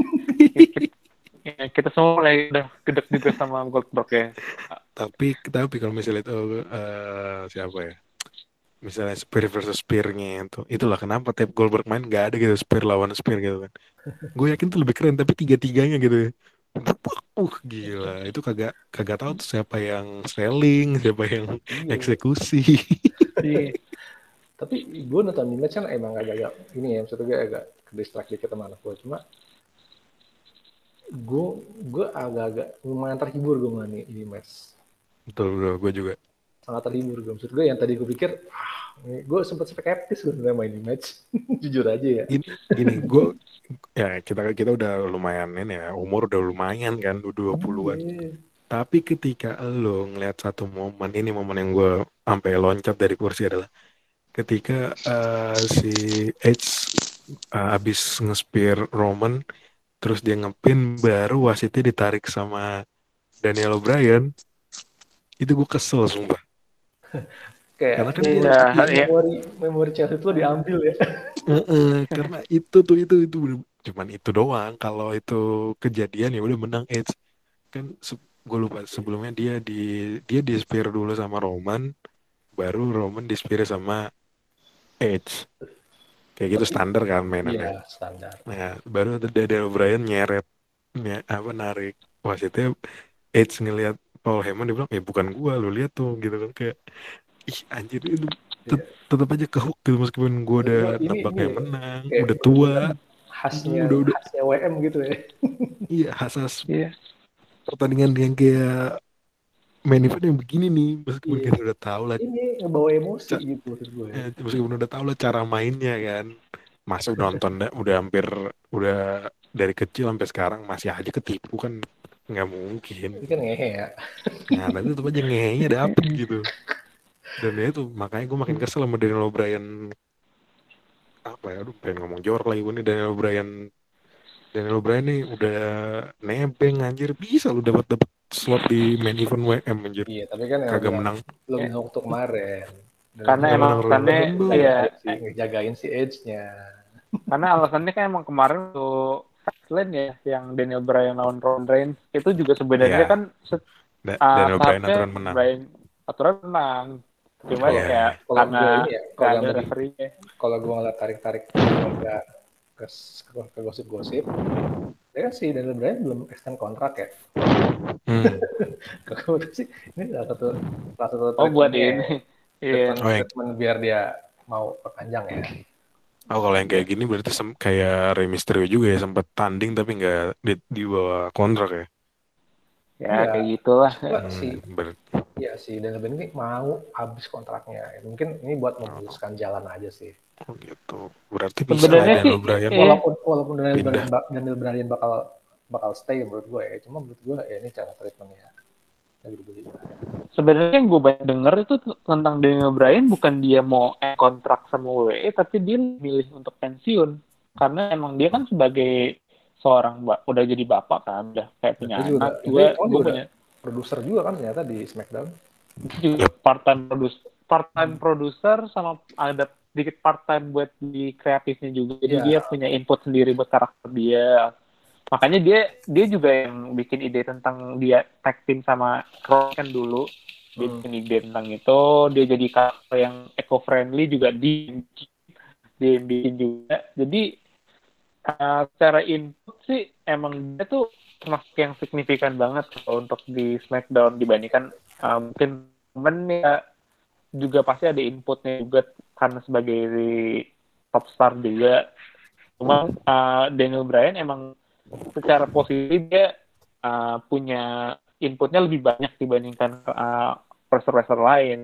Speaker 1: Ya, kita semua mulai udah gedek juga sama Goldberg ya.
Speaker 2: Tapi tapi kalau misalnya itu uh, siapa ya? Misalnya Spear versus Spear-nya itu, itulah kenapa tiap Goldberg main nggak ada gitu Spear lawan Spear gitu kan. Gue yakin tuh lebih keren, tapi tiga-tiganya gitu ya. Uh gila, itu kagak kagak tahu tuh siapa yang selling, siapa yang iya. eksekusi.
Speaker 3: Iya. Tapi gue nonton di match kan emang agak-agak ini ya, maksudnya gue agak ke distract dikit sama anak gue. Cuma gue gue agak-agak lumayan terhibur gue nih ini match.
Speaker 2: Betul, betul, gue juga.
Speaker 3: Sangat terhibur gue. Maksud gue yang tadi gue pikir, ah, gue sempat skeptis sebenarnya main ini match. Jujur aja ya.
Speaker 2: Gini, gini gue ya kita kita udah lumayan ini ya, umur udah lumayan kan, udah dua puluhan.
Speaker 3: Iya.
Speaker 2: Tapi ketika lo ngeliat satu momen, ini momen yang gue sampai loncat dari kursi adalah ketika uh, si Edge uh, abis nge-spear Roman, terus dia ngepin, baru wasitnya ditarik sama Daniel Bryan, itu gue kesel sumpah. Karena
Speaker 3: Kayak
Speaker 2: kan
Speaker 1: Iya,
Speaker 2: gue
Speaker 1: iya.
Speaker 3: memori memori childhood lo diambil ya.
Speaker 2: uh, karena itu tuh itu itu udah- cuman itu doang. Kalau itu kejadian ya udah menang Edge. Kan gue lupa sebelumnya dia di dia di spear dulu sama Roman, baru Roman di spear sama Edge. Kayak gitu
Speaker 3: Tapi
Speaker 2: standar kan mainannya.
Speaker 3: iya standar.
Speaker 2: Nah, baru ada Daniel Bryan nyeret ny- apa narik wasitnya. Edge ngelihat Paul Heyman, dia bilang, ya bukan gua, lu lihat tuh gitu kan, kayak ih anjir itu
Speaker 3: Iya.
Speaker 2: tet- tetap aja kehook gitu meskipun gua udah
Speaker 3: Cuma ini
Speaker 2: nebak
Speaker 3: ini
Speaker 2: yang menang,
Speaker 3: kayak
Speaker 2: udah tua,
Speaker 3: khasnya
Speaker 2: udah udah
Speaker 3: khasnya W M gitu ya.
Speaker 2: iya khasas
Speaker 1: Iya.
Speaker 2: pertandingan yang kayak main event yang begini nih, meskipun
Speaker 3: Iya.
Speaker 2: kita udah tahu lah
Speaker 3: Ini ngebawa emosi
Speaker 2: ca-
Speaker 3: gitu maksud gue.
Speaker 2: eh, meskipun udah tahu lah cara mainnya kan, masuk nonton dah, udah hampir udah dari kecil sampai sekarang masih aja ketipu kan, nggak mungkin.
Speaker 3: Ini kan ngehe ya.
Speaker 2: Nah tapi tetap aja ngehenya dapet gitu. Dan ya itu makanya gue makin kesel sama Daniel O'Brien. Apa ya, aduh pengen ngomong jorok lagi gue nih. Daniel O'Brien Daniel O'Brien nih udah nebeng anjir, bisa lu dapat dapat slot di main event W M anjir,
Speaker 3: Iya, tapi kan yang
Speaker 2: kagak
Speaker 3: bilang
Speaker 2: menang.
Speaker 3: belum
Speaker 1: Ya.
Speaker 3: waktu kemarin. Dan
Speaker 1: Karena
Speaker 2: Nggak
Speaker 1: emang
Speaker 2: menang Royal
Speaker 1: karena
Speaker 2: Rumble.
Speaker 1: iya,
Speaker 3: ngejagain si, ngejagain si Edge-nya.
Speaker 1: karena alasannya kan emang kemarin tuh Fastlane ya yang Daniel Bryan lawan Roman Reigns itu juga sebenarnya
Speaker 2: Iya.
Speaker 1: kan se-
Speaker 2: Da-
Speaker 1: uh,
Speaker 2: Daniel Bryan
Speaker 1: seharusnya
Speaker 2: aturan menang.
Speaker 1: Bryan aturan menang. Cuma
Speaker 2: Iya.
Speaker 1: kayak
Speaker 3: Kalau
Speaker 1: karena
Speaker 3: gue ini ya,
Speaker 1: nggak
Speaker 3: kalau
Speaker 1: ada
Speaker 3: dari
Speaker 1: referee-nya.
Speaker 3: kalau gue ngeliat tarik-tarik keluarga ke, ke, ke gosip-gosip, ya kan si Daniel Bryan belum extend kontrak ya.
Speaker 2: Hmm.
Speaker 3: Kalau gue sih ini salah satu salah satu
Speaker 1: Oh buat
Speaker 3: treatment-nya ya.
Speaker 1: ini. Iya.
Speaker 3: Treatment,
Speaker 2: Oh, yang-
Speaker 3: treatment biar dia mau perpanjang ya.
Speaker 2: Oh kalau yang kayak gini berarti sem- kayak Rey Mysterio juga ya, sempat tanding tapi nggak di, di bawah kontrak ya.
Speaker 1: Ya
Speaker 3: Iya.
Speaker 1: kayak gitulah.
Speaker 3: Coba
Speaker 2: Hmm,
Speaker 3: si
Speaker 2: ber-
Speaker 3: ya si Daniel Bryan ini mau habis kontraknya. Mungkin ini buat memuluskan jalan aja sih.
Speaker 2: oh gitu. Berarti bisa lah
Speaker 1: Sebenarnya
Speaker 2: Daniel
Speaker 1: sih,
Speaker 2: Bryan.
Speaker 1: eh,
Speaker 3: Walaupun walaupun Daniel
Speaker 2: Pindah.
Speaker 3: Bryan, Daniel Bryan bakal bakal stay menurut gue ya. Cuma menurut gue ya ini cara treatmentnya.
Speaker 1: Sebenarnya yang gue banyak denger itu t- tentang Daniel Bryan bukan dia mau end kontrak sama W W E, tapi dia milih untuk pensiun karena emang dia kan sebagai seorang ba- udah jadi bapak kan, udah kayak punya
Speaker 3: Dia juga,
Speaker 1: anak.
Speaker 3: dia
Speaker 1: Gue
Speaker 3: oh,
Speaker 1: gue
Speaker 3: juga
Speaker 1: punya
Speaker 3: produser juga kan ternyata di SmackDown.
Speaker 1: juga part time producer, part time producer sama ada sedikit part time buat di kreatifnya juga. Jadi
Speaker 3: Iya.
Speaker 1: dia punya input sendiri buat karakter dia. Makanya dia dia juga yang bikin ide tentang dia tag team sama Rock kan dulu. Dia
Speaker 3: Hmm.
Speaker 1: bikin ide tentang itu, dia jadi karakter yang eco friendly juga di dia yang bikin juga. Jadi uh, secara input sih emang dia tuh termasuk yang signifikan banget kalau untuk di SmackDown dibandingkan uh, mungkin temen ya juga pasti ada inputnya juga karena sebagai top star juga. Cuma uh, Daniel Bryan emang secara posisi dia uh, punya inputnya lebih banyak dibandingkan uh, wrestler-wrestler lain.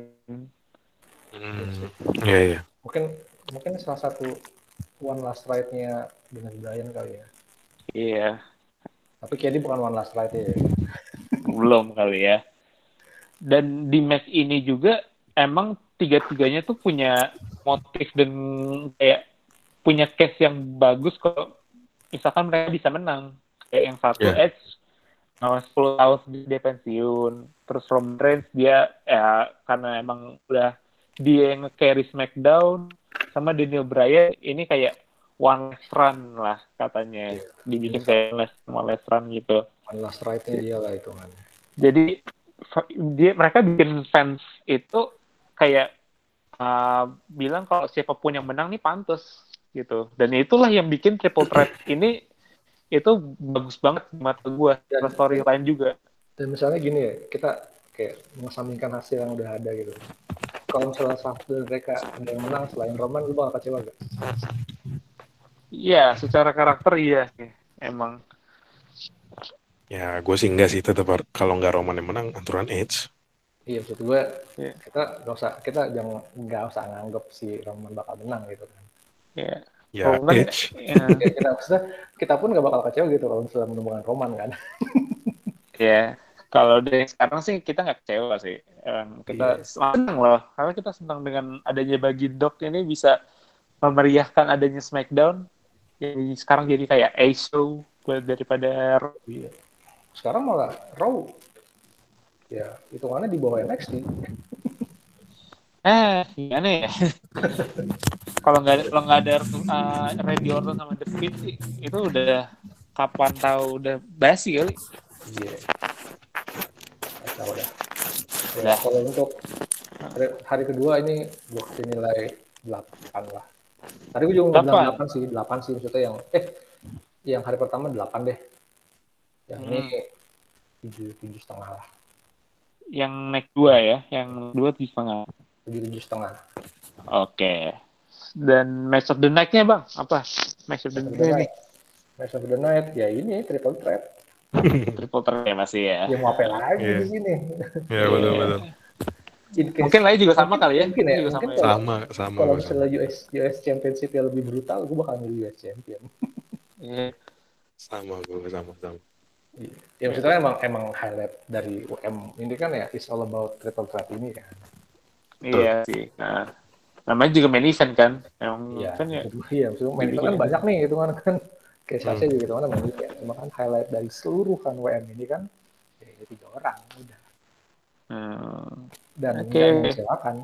Speaker 2: Hmm. Iya iya.
Speaker 3: Mungkin mungkin salah satu one last ride-nya Daniel Bryan kali ya.
Speaker 1: Iya,
Speaker 3: Tapi kayak dia bukan one last ride ya.
Speaker 1: belum kali ya. Dan di match ini juga emang tiga-tiganya tuh punya motif dan kayak punya case yang bagus kalau misalkan mereka bisa menang. Kayak yang satu
Speaker 2: Yeah.
Speaker 1: Edge uh, sepuluh tahun dia pensiun, terus Roman Reigns dia ya karena emang udah dia yang nge-carry SmackDown, sama Daniel Bryan ini kayak one last run lah katanya,
Speaker 3: Yeah.
Speaker 1: dibikin kayak last, one last run gitu.
Speaker 3: One last ride-nya dia lah itu kan.
Speaker 1: Jadi dia mereka bikin fans itu kayak uh, bilang kalau siapapun yang menang nih pantas gitu. Dan itulah yang bikin triple threat ini itu bagus banget di mata gue.
Speaker 3: Dan-
Speaker 1: Storyline juga.
Speaker 3: Dan misalnya gini ya, kita kayak mengesampingkan hasil yang udah ada gitu. Kalau misalnya satu dari mereka ada yang menang selain Roman, lu bakal kecewa gak?
Speaker 1: Iya, secara karakter iya sih, emang.
Speaker 2: Ya gue sih enggak sih, tetap har- kalau nggak Roman yang menang, aturan Edge.
Speaker 3: Iya, maksud gue
Speaker 1: Iya,
Speaker 3: kita nggak usah kita jangan nggak usah nganggap si Roman bakal menang gitu kan.
Speaker 1: iya.
Speaker 2: Ya
Speaker 1: Roman,
Speaker 2: Edge.
Speaker 1: ya,
Speaker 3: Ya, kita maksudnya kita pun nggak bakal kecewa gitu kalau misalnya menemukan Roman kan.
Speaker 1: ya. Kalau dari sekarang sih kita nggak kecewa sih. Em, kita
Speaker 3: Iya.
Speaker 1: senang loh, karena kita senang dengan adanya bagi Dog ini bisa memeriahkan adanya SmackDown. Jadi sekarang jadi kayak A-show buat daripada Raw.
Speaker 3: Iya. Sekarang malah Raw ya hitungannya di bawah N X T.
Speaker 1: Eh, gimana ya? Kalau nggak kalau nggak ada uh, Randy Orton sama The Fiend sih, itu udah kapan tahu udah basi kali.
Speaker 3: Iya. Kacau dah. Ya,
Speaker 1: Udah.
Speaker 3: kalau untuk hari, hari kedua ini gue kasih nilai delapan lah. Tadi gue juga nggak bilang
Speaker 1: Delapan.
Speaker 3: delapan sih, delapan sih maksudnya yang eh yang hari pertama delapan deh. Yang ini
Speaker 1: Hmm.
Speaker 3: tujuh tujuh setengah lah.
Speaker 1: Yang next dua ya, yang dua tujuh setengah.
Speaker 3: Tujuh tujuh setengah.
Speaker 1: Oke. Dan match of the night-nya bang, apa? Match of the
Speaker 3: Match of the
Speaker 1: night
Speaker 3: night. Match of the night ya ini triple threat.
Speaker 1: triple threat ya masih ya.
Speaker 3: Ya mau apa lagi
Speaker 2: Iya.
Speaker 3: di sini?
Speaker 2: Ya betul
Speaker 1: Iya.
Speaker 2: betul.
Speaker 3: In case-
Speaker 1: Mungkin lain juga sama
Speaker 3: mungkin-
Speaker 1: kali ya.
Speaker 3: Mungkin ya.
Speaker 1: Juga
Speaker 3: Mungkin
Speaker 1: sama ya.
Speaker 3: kalau
Speaker 2: Sama sama
Speaker 3: kalau
Speaker 2: gua
Speaker 3: misalnya
Speaker 2: sama.
Speaker 3: U S U S Championship yang lebih brutal, gue bakal milih U S Champion.
Speaker 1: Iya.
Speaker 2: Sama gue sama sama.
Speaker 3: Ya maksudnya emang emang highlight dari U M ini kan ya is all about triple threat ini kan.
Speaker 1: Iya sih. Nah, namanya juga main event kan. Emang
Speaker 3: Iya,
Speaker 1: kan ya.
Speaker 3: maksud gue iya, maksud gue main event kan banyak nih itu kan kan kayak
Speaker 2: Hmm.
Speaker 3: Sasha juga itu kan main event. Cuma kan highlight dari seluruh kan W M ini kan ya itu tiga orang udah.
Speaker 1: Hmm.
Speaker 3: Dan
Speaker 1: Oke.
Speaker 3: nggak mengecewakan.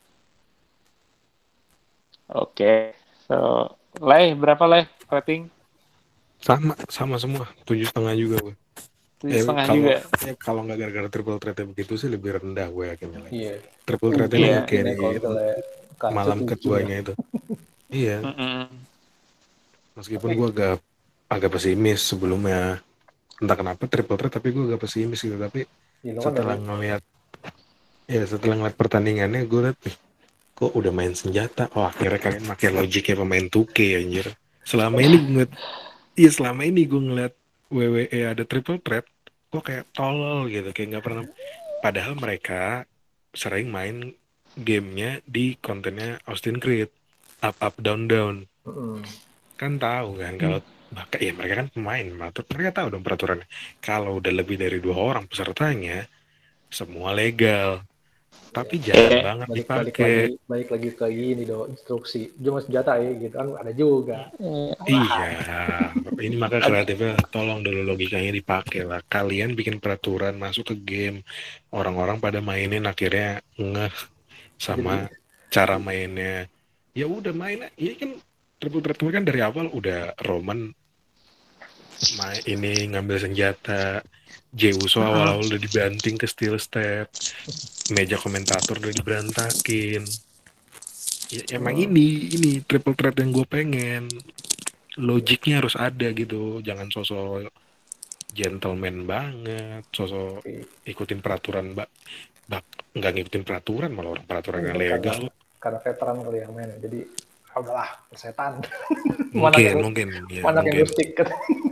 Speaker 1: Oke. So, Lay, berapa Lay rating?
Speaker 2: Sama sama semua, tujuh setengah juga gue.
Speaker 1: Tujuh
Speaker 2: Eh,
Speaker 1: setengah
Speaker 2: kalau
Speaker 1: juga.
Speaker 2: ya, kalau nggak gara-gara triple threat begitu sih lebih rendah gue yakin.
Speaker 3: Iya.
Speaker 2: Triple threat
Speaker 3: Mungkin
Speaker 2: ini
Speaker 1: Iya.
Speaker 3: mungkin ya
Speaker 2: kayak
Speaker 3: kalau misalnya Kancu
Speaker 2: malam
Speaker 3: tujuh
Speaker 2: keduanya
Speaker 3: ya.
Speaker 2: itu. Iya.
Speaker 1: Mm-mm.
Speaker 2: Meskipun
Speaker 3: Tapi-
Speaker 2: gue agak agak pesimis sebelumnya, entah kenapa triple threat tapi gue agak pesimis gitu. Tapi
Speaker 3: Ya, lo kan
Speaker 2: setelah
Speaker 3: dari-
Speaker 2: ngeliat ya setelah ngeliat pertandingannya gue liat nih, kok udah main senjata. Oh akhirnya kalian pakai logiknya pemain two K anjir. Selama ini gue ngeliat iya selama ini gue ngeliat W W E ada triple threat kok kayak tolol gitu, kayak nggak pernah. Padahal mereka sering main gamenya di kontennya Austin Creed, up up down down.
Speaker 3: Mm-mm.
Speaker 2: Kan tahu kan kalau bahkan ya mereka kan pemain, matur- mereka tahu dong peraturannya. Kalau udah lebih dari dua orang pesertanya, semua legal. Tapi jarang
Speaker 1: Eh,
Speaker 2: banget
Speaker 3: balik balik
Speaker 2: dipakai.
Speaker 3: lagi balik lagi ke ini dong instruksi cuma senjata ya gitu kan ada juga.
Speaker 2: Iya, ini maka kreatifnya tolong dulu logikanya dipakai lah. Kalian bikin peraturan masuk ke game, orang-orang pada mainin akhirnya ngeh sama cara mainnya. Ya udah main, ini kan triple threat kan dari awal udah Roman main ini ngambil senjata, Jey Uso awal-awal udah dibanting ke steel step, meja komentator udah diberantakin. Ya, emang ini ini triple threat yang gue pengen. Logiknya harus ada gitu, jangan sosok gentleman banget, sosok ikutin peraturan mbak, bak nggak ngikutin peraturan malah orang peraturan yang
Speaker 3: Mungkin
Speaker 2: legal.
Speaker 3: karena, karena veteran kali yang main jadi ah, udahlah persetan.
Speaker 2: Mungkin mungkin ya
Speaker 3: mana
Speaker 2: mungkin
Speaker 3: yang stick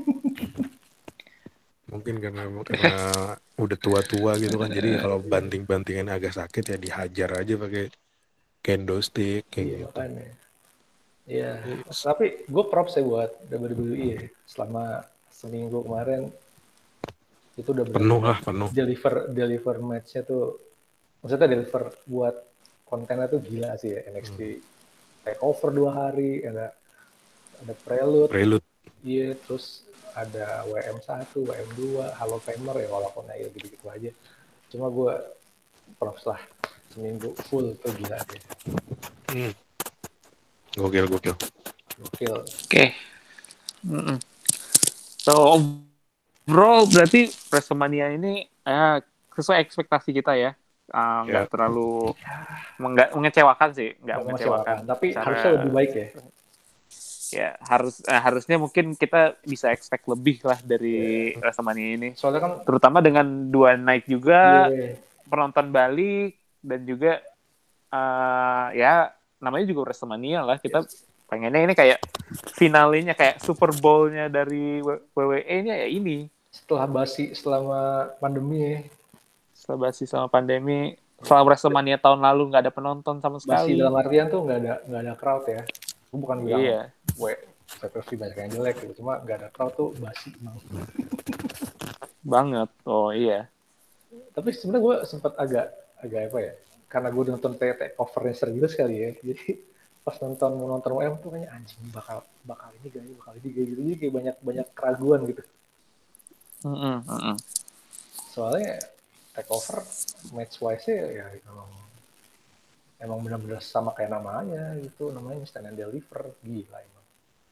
Speaker 2: mungkin karena karena udah tua-tua gitu kan, jadi kalau banting-bantingan agak sakit ya dihajar aja pakai kendo stick kayak
Speaker 3: iya,
Speaker 2: gitu.
Speaker 3: makanya. Iya, tapi gue props ya buat W W E ya. Selama seminggu kemarin itu udah
Speaker 2: Penuh lah, penuh.
Speaker 3: deliver deliver match-nya tuh, maksudnya deliver buat kontennya tuh gila sih ya. N X T hmm. Takeover dua hari, ada ada Prelude,
Speaker 2: Prelude.
Speaker 3: Iya, terus ada W M satu, W M dua, Hall of Famer ya walaupun aja gitu-gitu aja. Cuma gue props lah, seminggu full tuh gila sih.
Speaker 2: Hmm. Gokil, gokil.
Speaker 3: Gokil.
Speaker 1: Oke. Okay. Mm-mm. So, overall berarti WrestleMania ini eh, sesuai ekspektasi kita ya. Uh, nggak yeah. terlalu nggak mengecewakan sih, nggak mengecewakan.
Speaker 3: mengecewakan. Tapi
Speaker 1: cara,
Speaker 3: harusnya lebih baik ya.
Speaker 1: Ya harus eh, harusnya mungkin kita bisa expect lebih lah dari yeah. WrestleMania ini.
Speaker 3: Soalnya kan
Speaker 1: terutama dengan dua night juga,
Speaker 3: yeah.
Speaker 1: penonton balik dan juga uh, ya namanya juga WrestleMania lah, kita pengennya ini kayak finalnya kayak Super Bowl-nya dari W W E-nya ya ini.
Speaker 3: Setelah basi selama pandemi ya.
Speaker 1: Setelah basi sama pandemi, setelah WrestleMania tahun lalu nggak ada penonton sama
Speaker 3: Basi
Speaker 1: sekali.
Speaker 3: dalam artian tuh nggak ada nggak ada crowd ya. Gue bukan bilang
Speaker 1: Iya.
Speaker 3: gue pay-per-view banyak yang jelek gitu, cuma nggak ada crowd tuh basi emang.
Speaker 1: Banget. Oh iya.
Speaker 3: Tapi sebenarnya gue sempat agak agak apa ya? Karena gue nonton T T covernya serius kali ya. Jadi pas nonton mau nonton W M tuh kayaknya anjing bakal bakal ini gak bakal ini gak gitu. Jadi kayak banyak banyak keraguan gitu.
Speaker 1: Mm-mm, mm-mm.
Speaker 3: Soalnya takeover match wise ya emang emang benar-benar sama kayak namanya gitu, namanya stand and deliver, gila emang.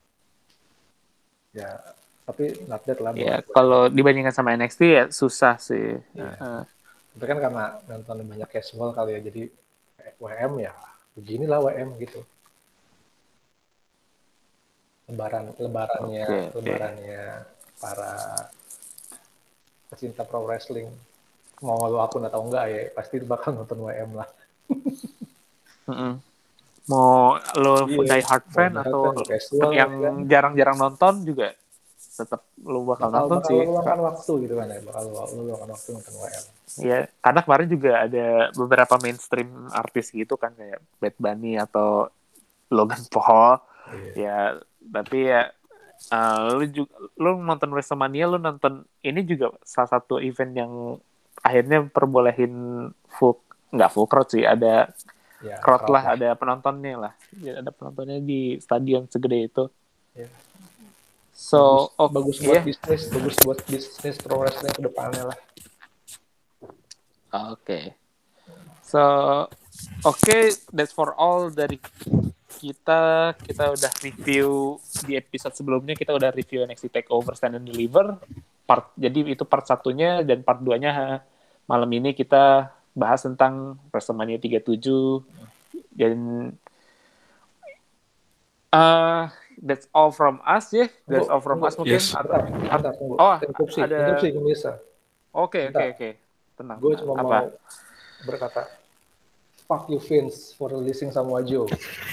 Speaker 3: Ya tapi not bad lah.
Speaker 1: Ya kalau dibandingkan sama N X T ya susah sih.
Speaker 3: Ya.
Speaker 1: Uh-uh.
Speaker 3: Tapi kan karena nonton banyak casual kali ya, jadi W M ya beginilah W M gitu. Lebaran lebarannya
Speaker 1: okay,
Speaker 3: lebarannya okay. Para pecinta pro wrestling, mau lo akun atau enggak ya pasti bakal nonton W M lah.
Speaker 1: Mm-mm. Mau lo
Speaker 3: Iya,
Speaker 1: die hard fan atau
Speaker 3: casual,
Speaker 1: yang
Speaker 3: kan?
Speaker 1: jarang-jarang nonton juga tetap lo bakal, bakal nonton
Speaker 3: bakal
Speaker 1: sih.
Speaker 3: Bakal luangkan waktu gitu kan ya, bakal lo luangkan waktu nonton W M.
Speaker 1: Iya, karena kemarin juga ada beberapa mainstream artis gitu kan kayak Bad Bunny atau Logan Paul. Iya. Ya, tapi ya uh, lu juga lu nonton WrestleMania, lu nonton ini juga salah satu event yang akhirnya perbolehin full nggak full crowd sih, ada ya, crowd, crowd lah, lah, ada penontonnya lah. Ya, ada penontonnya di stadion segede itu. Ya. So,
Speaker 3: bagus, oh, bagus buat
Speaker 1: iya.
Speaker 3: bisnis, bagus buat bisnis pro wrestling ke depannya lah.
Speaker 1: Oke. Okay. So, oke, okay, that's for all dari kita. Kita udah review di episode sebelumnya, kita udah review N X T TakeOver Stand and Deliver. Part, jadi itu part satunya, dan part duanya malam ini kita bahas tentang WrestleMania tiga puluh tujuh. Dan uh, that's all from us ya. That's all from us mungkin.
Speaker 2: Yes.
Speaker 3: Bentar, bentar, tunggu.
Speaker 1: Oh,
Speaker 3: interupsi,
Speaker 1: ada
Speaker 3: interupsi bisa.
Speaker 1: Oke, oke, oke. Tenang.
Speaker 3: Gue cuma
Speaker 1: apa?
Speaker 3: mau berkata, fuck you Vince for releasing Samoa Joe.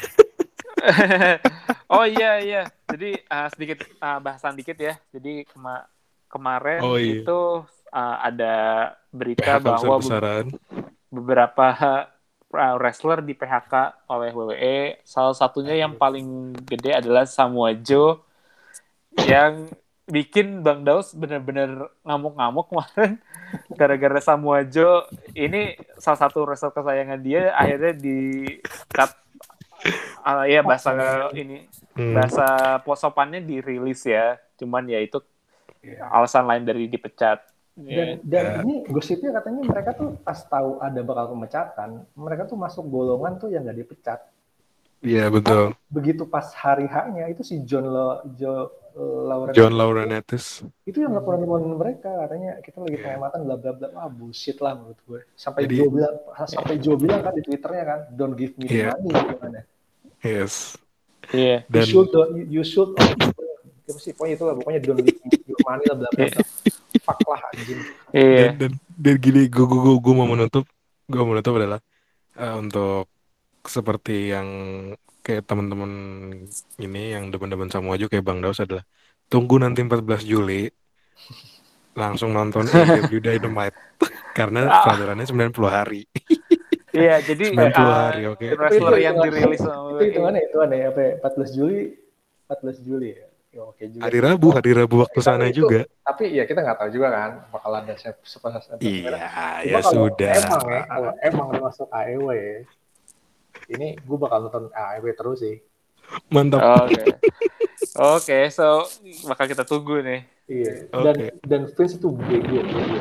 Speaker 1: Oh iya iya. Jadi uh, sedikit uh, bahasan dikit ya. Jadi kema- kemarin oh, iya. itu uh, ada berita P H K bahwa be- beberapa uh, wrestler di P H K oleh W W E. Salah satunya yang paling gede adalah Samoa Joe yang bikin Bang Daus benar-benar ngamuk-ngamuk kemarin gara-gara Samoa Joe ini salah satu wrestler kesayangan dia akhirnya di cut uh, ya bahasa ini hmm. bahasa posopannya dirilis ya, cuman ya itu alasan lain dari dipecat.
Speaker 3: Dan, dan ini gosipnya katanya mereka tuh pas tahu ada bakal pemecatan, mereka tuh masuk golongan tuh yang nggak dipecat.
Speaker 2: Iya betul.
Speaker 3: Nah, begitu pas hari H-nya itu si John Lo, Jo, Laurinaitis,
Speaker 2: John Laurinaitis
Speaker 3: itu yang nggak pernah mereka katanya kita lagi penghematan bla bla bla, ah bullshit lah menurut gue. Sampai
Speaker 2: Jadi,
Speaker 3: Joe bilang, sampai Joe bilang kan di Twitternya kan, don't give me the
Speaker 2: yeah.
Speaker 3: money gitu kan ya.
Speaker 2: Yes.
Speaker 3: Iya. Yeah. You should, you should, apa sih pokoknya itu lah, pokoknya don't give me the money lah bla bla bla. Fuck lah anjing.
Speaker 2: Yeah. Dan, dan, dan gini, gue gue gue mau menutup, gue mau menutup adalah uh, untuk seperti yang kayak teman-teman ini yang demen-demen sama aja kayak Bang Daus adalah tunggu nanti empat belas Juli langsung nonton A E W Dynamite karena peraturannya sembilan puluh hari.
Speaker 1: Iya, jadi
Speaker 2: sembilan puluh hari, oke. Okay.
Speaker 1: Wrestler yang dirilis
Speaker 3: itu hitungannya itu aneh apa empat belas Juli empat belas Juli ya. Ya oke juga.
Speaker 2: Hari Rabu, hari Rabu waktu tapi sana itu, juga.
Speaker 3: Tapi ya kita nggak tahu juga kan bakal ada sepas
Speaker 2: Iya, ya sudah.
Speaker 3: Emang ya, kalau emang masuk A E W ya. Ini gue bakal nonton A E W terus sih.
Speaker 2: Mantap.
Speaker 1: Oke. Okay. Oke, okay, so bakal kita tunggu nih.
Speaker 3: Iya. Dan okay. dan Vince itu bego.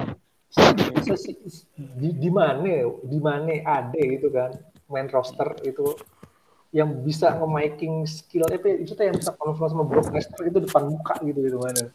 Speaker 3: Di di mana di mana ada itu kan main roster itu yang bisa nge-making skill itu itu tuh yang bisa konfront sama Brock Lesnar itu depan muka gitu gitu mana.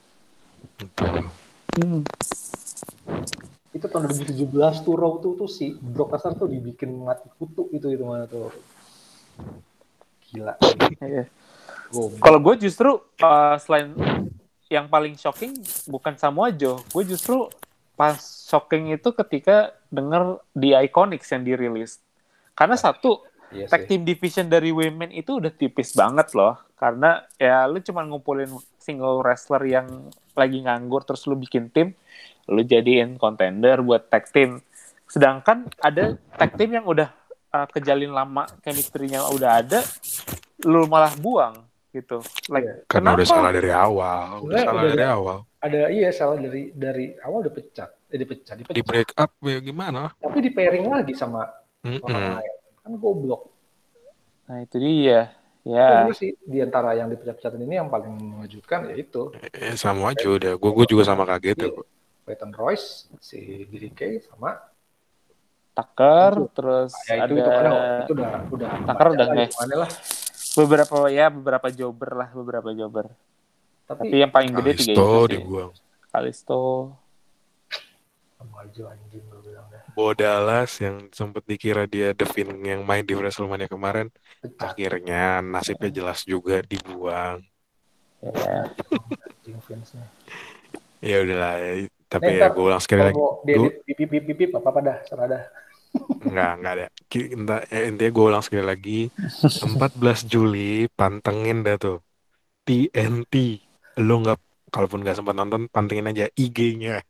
Speaker 3: Hmm. Itu tahun dua ribu tujuh belas tuh Raw tuh tuh si Brock Lesnar tuh dibikin mati kutu itu itu mana tuh. Gila.
Speaker 1: Iya. Kalau gue justru uh, selain yang paling shocking bukan Samoa Joe, gue justru pas shocking itu ketika denger The Iconics yang dirilis. Karena satu
Speaker 3: Iya
Speaker 1: tag
Speaker 3: sih.
Speaker 1: team division dari women itu udah tipis banget loh. Karena ya lu cuma ngumpulin single wrestler yang lagi nganggur terus lu bikin tim, lu jadiin contender buat tag team. Sedangkan ada tag team yang udah uh, kejalin lama, chemistry-nya udah ada, lu malah buang gitu. Like
Speaker 3: Iya.
Speaker 2: Karena udah salah
Speaker 1: kenapa?
Speaker 2: dari awal, udah
Speaker 3: Sebenarnya
Speaker 2: salah
Speaker 3: udah
Speaker 2: dari
Speaker 3: ada,
Speaker 2: awal.
Speaker 3: ada iya salah dari dari awal udah pecat, eh dipecat,
Speaker 2: Di
Speaker 3: dipecat.
Speaker 2: break up ya gimana?
Speaker 3: Tapi di pairing lagi sama orang
Speaker 2: Mm-mm.
Speaker 3: lain. Kan goblok.
Speaker 1: Nah itu dia.
Speaker 3: Tapi
Speaker 1: Ya.
Speaker 3: dulu sih di antara yang dipecat-pecatin ini yang paling mengejutkan yaitu
Speaker 2: Eh, sama aja udah. Gue gue juga sama kaget ya. Gua.
Speaker 3: Peyton Royce, si D D K sama
Speaker 1: Tucker,
Speaker 3: itu.
Speaker 1: terus
Speaker 3: Ya itu
Speaker 1: ada
Speaker 3: itu karena itu udah udah
Speaker 1: Tucker udah
Speaker 3: lah,
Speaker 1: nggak.
Speaker 3: gimana lah.
Speaker 1: Beberapa ya beberapa jobber lah, beberapa jobber.
Speaker 3: Tapi,
Speaker 1: Tapi yang paling gede tiga itu
Speaker 2: Kalisto
Speaker 1: sih.
Speaker 2: dibuang.
Speaker 1: Kalisto.
Speaker 3: sama aja anjing gue bilang dah.
Speaker 2: Bo Dallas yang sempat dikira dia The Finn yang main di WrestleMania kemarin,
Speaker 3: Pecat.
Speaker 2: akhirnya nasibnya jelas juga dibuang.
Speaker 1: Ya.
Speaker 3: Anjing fansnya.
Speaker 2: Ya udahlah, ya. Tapi
Speaker 3: Nih,
Speaker 2: ya
Speaker 3: ntar
Speaker 2: gue ulang sekali
Speaker 3: kalau
Speaker 2: lagi.
Speaker 3: mau
Speaker 2: Gue
Speaker 3: diedit pipip pipip pipip apa apa dah, serah dah.
Speaker 2: enggak enggak ada. Ki- Entah, eh, intinya gue ulang sekali lagi. empat belas Juli pantengin dah tuh T N T. Lo nggak, kalaupun nggak sempat nonton, pantengin aja I G-nya.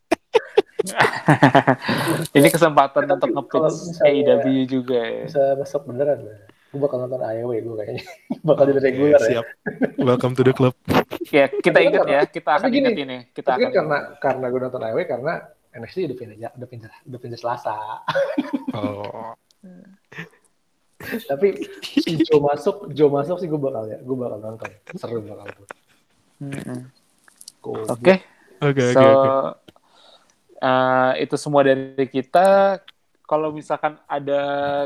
Speaker 1: Ini kesempatan
Speaker 3: Tapi
Speaker 1: untuk
Speaker 3: kalau
Speaker 1: nge-pitch A E
Speaker 3: misalnya
Speaker 1: W juga ya.
Speaker 3: bisa besok beneran lah. Gue bakal nonton A E W gue kayaknya. bakal jadi
Speaker 2: Oke,
Speaker 3: reguler ya.
Speaker 2: siap. Welcome to the club.
Speaker 1: Ya, kita
Speaker 3: Tapi kan
Speaker 1: ingat
Speaker 3: karena-
Speaker 1: ya, kita
Speaker 3: tapi
Speaker 1: akan
Speaker 3: gini,
Speaker 1: ingat ini. Kita
Speaker 3: Tapi
Speaker 1: akan
Speaker 3: kan karena
Speaker 1: ingat.
Speaker 3: karena gue nonton A E W karena N X T udah pindah udah pindah udah pindah Selasa.
Speaker 2: Oh,
Speaker 3: Tapi si Joe masuk, Joe masuk sih gue bakal ya, gue bakal nonton. Seru bakal tuh.
Speaker 1: Mm-mm.
Speaker 3: Goblok.
Speaker 1: Oke.
Speaker 2: oke
Speaker 1: So,
Speaker 2: oke oke.
Speaker 1: uh, itu semua dari kita. Kalau misalkan ada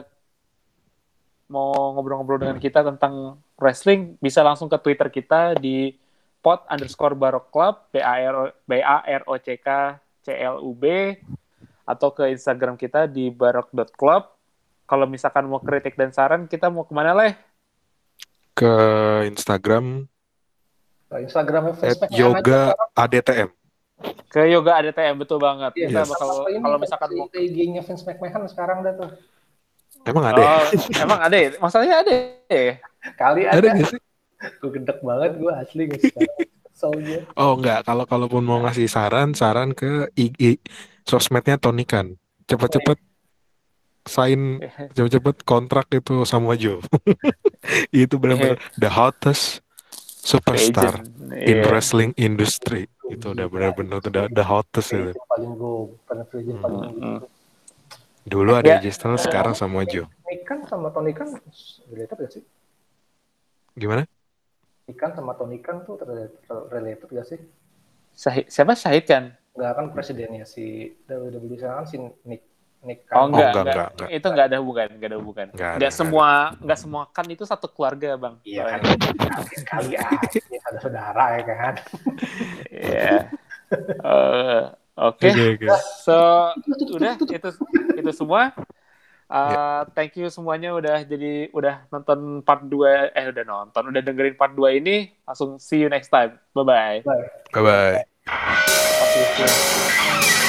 Speaker 1: mau ngobrol-ngobrol dengan kita tentang wrestling, bisa langsung ke Twitter kita di pot underscore barok club, B A R O, B A R O C K C L U B, atau ke Instagram kita di barok dot club. Kalau misalkan mau kritik dan saran, kita mau kemana leh?
Speaker 2: Ke Instagram
Speaker 3: Nah, Instagramnya
Speaker 2: at
Speaker 3: Facebook
Speaker 2: yoga A D T M.
Speaker 1: Ke Yoga A D T M, betul banget.
Speaker 3: Iya,
Speaker 1: Kita
Speaker 2: Yes.
Speaker 1: bakal,
Speaker 3: apa ini
Speaker 1: kalau misalkan
Speaker 3: si
Speaker 1: mau...
Speaker 3: I G-nya Vince McMahon sekarang dah tuh.
Speaker 2: Emang ada ya?
Speaker 1: Oh, emang ada ya? Masalahnya ada ya?
Speaker 3: Kali
Speaker 2: Ada
Speaker 3: ada.
Speaker 2: nggak sih?
Speaker 3: Gue gedek banget gue asli nggak sekarang. Soalnya.
Speaker 2: Oh enggak, kalau kalaupun mau ngasih saran, saran ke I G sosmednya Tony Khan. Cepet-cepet sign, cepet-cepet kontrak itu sama Joe. Itu benar-benar the hottest superstar
Speaker 1: Agent.
Speaker 2: in
Speaker 1: Iya.
Speaker 2: wrestling industry. Itu udah benar-benar the, the hottest itu.
Speaker 3: Agent paling gue, pernah agent paling
Speaker 1: Mm-mm.
Speaker 3: gitu.
Speaker 2: Dulu ada
Speaker 1: Ya.
Speaker 2: A J Styles, sekarang sama Joe.
Speaker 3: Nikan sama Tony Khan related gak sih?
Speaker 2: Gimana?
Speaker 3: Nikan sama Tony Khan tuh related, related gak sih?
Speaker 1: Syahid, siapa Syahid kan?
Speaker 3: Enggak kan presidennya si W W E sekarang kan si Nick Nick
Speaker 1: Oh
Speaker 3: Khan.
Speaker 1: enggak,
Speaker 2: enggak,
Speaker 1: enggak,
Speaker 2: enggak, enggak.
Speaker 1: itu enggak ada hubungan, enggak ada hubungan.
Speaker 2: Enggak ada,
Speaker 1: Enggak
Speaker 2: enggak
Speaker 1: semua, enggak semua kan itu satu keluarga, Bang.
Speaker 3: Iya kan, sekali aja ada saudara ya kan.
Speaker 1: Iya. Eh, Oke,
Speaker 2: Oke, oke.
Speaker 1: so udah itu itu semua. Uh, thank you semuanya udah jadi udah nonton part dua eh udah nonton udah dengerin part dua ini. Langsung see you next time. Bye bye.
Speaker 3: Bye.
Speaker 2: Bye-bye.
Speaker 1: Bye.